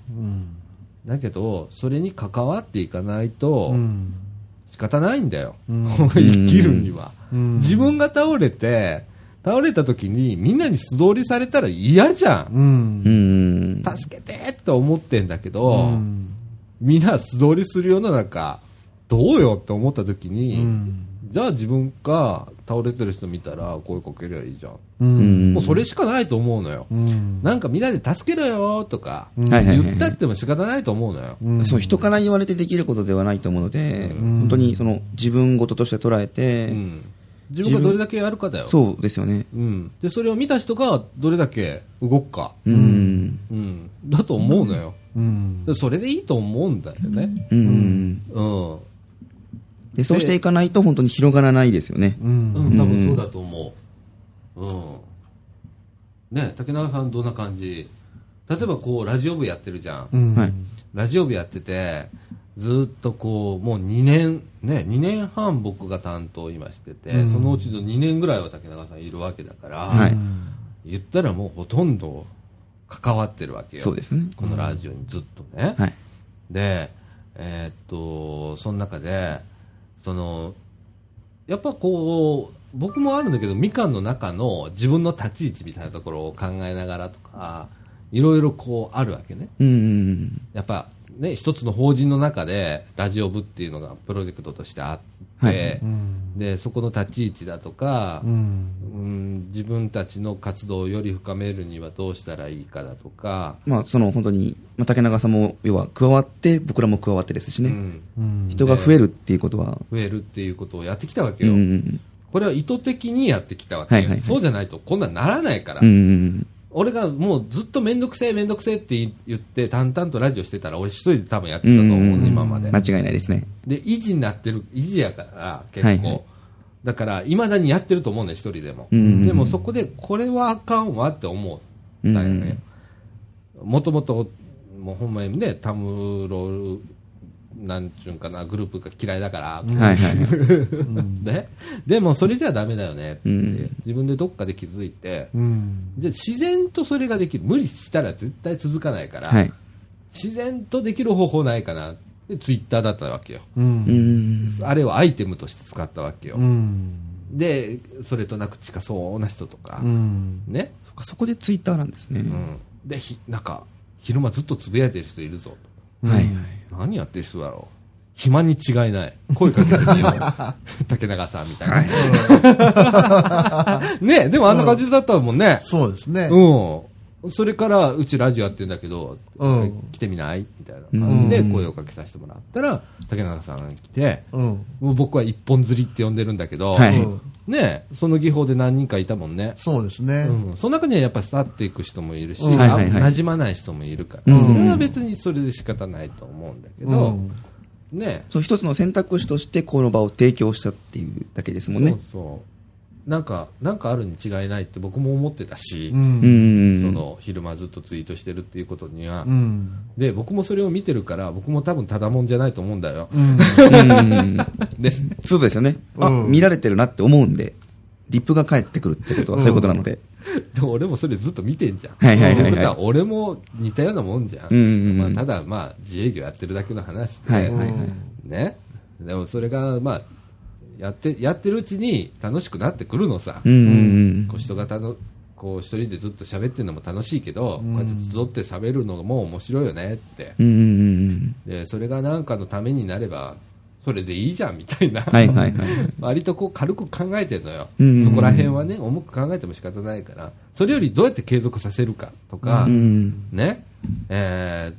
だけどそれに関わっていかないと。うん仕方ないんだよ、うん、生きるには、うん、自分が倒れて倒れた時にみんなに素通りされたら嫌じゃん、うん、助けてって思ってんだけど、うん、みんな素通りする世の中どうよって思った時に、うん、じゃあ自分が倒れてる人見たら声かけりゃいいじゃん、うん、もうそれしかないと思うのよ、うん、なんかみんなで助けろよとか言ったっても仕方ないと思うのよ、 うん、そう人から言われてできることではないと思うので、うん、本当にその自分事として捉えて、うん、 自分がどれだけやるかだよ。 そうですよね、 うん、でそれを見た人がどれだけ動くか、うんうん、だと思うのよ、うん、それでいいと思うんだよね、うんうんでそうしていかないと本当に広がらないですよね。 うん、うん、多分そうだと思う。うん。ね、竹中さんどんな感じ？例えばこうラジオ部やってるじゃん。うん、はい。ラジオ部やっててずっとこうもうにねんねにねんはん僕が担当今してて、うん、そのうちのにねんぐらいは竹中さんいるわけだから、はい、言ったらもうほとんど関わってるわけよ。 そうですね。 このラジオにずっとね。はい。で、えー、っとその中で。そのやっぱこう僕もあるんだけどみかんの中の自分の立ち位置みたいなところを考えながらとかいろいろこうあるわけね、うんうんうん、やっぱね一つの法人の中でラジオ部っていうのがプロジェクトとしてあって、はいうん、でそこの立ち位置だとか、うんうん、自分たちの活動をより深めるにはどうしたらいいかだとか、 まあその本当に、まあ、竹中さんも要は加わって僕らも加わってですしね、うん、人が増えるっていうことは増えるっていうことをやってきたわけよ、うんうん、これは意図的にやってきたわけよ、はいはいはい、そうじゃないとこんなんならないから、うんうん、俺がもうずっとめんどくせえめんどくせえって言って淡々とラジオしてたら俺一人で多分やってたと思う、うんうん、今まで間違いないですね。 で維持になってる維持やから結構、はいはい、だからいまだにやってると思うね一人でも、うんうん、でもそこでこれはあかんわって思ったよね、もともともうほんまにねタムロなんちゅうんかなグループが嫌いだから、はいはいね、でもそれじゃダメだよねって、うん、自分でどっかで気づいて、うん、で自然とそれができる無理したら絶対続かないから、はい、自然とできる方法ないかなでツイッターだったわけよ、うん、あれをアイテムとして使ったわけよ、うん、でそれとなく近そうな人とか、うん、ねそ, かそこでツイッターなんですね、うん、 でひなんか昼間ずっとつぶやいてる人いるぞと、はいはい、何やってる人だろう暇に違いない声かけてみよう竹中さんみたいな、はい、ねでもあんな感じだったもんね、 うん、そうですね、 うん、それからうちラジオやってるんだけど、うん、来てみないみたいな感じで声をかけさせてもらったら、うん、竹中さんが来て、うん、もう僕は一本釣りって呼んでるんだけど、はいね、その技法で何人かいたもんね。 そうですね、 うん、その中にはやっぱ去っていく人もいるし、うんはいはいはい、馴染まない人もいるから、うん、それは別にそれで仕方ないと思うんだけど、うんね、 そう一つの選択肢としてこの場を提供したっていうだけですもんね。 そうそうなんかなんかあるに違いないって僕も思ってたし、うん、その昼間ずっとツイートしてるっていうことには、うん、で僕もそれを見てるから僕も多分ただもんじゃないと思うんだよ、うんでそうですよね、あ、うん、見られてるなって思うんでリップが返ってくるってことはそういうことなので、 うん、でも俺もそれずっと見てんじゃん、はいはいはいはい、俺も似たようなもんじゃん、うんうんうんまあ、ただまあ自営業やってるだけの話で、はいはいはいね、でもそれがまあやってやってるうちに楽しくなってくるのさ、うんうんうん、こう人がたのこう一人でずっと喋ってるのも楽しいけど、うん、こうやってずっと喋るのも面白いよねって、うんうんうん、でそれが何かのためになればそれでいいじゃんみたいな、はいはいはい、割とこう軽く考えてるのよ、うんうんうん、そこら辺はね重く考えても仕方ないからそれよりどうやって継続させるかとか、うんうん、ね、えー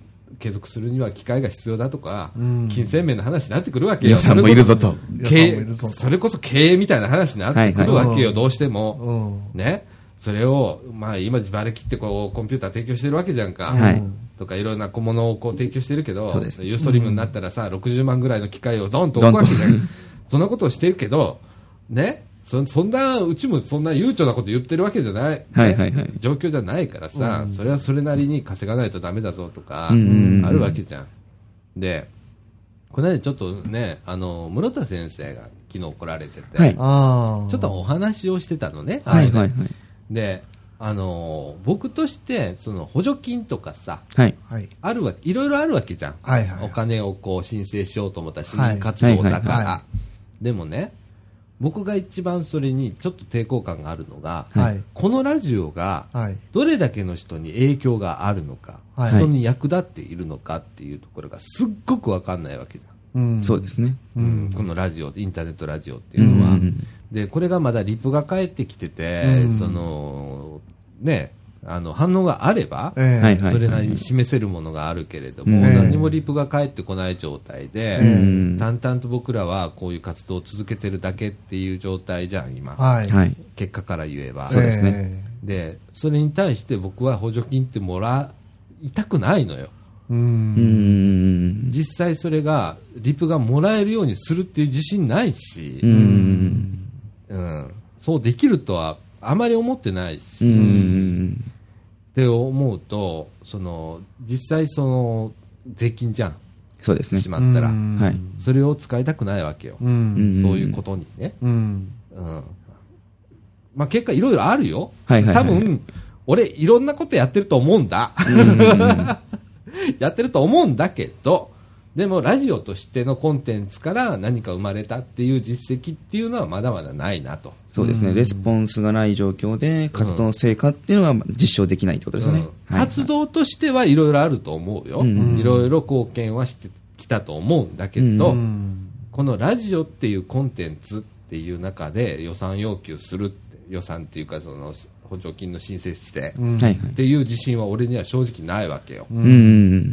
継続するには機械が必要だとか、うん、金銭面の話になってくるわけよ。 予算もいるぞと。 それこそ経営みたいな話になってくるわけよ、はいはい、どうしても。うん、ね。それを、まあ今自腹切ってこうコンピューター提供してるわけじゃんか。はい。とかいろんな小物をこう提供してるけど、ユーストリームになったらさ、ろくじゅうまんぐらいの機械をドンと置くわけじゃん。そんなことをしてるけど、ね。そ, そんな、うちもそんな悠長なこと言ってるわけじゃない、ね、はいはいはい、状況じゃないからさ、うん、それはそれなりに稼がないとダメだぞとか、あるわけじゃん。で、この間ちょっとね、あの、室田先生が昨日来られてて、はい、ちょっとお話をしてたのね。はいはいはい。で、あの、僕として、その補助金とかさ、はい、あるわ、いろいろあるわけじゃん。はいはい、お金をこう申請しようと思った市民活動だから。はいはいはいはい、でもね、僕が一番それにちょっと抵抗感があるのが、はい、このラジオがどれだけの人に影響があるのか、はい、人に役立っているのかっていうところがすっごく分かんないわけじゃん、 うん、そうですね、 うん、このラジオインターネットラジオっていうのは、うん、でこれがまだリプが返ってきてて、うん、そのねあの反応があれば、えー、それなりに示せるものがあるけれども、えー、何もリプが返ってこない状態で、えー、淡々と僕らはこういう活動を続けてるだけっていう状態じゃん今、はい、結果から言えば、 そうですね。 でそれに対して僕は補助金ってもらいたくないのよ。 うーん、 実際それがリプがもらえるようにするっていう自信ないし、うーん、うん、そうできるとはあまり思ってないし、うーんって思うと、その実際その税金じゃん。 そうですね。 しまったら、はい、それを使いたくないわけよ。うん、そういうことにね。うんうん、まあ結果いろいろあるよ。はいはいはい、多分俺いろんなことやってると思うんだ。やってると思うんだけど、でもラジオとしてのコンテンツから何か生まれたっていう実績っていうのはまだまだないなと。 そうですね、うん、レスポンスがない状況で活動の成果っていうのは実証できないってことですね、うんはい、 活動としてはいろいろあると思うよ、いろいろ貢献はしてきたと思うんだけど、うん、このラジオっていうコンテンツっていう中で予算要求するって、予算っていうかその補助金の申請して、うん、っていう自信は俺には正直ないわけよ、うん、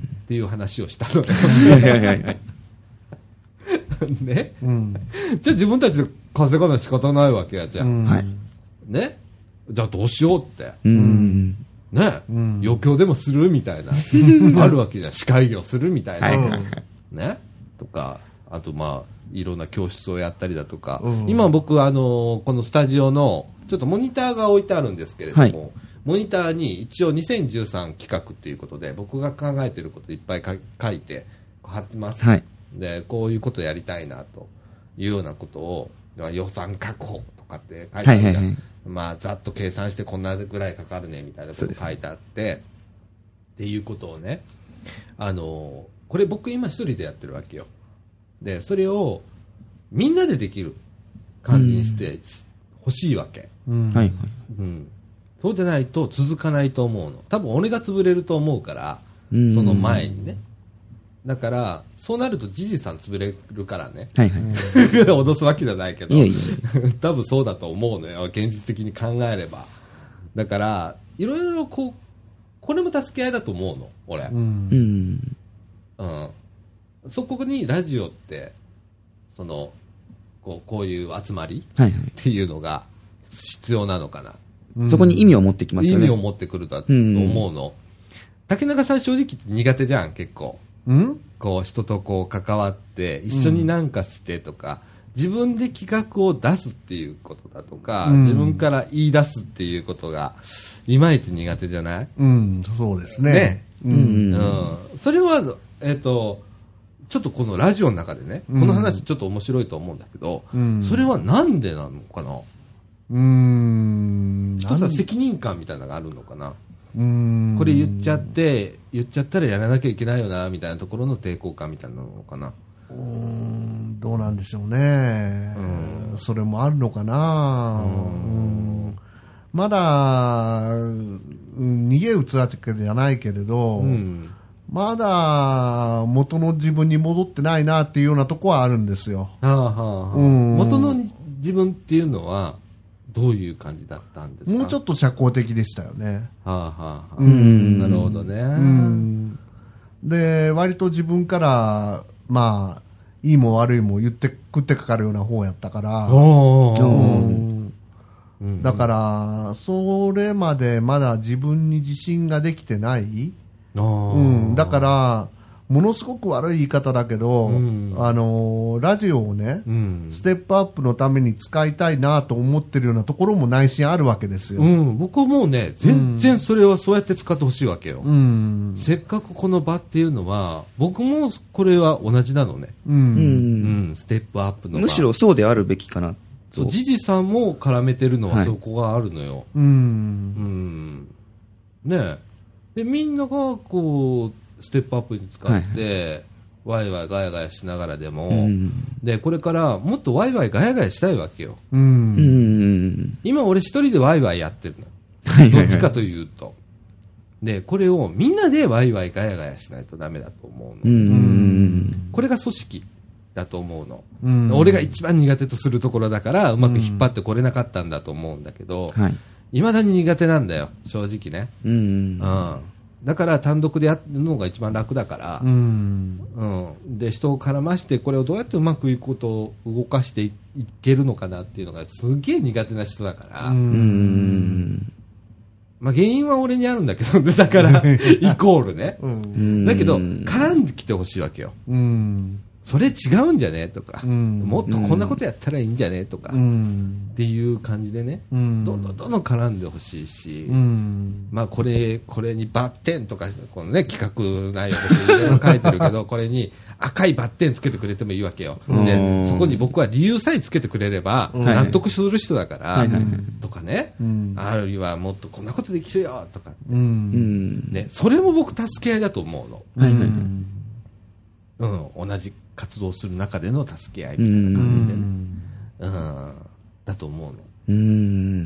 っていう話をしたのでね、うん、じゃあ自分たちで稼がない仕方ないわけやじゃん、うん、ね、じゃあどうしようって、うん、ね、うん、余興でもするみたいなあるわけじゃん、司会業するみたいな、はい、ね、とかあとまあいろんな教室をやったりだとか、うん、今僕あのこのスタジオのちょっとモニターが置いてあるんですけれども、はい、モニターに一応にせんじゅうさん企画っていうことで僕が考えてることいっぱいか書いて貼ってます、はい、でこういうことやりたいなというようなことを予算確保とかって書いてあるじゃん、はいはいはい、まあざっと計算してこんなぐらいかかるねみたいなこと書いてあってっていうことをね、あのこれ僕今一人でやってるわけよ。でそれをみんなでできる感じにして欲しいわけ、うんはいうん、そうでないと続かないと思うの。多分俺が潰れると思うから、その前にね。だからそうなるとジジさん潰れるからね、はいはい、脅すわけじゃないけど、いやいや多分そうだと思うのよ、現実的に考えれば。だからいろいろこうこれも助け合いだと思うの俺、うんうん、そこにラジオってそのこう、こういう集まりっていうのが必要なのかな、 はいはい、そこに意味を持ってきますよね。 意味を持ってくるだと思うの、うん、竹中さん正直苦手じゃん結構、んこう人とこう関わって一緒になんかしてとか、うん、自分で企画を出すっていうことだとか、うん、自分から言い出すっていうことがいまいち苦手じゃない？ うん、そうですね。ね、 うんうんうん、それはえっとちょっとこのラジオの中でね、この話ちょっと面白いと思うんだけど、うん、それはなんでなのかな？うーん、一つは責任感みたいなのがあるのかな？うーん、これ言っちゃって言っちゃったらやらなきゃいけないよなみたいなところの抵抗感みたいなのかな？ うーん、どうなんでしょうね、うん、それもあるのかな。うん、まだ、うん、逃げ打つわけじゃないけれど、うん、まだ元の自分に戻ってないなっていうようなとこはあるんですよ。はあはあはあ、うん、 元の自分っていうのはどういう感じだったんですか？ もうちょっと社交的でしたよね。 はあはあはあ、うん、なるほどね。うん、 で、割と自分から、まあ、いいも悪いも言って食ってかかるような方やったから、うんうん、だから、それまでまだ自分に自信ができてない、うん、だから、ものすごく悪い言い方だけど、うん、あのー、ラジオをね、うん、ステップアップのために使いたいなと思ってるようなところも内心あるわけですよ。 うん、僕はもうね、全然それはそうやって使ってほしいわけよ、うん。せっかくこの場っていうのは、僕もこれは同じなのね。うん。うん、ステップアップの場。 むしろそうであるべきかなと。 そう、ジジさんも絡めてるのはそこがあるのよ。はい、うん。うん。ねえ。で、みんながこう、ステップアップに使って、はい、ワイワイガヤガヤしながらでも、うん、で、これからもっとワイワイガヤガヤしたいわけよ。うん、今俺一人でワイワイやってるの。はいはいはい、どっちかというと。で、これをみんなでワイワイガヤガヤしないとダメだと思うの。うん、これが組織だと思うの、うん。俺が一番苦手とするところだから、うまく引っ張ってこれなかったんだと思うんだけど、はい、未だに苦手なんだよ、正直ね。うん。うんだから単独でやるのが一番楽だから、うんうん、で人を絡ましてこれをどうやってうまくいくことを動かしていけるのかなっていうのがすげえ苦手な人だから、うんまあ、原因は俺にあるんだけどだからイコールね、うん、だけど絡んできてほしいわけよ、うんそれ違うんじゃねとか、うん、もっとこんなことやったらいいんじゃねとか、うん、っていう感じでね、うん、どんどんどんどん絡んでほしいし、うん、まあこれこれにバッテンとかこのね企画内容でいろいろ書いてるけどこれに赤いバッテンつけてくれてもいいわけよ。でそこに僕は理由さえつけてくれれば納得する人だから、とかね、うん、あるいはもっとこんなことできるよとか、うんね、それも僕助け合いだと思うの。うんうん、同じ活動する中での助け合いみたいな感じでね、うん、うん、だと思うの。うん、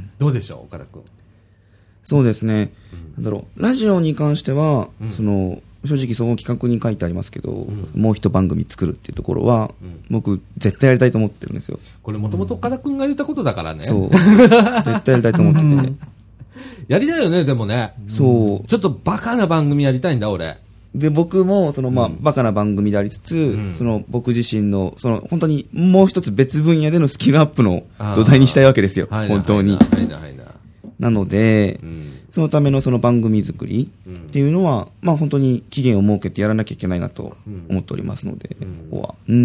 どうでしょう岡田君。 そうですね、うん、なんだろうラジオに関しては、うん、その正直その企画に書いてありますけど、うん、もう一番組作るっていうところは、うん、僕絶対やりたいと思ってるんですよ。 これもともと岡田君が言ったことだからね。 そう絶対やりたいと思ってて、ね、 やりたいよね。でもね、そうちょっとバカな番組やりたいんだ俺。 で僕もそのまあ、うん、バカな番組でありつつ、うん、その僕自身のその本当にもう一つ別分野でのスキルアップの土台にしたいわけですよ。本当に。はいなはいななので、うん、そのためのその番組作りっていうのは、うん、まあ本当に期限を設けてやらなきゃいけないなと思っておりますので、うん、ここは、うん、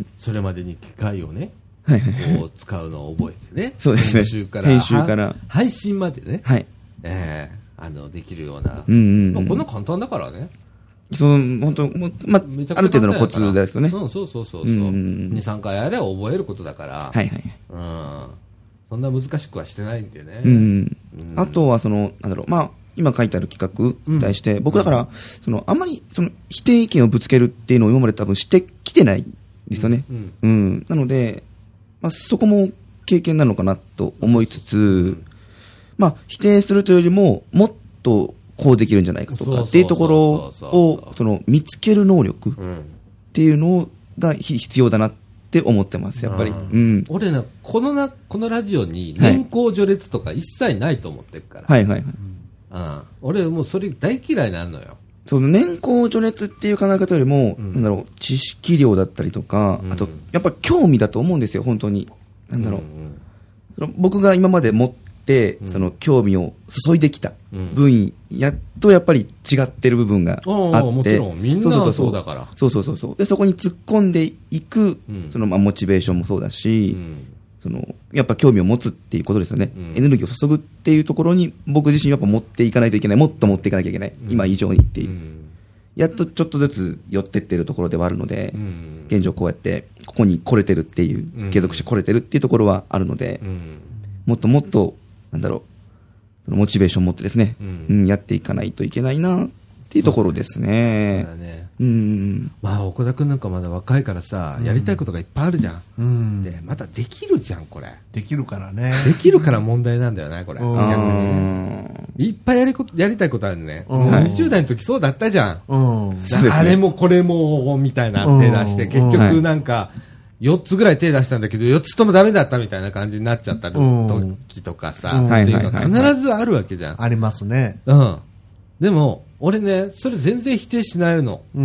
それまでに機械をね、はいはいはい、こう使うのを覚えてね、 そうですね、 編集から編集から配信までね、はい、えー、あのできるような、うんうんうん、まあ、こんな簡単だからね。 その本当、まあ、ある程度のコツですよね。 うん、そうそうそうそう。に、さんかいやれば覚えることだから。はいはい。うん。そんな難しくはしてないんでね。うん。 うん、あとはそのなんだろう、まあ今書いてある企画に対して、うん、僕だから、うん、そのあんまりその否定意見をぶつけるっていうのを今まで多分してきてないんですよね。うん。うん、なので、まあそこも経験なのかなと思いつつ、うん、まあ否定するというよりももっとこうできるんじゃないかとかっていうところをその見つける能力っていうのが必要だなって思ってますやっぱり、うんうん、 俺ねこのなこのラジオに年功序列とか一切ないと思ってるから、 はいはいはい、 うん、俺もうそれ大嫌いなのよ。 その年功序列っていう考え方よりも、うん、なんだろう知識量だったりとか、うん、あとやっぱ興味だと思うんですよ本当に。なんだろう、うん、その僕が今まで持ってでその興味を注いできた分野とやっぱり違ってる部分があって、 もちろんみんなそうだからそうそうそうそうでそこに突っ込んでいく、うん、そのまあモチベーションもそうだし、うん、そのやっぱ興味を持つっていうことですよね、うん、エネルギーを注ぐっていうところに僕自身やっぱ持っていかないといけないもっと持っていかなきゃいけない、うん、今以上にっていう、うん、やっとちょっとずつ寄ってってるところではあるので、うん、現状こうやってここに来れてるっていう、うん、継続して来れてるっていうところはあるので、うん、もっともっとなんだろう、そのモチベーションを持ってですね、うんうん、やっていかないといけないなっていうところですね。そうだね。うん。 まあ岡田君なんかまだ若いからさ、うん、やりたいことがいっぱいあるじゃん。うん。で、またできるじゃんこれ。 できるからね。 できるから問題なんだよねこれ。逆にね。いっぱいやりこやりたいことあるね。もうにじゅう代の時そうだったじゃん。うん。あれもこれもみたいな手出して結局なんか。はいよっつぐらい手出したんだけどよっつともダメだったみたいな感じになっちゃった時とかさ、うん、っていうのは必ずあるわけじゃん。 ありますね。 うん。でも俺ね、それ全然否定しないの。 うん。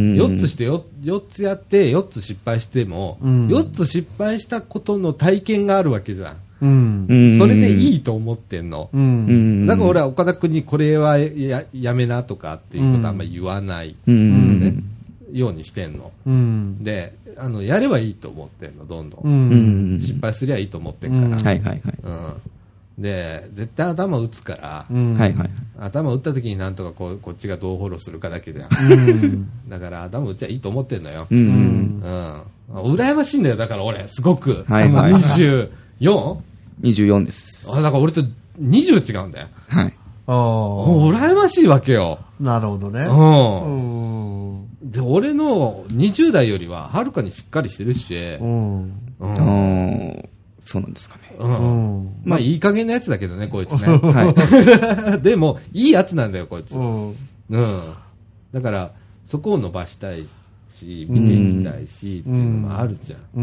よっつしてよ、よっつやって、よっつ失敗しても、うん、よっつ失敗したことの体験があるわけじゃん。うん。それでいいと思ってんの。うん。だから俺は岡田君にこれは や, やめなとかっていうことはあんまり言わない、うん。ね、ようにしてんの。うん。で、あの、やればいいと思ってんの、どんどん。うん。失敗すりゃいいと思ってんから。うん、はいはいはい。うん。で、絶対頭打つから、うんはいはい、頭打った時になんとかこうこっちがどうフォローするかだけじゃん。うん、だから頭打っちゃいいと思ってんのよ。うんうんうん、羨ましいんだよ、だから俺、すごく。はいはい、にじゅうよん? にじゅうよんです。 あ、だから俺とにじゅう違うんだよ。 はい。 あ羨ましいわけよ。 なるほどね。 うん。うんで、俺のにじゅう代よりははるかにしっかりしてるし、うん。 うんそうなんですかね。うん。 まあ、いい加減なやつだけどね、こいつね。はい。でも、いいやつなんだよ、こいつ。うん。うん。だから、そこを伸ばしたいし、見ていきたいし、っていうのもあるじゃん。うん。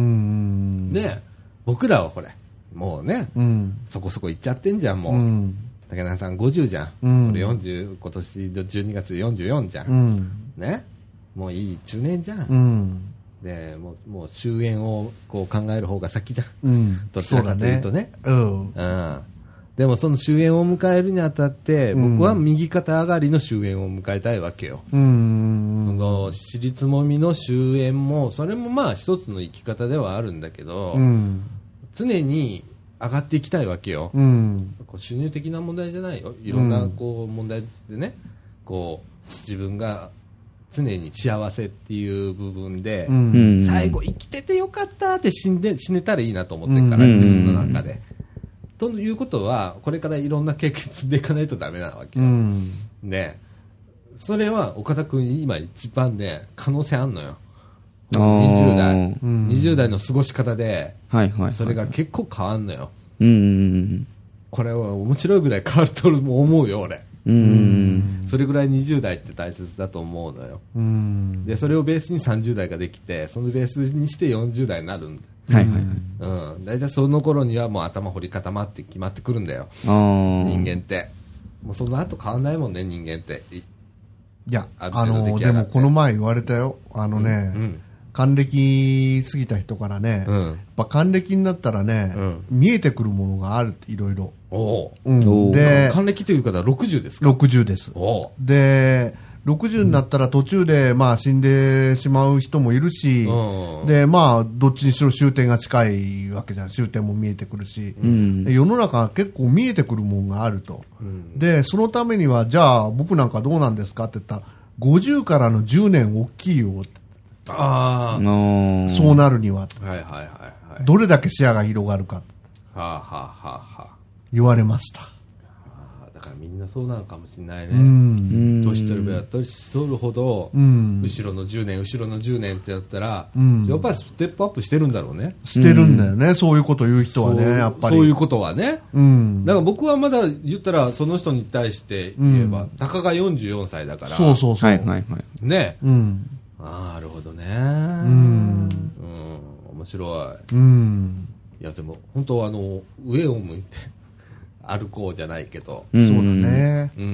で、僕らはこれ、もうね、うん、そこそこいっちゃってんじゃん、もう。うん、武田さんごじゅうじゃん。うん、俺よんじゅう、今年のじゅうにがつよんじゅうよんじゃん。うん、ね。もういい中年じゃん。うんでもう、もう終焉をこう考える方が先じゃん。うん。どちらかというとね。うねうん。うん。でもその終焉を迎えるにあたって、うん、僕は右肩上がりの終焉を迎えたいわけよ。うん。その、私立もみの終焉も、それもまあ一つの生き方ではあるんだけど、うん、常に上がっていきたいわけよ。うん。こう収入的な問題じゃないよ。いろんなこう問題でね、こう、自分が、常に幸せっていう部分で、うん、最後生きててよかったって死んで死ねたらいいなと思ってるから、うん、自分の中で。ということはこれからいろんな経験積んでいかないとダメなわけよ。うん、でそれは岡田君今一番ね可能性あんのよ。にじゅう代、うん、にじゅう代の過ごし方で、はいはいはい、それが結構変わんのよ。うん、これは面白いぐらい変わると思うよ俺。うんそれぐらいにじゅう代って大切だと思うのよ。うんでそれをベースにさんじゅう代ができてそのベースにしてよんじゅう代になるんだ。はいはいはいうん、だいたいその頃にはもう頭掘り固まって決まってくるんだよ人間って。もうその後変わんないもんね人間って。いやあのでもこの前言われたよあのね、うんうん還暦過ぎた人からね、うん、やっぱ還暦になったらね、うん、見えてくるものがあるっていろいろ。うん、 で還暦という方はろくじゅうですか？ ろくじゅうです。でろくじゅうになったら途中でまあ死んでしまう人もいるし、うん、でまあどっちにしろ終点が近いわけじゃん。終点も見えてくるし、うん、世の中は結構見えてくるものがあると、うん、でそのためにはじゃあ僕なんかどうなんですかって言ったらごじゅうからのじゅうねん大きいよって。ああ、そうなるには、はいはいはいはい、どれだけ視野が広がるか、はあはあはあはあ、言われました。 あだからみんなそうなのかもしれないね。うん、年取れば年取るほど、うん、後ろのじゅうねん後ろのじゅうねんってやったら、うん、やっぱりステップアップしてるんだろうね。 してるんだよね、うん、そういうこと言う人はねやっぱりそういうことはね、うん、だから僕はまだ言ったらその人に対して言えば、うん、たかがよんじゅうよんさいだからそうそうそう、はいはいはい、 ね、うんああなるほどね。うん。うん。面白い。うん。いやでも本当あの上を向いて歩こうじゃないけど。 うん、そうだね。 うん。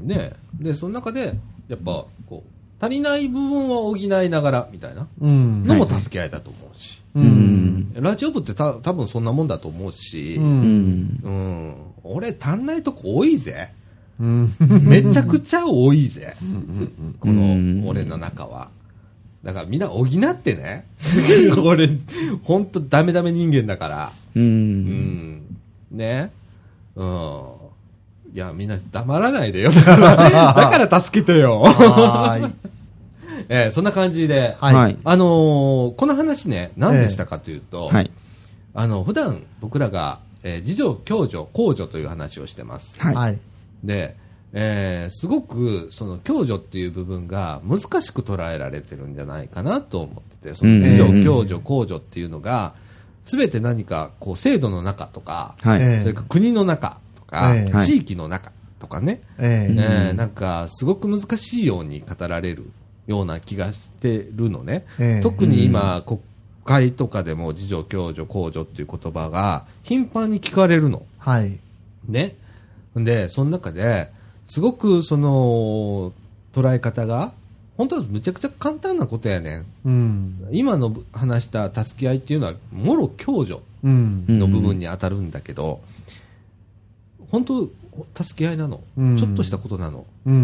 ねでその中でやっぱこう足りない部分を補いながらみたいなのも助け合いだと思うし。うん。ラジオ部ってた多分そんなもんだと思うし。うん。うん。俺足んないとこ多いぜ。うん、めちゃくちゃ多いぜ。この俺の中は。だからみんな補ってね。俺、ほんとダメダメ人間だから。うん。うん。ね。うん。いや、みんな黙らないでよ。だから、だから助けてよ。はい。えー、そんな感じで。はい。あのー、この話ね、何でしたかというと、えー、はい。あの、普段僕らが、えー、自助、共助、公助という話をしてます。はい。で、えー、すごくその共助っていう部分が難しく捉えられてるんじゃないかなと思ってて、その自助、共助、公助っていうのが全て何かこう制度の中とか、はい、それから国の中とか、えー、地域の中とかね、えーえー、なんかすごく難しいように語られるような気がしてるのね。えー、特に今、国会とかでも自助、共助、公助っていう言葉が頻繁に聞かれるの。はい。ね。で、その中ですごくその捉え方が本当はむちゃくちゃ簡単なことやねん、うん、今の話した助け合いっていうのはもろ共助の部分に当たるんだけど、うん、本当助け合いなの、うん、ちょっとしたことなの、うん、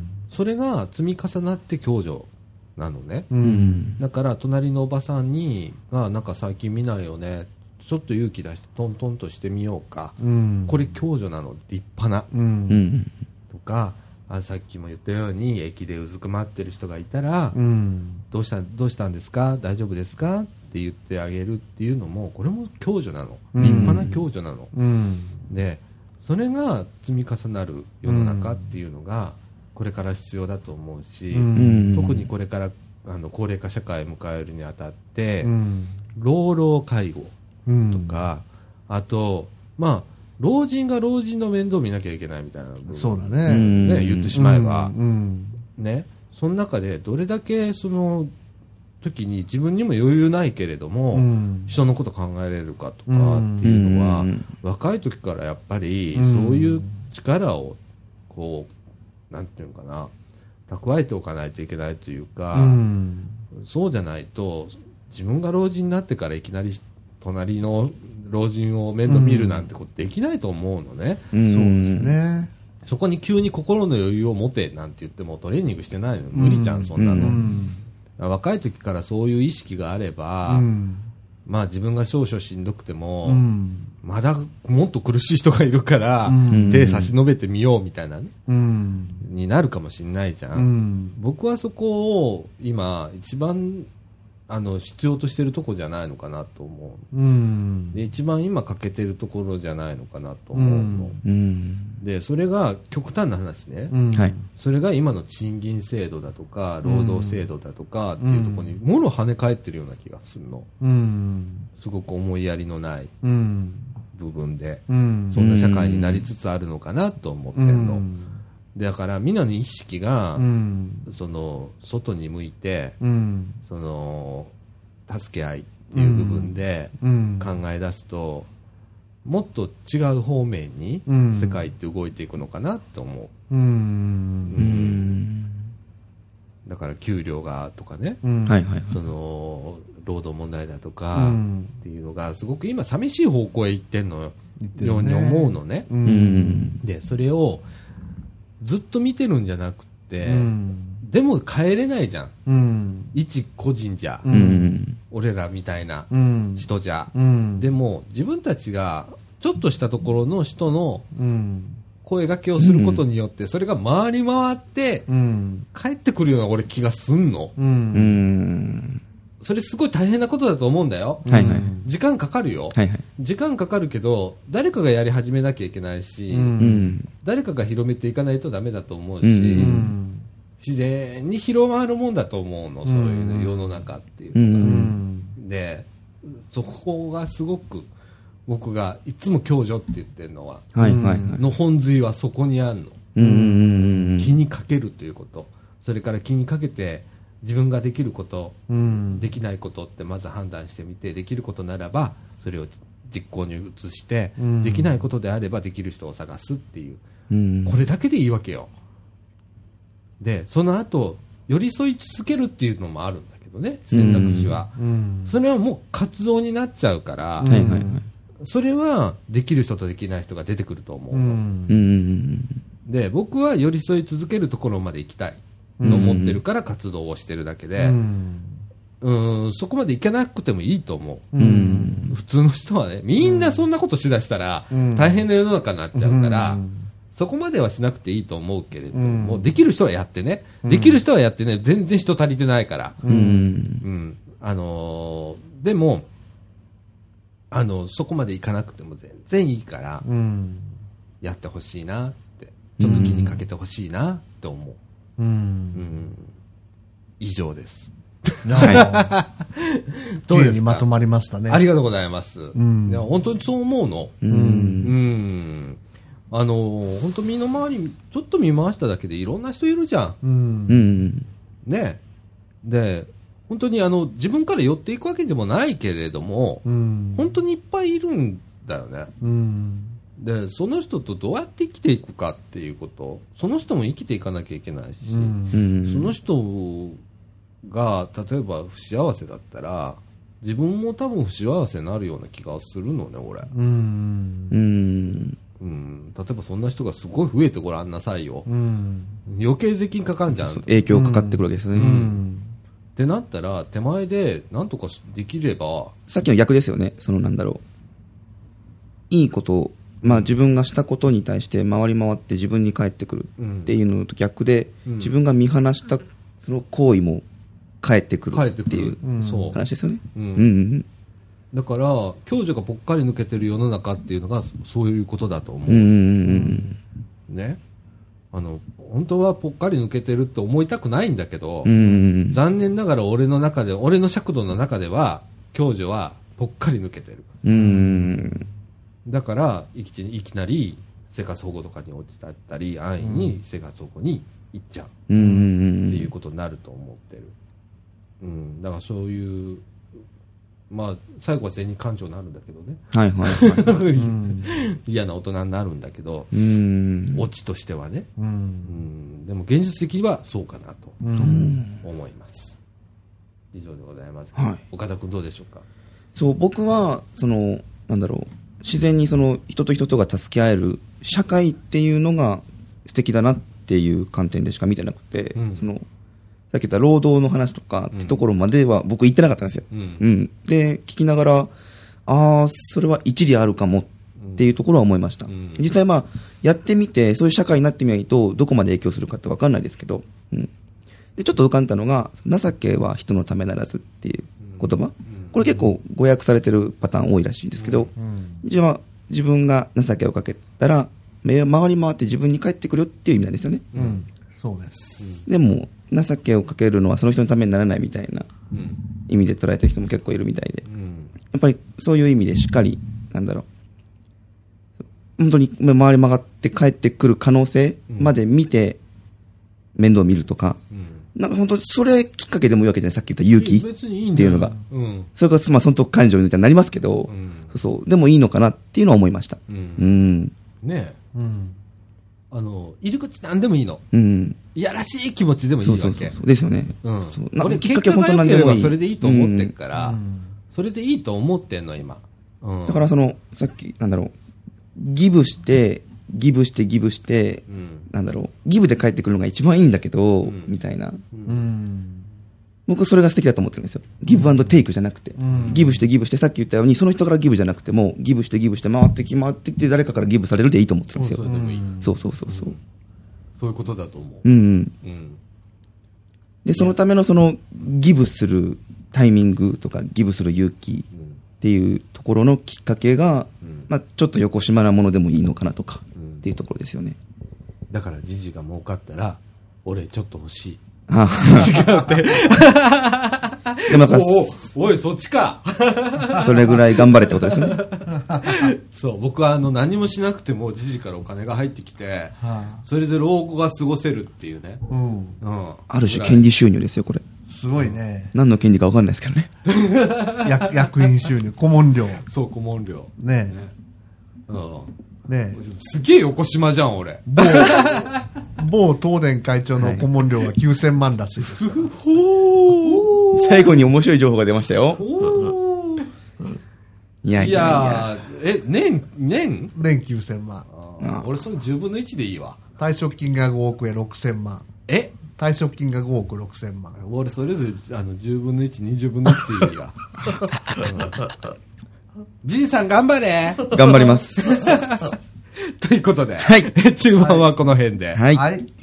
それが積み重なって共助なのね、うん、だから隣のおばさんにあなんか最近見ないよね、ちょっと勇気出してトントンとしてみようか、うん、これ共助なの立派な、うん、とかあさっきも言ったように駅でうずくまってる人がいたら、うん、どうしたどうしたんですか大丈夫ですかって言ってあげるっていうのもこれも共助なの、うん、立派な共助なの、うん、でそれが積み重なる世の中っていうのがこれから必要だと思うし、うん、特にこれからあの高齢化社会を迎えるにあたって、うん、老老介護とか、うん、あとまあ老人が老人の面倒を見なきゃいけないみたいな部分、 そうだね、 ね言ってしまえば、うんうん、ねその中でどれだけその時に自分にも余裕ないけれども、うん、人のこと考えれるかとかっていうのは、うん、若い時からやっぱりそういう力をこうなんていうのかな蓄えておかないといけないというか、うん、そうじゃないと自分が老人になってからいきなり隣の老人を面倒見るなんてことできないと思うのね、 うん、そうですね。 そこに急に心の余裕を持てなんて言ってもトレーニングしてないの無理じゃん、うん、そんなの、うん、若い時からそういう意識があれば、うん、まあ自分が少々しんどくても、うん、まだもっと苦しい人がいるから、うん、手差し伸べてみようみたいなね、うん、になるかもしれないじゃん、うん、僕はそこを今一番あの必要としてるところじゃないのかなと思う、うん、で一番今欠けてるところじゃないのかなと思うの、うん、でそれが極端な話ね、うん、それが今の賃金制度だとか労働制度だとかっていうところにもろ跳ね返ってるような気がするの、うん、すごく思いやりのない部分で、うん、そんな社会になりつつあるのかなと思ってんの、うんだからみんなの意識が、うん、その外に向いて、うん、その助け合いっていう部分で考え出すと、うん、もっと違う方面に世界って動いていくのかなと思う、うんうん、だから給料がとかね、うん、その労働問題だとかっていうのがすごく今寂しい方向へ行ってんのように思うのね、うん、でそれをずっと見てるんじゃなくて、うん、でも帰れないじゃん、うん、一個人じゃ、うん、俺らみたいな人じゃ、うん、でも自分たちがちょっとしたところの人の声掛けをすることによって、それが回り回って帰ってくるような俺気がすんの、うん、それすごい大変なことだと思うんだよ、はいはい、時間かかるよ、はいはい、時間かかるけど誰かがやり始めなきゃいけないし、うん、誰かが広めていかないとダメだと思うし、うん、自然に広まるもんだと思うの、そういう、ね、世の中っていうのが、うん、でそこがすごく僕がいつも共助って言ってるのは、はいはいはい、の本髄はそこにあるの、うん、気にかけるということ、それから気にかけて自分ができること、うん、できないことってまず判断してみて、できることならばそれを実行に移して、うん、できないことであればできる人を探すっていう、うん、これだけでいいわけよ。でその後寄り添い続けるっていうのもあるんだけどね、選択肢は、うん、それはもう活動になっちゃうから、うん、それはできる人とできない人が出てくると思うの、うん、で僕は寄り添い続けるところまで行きたいと思ってるから活動をしてるだけで、うん、うんそこまでいけなくてもいいと思う、うん、普通の人はねみんなそんなことしだしたら大変な世の中になっちゃうから、うん、そこまではしなくていいと思うけれども、うん、できる人はやってね、うん、できる人はやってね、全然人足りてないから、うんうん、あのー、でもあのそこまでいかなくても全然いいから、うん、やってほしいなってちょっと気にかけてほしいなって思う、うんうん、以上です。 はい。どうにまとまりましたね。 ありがとうございます。うん、いや本当にそう思うの。うん。うん、あの本当身の回りちょっと見回しただけでいろんな人いるじゃん。うん。ね。で本当にあの自分から寄っていくわけでもないけれども、うん、本当にいっぱいいるんだよね。うん。 でその人とどうやって生きていくかっていうこと、その人も生きていかなきゃいけないし、うん、その人が例えば不幸せだったら自分も多分不幸せになるような気がするのね俺、うんうんうん、例えばそんな人がすごい増えてごらんなさいよ、うん、余計税金かかんじゃん、 影響かかってくるわけですね、うんうん、 ってなったら手前で何とかできれば、 さっきの逆ですよね、そのなんだろう、いいことをまあ、自分がしたことに対して回り回って自分に返ってくるっていうのと逆で、うん、自分が見放したその行為も返ってくるっていう話ですよね、うんうんうん、 だから共助がぽっかり抜けてる世の中っていうのがそういうことだと思う、うんうんうんね、あの本当はぽっかり抜けてるって思いたくないんだけど、うんうんうん、残念ながら俺の中で俺の尺度の中では共助はぽっかり抜けてる、うんうんだからいきいきなり生活保護とかに落ちたったり安易に生活保護に行っちゃうっていうことになると思ってる、うん、だからそういうまあ最後は善人感情になるんだけどね、はいはいはい、嫌な大人になるんだけどオチとしてはね、うんうん、でも現実的にはそうかなと思います。以上でございます、はい、岡田君どうでしょうか。 そう僕はそのなんだろう自然にその人と人とが助け合える社会っていうのが素敵だなっていう観点でしか見てなくて、うん、そのさっき言った労働の話とかってところまでは僕言ってなかったんですよ、うんうん、で聞きながらああそれは一理あるかもっていうところは思いました、うん、実際まあやってみてそういう社会になってみないとどこまで影響するかって分かんないですけど、うん、でちょっと浮かんだのが情けは人のためならずっていう言葉、うんこれ結構誤訳されてるパターン多いらしいんですけど、うん、一応自分が情けをかけたら回り回って自分に返ってくるよっていう意味なんですよね、うん、 そうです。 でも情けをかけるのはその人のためにならないみたいな意味で捉えてる人も結構いるみたいで、うん、やっぱりそういう意味でしっかりなんだろう本当に回り曲がって帰ってくる可能性まで見て面倒を見るとか、うんなんか本当にそれきっかけでもいいわけじゃない、さっき言った勇気っていうのが、うん、それがまあ損得感情みたいになりますけど、うん、そうでもいいのかなっていうのは思いました。うん。うん、 ねえ、うん、あの入り口なんでもいいの。うん。いやらしい気持ちでもいいわけ。そうそうそうですよね。 うん。そうなんかきっかけ本当なんでもいい。それでいいと思ってるから、うん、それでいいと思ってんの今。 うん。だからそのさっきなんだろうギブしてギブしてギブして。うんなんだろうギブで帰ってくるのが一番いいんだけど、うん、みたいな、うん、僕それが素敵だと思ってるんですよ。ギブアンドテイクじゃなくて、うん、ギブしてギブしてさっき言ったようにその人からギブじゃなくてもギブしてギブして回ってき回ってきて誰かからギブされるでいいと思ってるんですよ。そうそうそうそう、うん、 そういうことだと思う、うんうん、 でそのためのそのギブするタイミングとかギブする勇気っていうところのきっかけが、うんまあ、ちょっと横島なものでもいいのかなとかっていうところですよね。 だからジジが儲かったら俺ちょっと欲しい。違うってでもなんかおおいそっちかそれぐらい頑張れってことですねそう僕はあの何もしなくてもジジからお金が入ってきて、はあ、それで老後が過ごせるっていうね、うんうん、ある種権利収入ですよこれ。 すごいね。 何の権利か分かんないですけどね役員収入顧問料。 そう顧問料ねえ、ねうんね、すげえ横島じゃん俺。 某, 某東電会長の顧問料はきゅうせんまんらしいです、はい、 最後に面白い情報が出ましたよいやいやいや、いやえ年年年きゅうせんまん。 あ俺それじゅうぶんのいちでいいわ。 退職金がごおくえろくせんまん。 え退職金がごおくろくせんまん。 俺それぞれあのじゅうぶんのいちにじゅうぶんのいちでいいわじいさん頑張れ。 頑張りますということで、 はい、 中盤はこの辺で、 はい、はいはい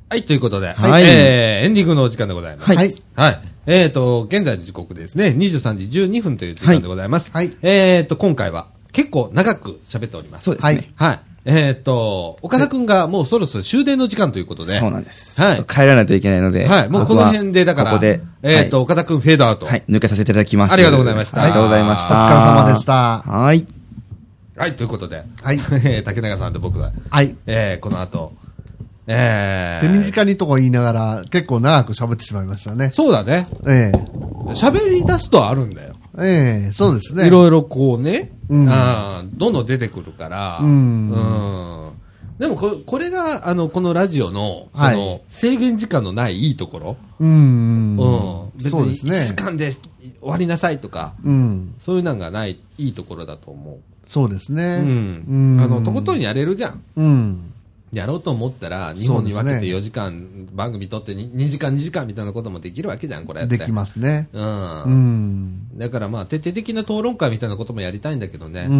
はい、ということで、はい、えー、エンディングのお時間でございます。 はい。 はい。えっ、ー、と、現在の時刻ですね、にじゅうさんじじゅうにふんという時間でございます。 はい。 えっ、ー、と、今回は結構長く喋っております。 そうですね。 はい。えっ、ー、と、岡田くんがもうそろそろ終電の時間ということで。 そうなんです。 はい。 ちょっと帰らないといけないので。 はい。もうこの辺で、だから、 ここで。 えっ、ー、と、はい、岡田くんフェードアウト。 はい。抜けさせていただきます。 ありがとうございました。 ありがとうございました。 お疲れ様でした。 はい。 はい、ということで。 はい。 竹永さんと僕は。 はい。 えー、この後。えー。手短にとか言いながら、結構長く喋ってしまいましたね。 そうだね。 ええー。喋り出すとあるんだよ。 ええー、そうですね。 いろいろこうね、 うん、 あどんどん出てくるから、 うん。 うんでもこ、これが、あの、このラジオの、その、はい、制限時間のないいいところ。 うん。 うん。別にそうですね。 いちじかんで終わりなさいとか、 うん。 そういうのがない、いいところだと思う。 そうですね。 うん。うん、あの、とことんやれるじゃん。 うん。 やろうと思ったら、にほんに分けてよじかん番組撮って 2, にじかんにじかんみたいなこともできるわけじゃん、これって。 できますね。 うん。 うん。 だからまあ、徹底的な討論会みたいなこともやりたいんだけどね。 うん。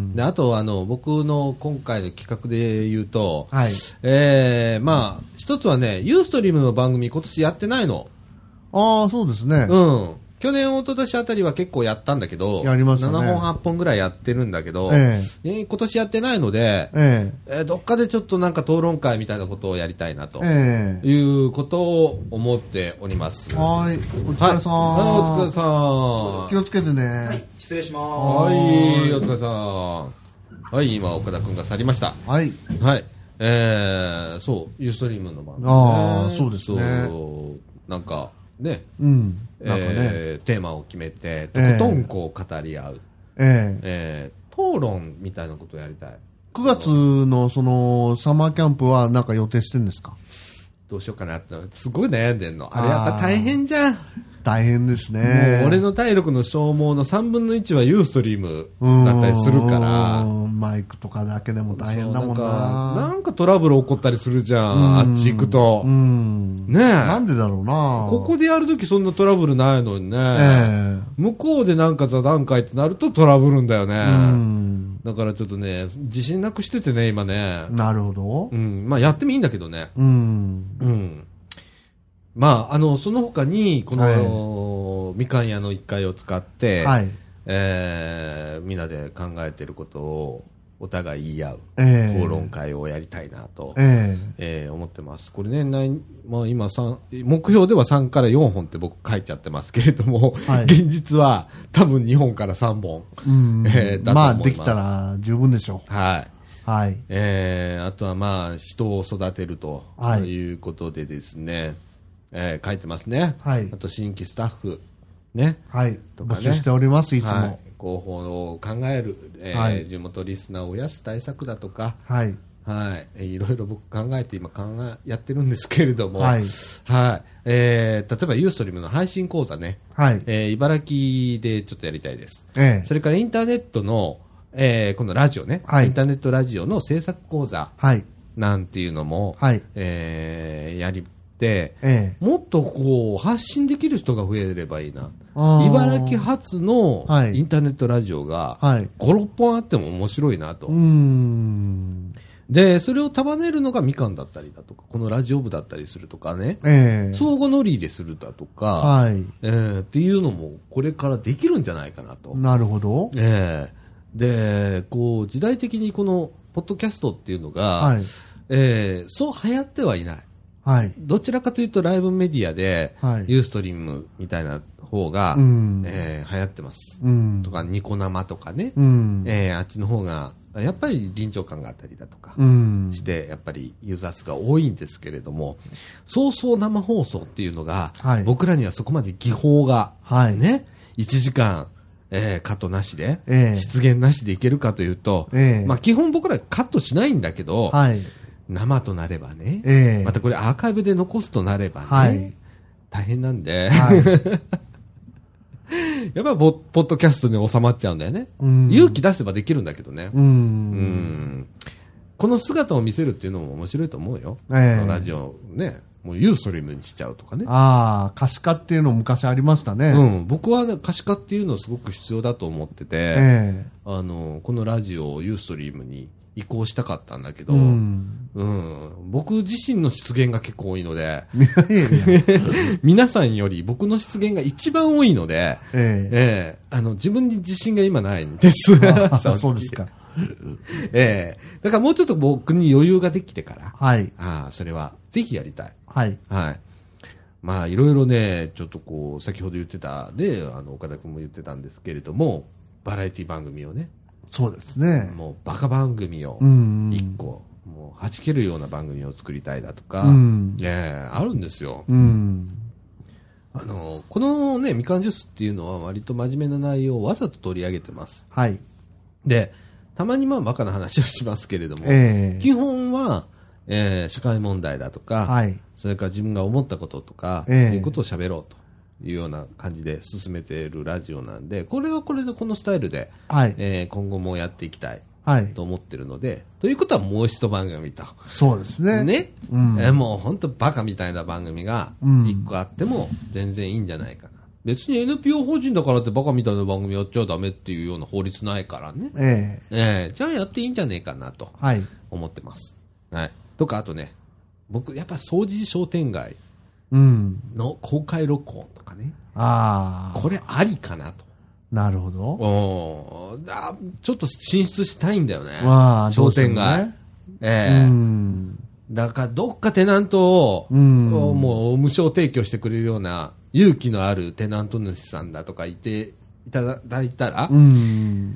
で、あと、あの、僕の今回の企画で言うと、 はい。 ええー、まあ、一つはね、ユーストリームの番組今年やってないの。 ああ、そうですね。 うん。去年、一昨年あたりは結構やったんだけど、 やりましたね。 ななほん、はっぽんぐらいやってるんだけど、 ええー、今年やってないので、 ええー、どっかでちょっとなんか討論会みたいなことをやりたいなと、 ええ、 いうことを思っております。 はい。お疲れさん。 はい、お疲れさん。 気をつけてね。はい、 失礼します。 はい、お疲れさん。はい、今、岡田くんが去りました。 はい。 はい。えー、そう、ユーストリームの番組、ね。 ああ、そうですね。 そう、なんか、ね。 うん。なんかね、 えー、テーマを決めて、とことんこう語り合う。 えー、 えー、討論みたいなことをやりたい。 くがつのその、サマーキャンプはなんか予定してるんですか？ どうしようかなって、すごい悩んでんの。あれやっぱ大変じゃん。 大変ですね。 もう俺の体力の消耗のさんぶんのいちはユーストリームだったりするから。 マイクとかだけでも大変だもんな。 なんか、なんかトラブル起こったりするじゃん。あっち行くと。 うんねえ。 なんでだろうな。 ここでやるときそんなトラブルないのにね。 えー、 向こうでなんか座談会ってなるとトラブルんだよね。 うんだからちょっとね、自信なくしててね、今ね。 なるほど。 うん。まあやってもいいんだけどね。 うん。 うん。まあ、あの、その他に、この、はい、みかん屋のいっかいを使って、 はい、 えー、みんなで考えていることをお互い言い合う、 えー、 討論会をやりたいなと、 えーえー、思ってます。これね、まあ、今さん、目標ではさんからよんほんって僕書いちゃってますけれども、はい、現実は多分にほんからさんぼん、 うんえー、だと思います。 まあ、できたら十分でしょう。 はい。 はい。 えー、あとはまあ、人を育てるということでですね、はいえー、書いてますね。 はい。 あと新規スタッフ、ね。 はい。 とかね。 募集しております、いつも。はい、 広報を考える、えーはい、地元リスナーを増やす対策だとか、 はい。 はい。えー、いろいろ僕考えて今考え、やってるんですけれども、 はい。 はい。えー、例えばユーストリームの配信講座ね。 はい。 えー、茨城でちょっとやりたいです。 えー、 それからインターネットの、えー、このラジオね。 はい。 インターネットラジオの制作講座。 はい。 なんていうのも、 はい。 えー、やり、で、 ええ、 もっとこう発信できる人が増えればいいな。茨城発のインターネットラジオがご、ろっぽんあっても面白いなと。 うーんで、それを束ねるのがみかんだったりだとか、このラジオ部だったりするとかね。 ええ、 相互乗り入れするだとか、 はい、 えー、っていうのもこれからできるんじゃないかなと。 なるほど。 えー、で、こう時代的にこのポッドキャストっていうのが、 はい、 えー、そう流行ってはいない。 はい。 どちらかというとライブメディアで、 はい、 ユーストリームみたいな方が、 うん、 えー、流行ってます。 うん、 とか、ニコ生とかね、 うん、 えー、あっちの方が、やっぱり臨場感があったりだとか、 うん、 して、やっぱりユーザー数が多いんですけれども、そうそう生放送っていうのが、 はい、 僕らにはそこまで技法が、 はい、 ね、いちじかん、えー、カットなしで、 えー、 出現なしでいけるかというと、 えー、 まあ基本僕らカットしないんだけど、 はい、 生となればね、 えー、 またこれアーカイブで残すとなればね、 はい、 大変なんで、 はい、 やっぱりポッドキャストに収まっちゃうんだよね。 うん、 勇気出せばできるんだけどね。 うん、 うんこの姿を見せるっていうのも面白いと思うよ。 えー、 ラジオね、もうユーストリームにしちゃうとかね。 ああ、可視化っていうの昔ありましたね。 うん、僕は、ね、可視化っていうのはすごく必要だと思ってて、 えー、 あの、このラジオをユーストリームに移行したかったんだけど、うん、うん、僕自身の出現が結構多いので、皆さんより僕の出現が一番多いので、えええー、あの自分に自信が今ないんです。 そうですか。 ええー、だからもうちょっと僕に余裕ができてから、 はい、 あそれはぜひやりたい。 はい。 はい。まあいろいろね、ちょっとこう先ほど言ってたで、あの岡田君も言ってたんですけれども、バラエティ番組をね。 そうですね。 もうバカ番組を一個、うんうん、もう弾けるような番組を作りたいだとか、うん、えー、あるんですよ。 うん、 あのこのねみかんジュースっていうのは割と真面目な内容をわざと取り上げてます。 はい。 で、たまにまあバカな話はしますけれども、 えー、 基本は、えー、社会問題だとか、 はい、 それから自分が思ったこととか、 えー、 いうことを喋ろうと。いうような感じで進めているラジオなんで、これはこれでこのスタイルで、 はい、 えー、今後もやっていきたいと思ってるので、 はい、 ということはもう一番組と。 そうですね。 ね。 うん、 えー、もう本当バカみたいな番組が一個あっても全然いいんじゃないかな。うん、別に エヌピーオー 法人だからってバカみたいな番組やっちゃダメっていうような法律ないからね。 えー、えー、じゃあやっていいんじゃねえかなと思ってます。はい。はい、とか、あとね、僕やっぱ掃除商店街の公開録音とかね。 ああ。 これありかなと。 なるほど。 おあちょっと進出したいんだよね。 まあ、 商店街。ね、ええー、うん。だからどっかテナントを、うん、もう無償提供してくれるような勇気のあるテナント主さんだとかいていただいたら、 うん、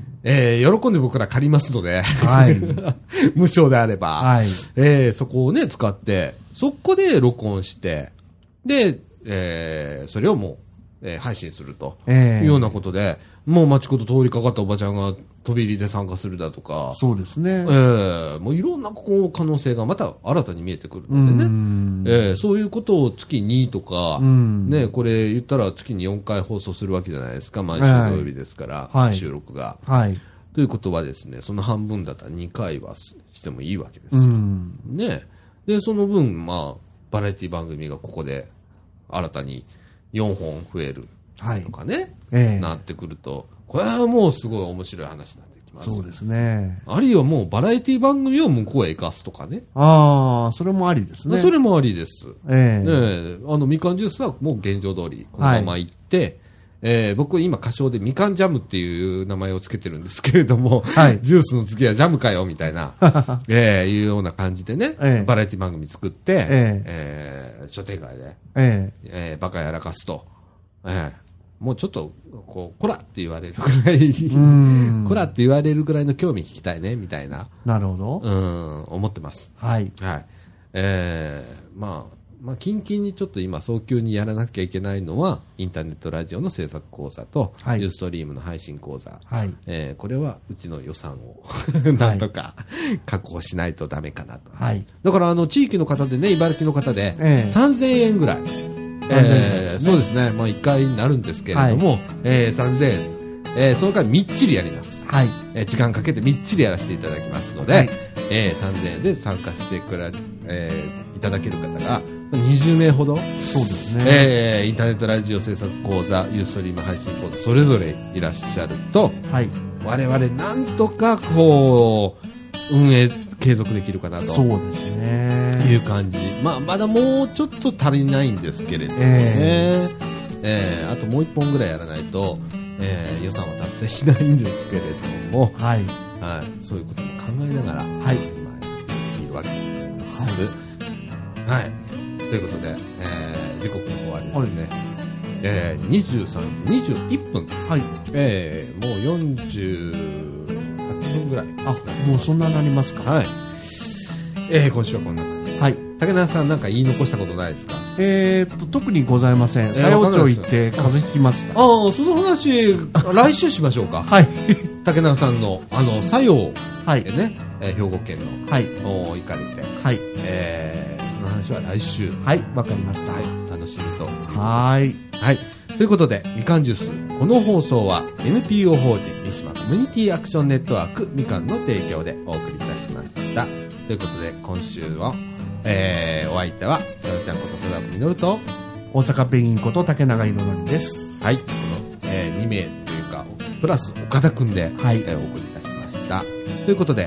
えー、喜んで僕ら借りますので、 はい、 無償であれば、 はい、 えー、そこをね使ってそこで録音してで、えー、それをもうえー、配信するというようなことで、えー、もう街こと通りかかったおばちゃんが飛び入りで参加するだとか、 そうですね。 えー、もういろんなこう可能性がまた新たに見えてくるのでね、えー、そういうことを月にとか、ね、これ言ったら月によんかい放送するわけじゃないですか、毎週土曜日ですから、 はい、 収録が、 はい。 ということはですね、その半分だったらにかいはしてもいいわけですよ。ね、で、その分、まあ、バラエティ番組がここで新たによんほん増えるとかね、はいえー、なってくると、これはもうすごい面白い話になってきます。 そうですね。 あるいはもうバラエティ番組を向こうへ生かすとかね。 ああ、それもありですね。 それもありです。 えー、 ね、あの、みかんジュースはもう現状通り、このまま行って、はい、えー、僕今歌唱でみかんジャムっていう名前をつけてるんですけれども、はい、ジュースの次はジャムかよみたいな、えー、いうような感じでね、えー、バラエティ番組作って、えーえー、書店街で、 えーえー、バカやらかすと、えーもうちょっと、こう、こらって言われるぐらい、こらって言われるぐらいの興味聞きたいね、みたいな。 なるほど。 うん、思ってます。 はい。 はい。えー、まあ、まあ、キンキンにちょっと今、早急にやらなきゃいけないのは、インターネットラジオの制作講座と、はい、ユーストリームの配信講座。 はい。 えー、これは、うちの予算を、なんとか、確保しないとダメかなと。 はい。 だから、あの、地域の方でね、茨城の方で、 えー、 さんぜんえんぐらい。えー、そうですね。まあ、いっかいになるんですけれども、はい、えー、さんぜんえん。えー、その間みっちりやります。 はい。 えー、時間かけてみっちりやらせていただきますので、はい、えー、さんぜんえんで参加してくれ、えー、いただける方がにじゅうめいほど。 そうですね。 えー、インターネットラジオ制作講座、ユーストリーム配信講座、それぞれいらっしゃると、 はい。 我々なんとかこう、運営継続できるかなと。 そうですね。 いう感じ。まあ、まだもうちょっと足りないんですけれどもね。えー、えー、あともう一本ぐらいやらないと、えー、予算は達成しないんですけれども、 はい。 はい。そういうことも考えながら、 はい。 今、いるわけでございます。はい。はい。ということで、えー、時刻の方はですね、はい、えー、にじゅうさんじにじゅういっぷん。 はい。 えー、もうよんじゅうはっぷんぐらい。 あ、もうそんなになりますか。 はい。えー、今週はこんな感じ。 はい。 竹中さんなんか言い残したことないですか？ えーっと、特にございません。佐用町行って風邪ひきました。 ああ、その話、来週しましょうか。 はい。 竹中さんの、あの、佐用はい。 でね、えー、兵庫県の、 はい。 お行かれて、 はい。 えー、その話は来週。 はい、わかりました。 はい、楽しみと。 はい。 はい。ということで、みかんジュース。この放送は エヌピーオー 法人三島コミュニティアクションネットワークみかんの提供でお送りいたしました。ということで、今週は、えー、お相手は、さよちゃんこと佐田みのると、 大阪ペンギンこと竹永宏典です。 はい。この、えー、にめいというか、プラス岡田くんで、 はい、 えー、お送りいたしました。ということで、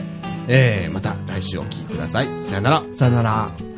えー、また来週お聞きください。さよなら。 さよなら。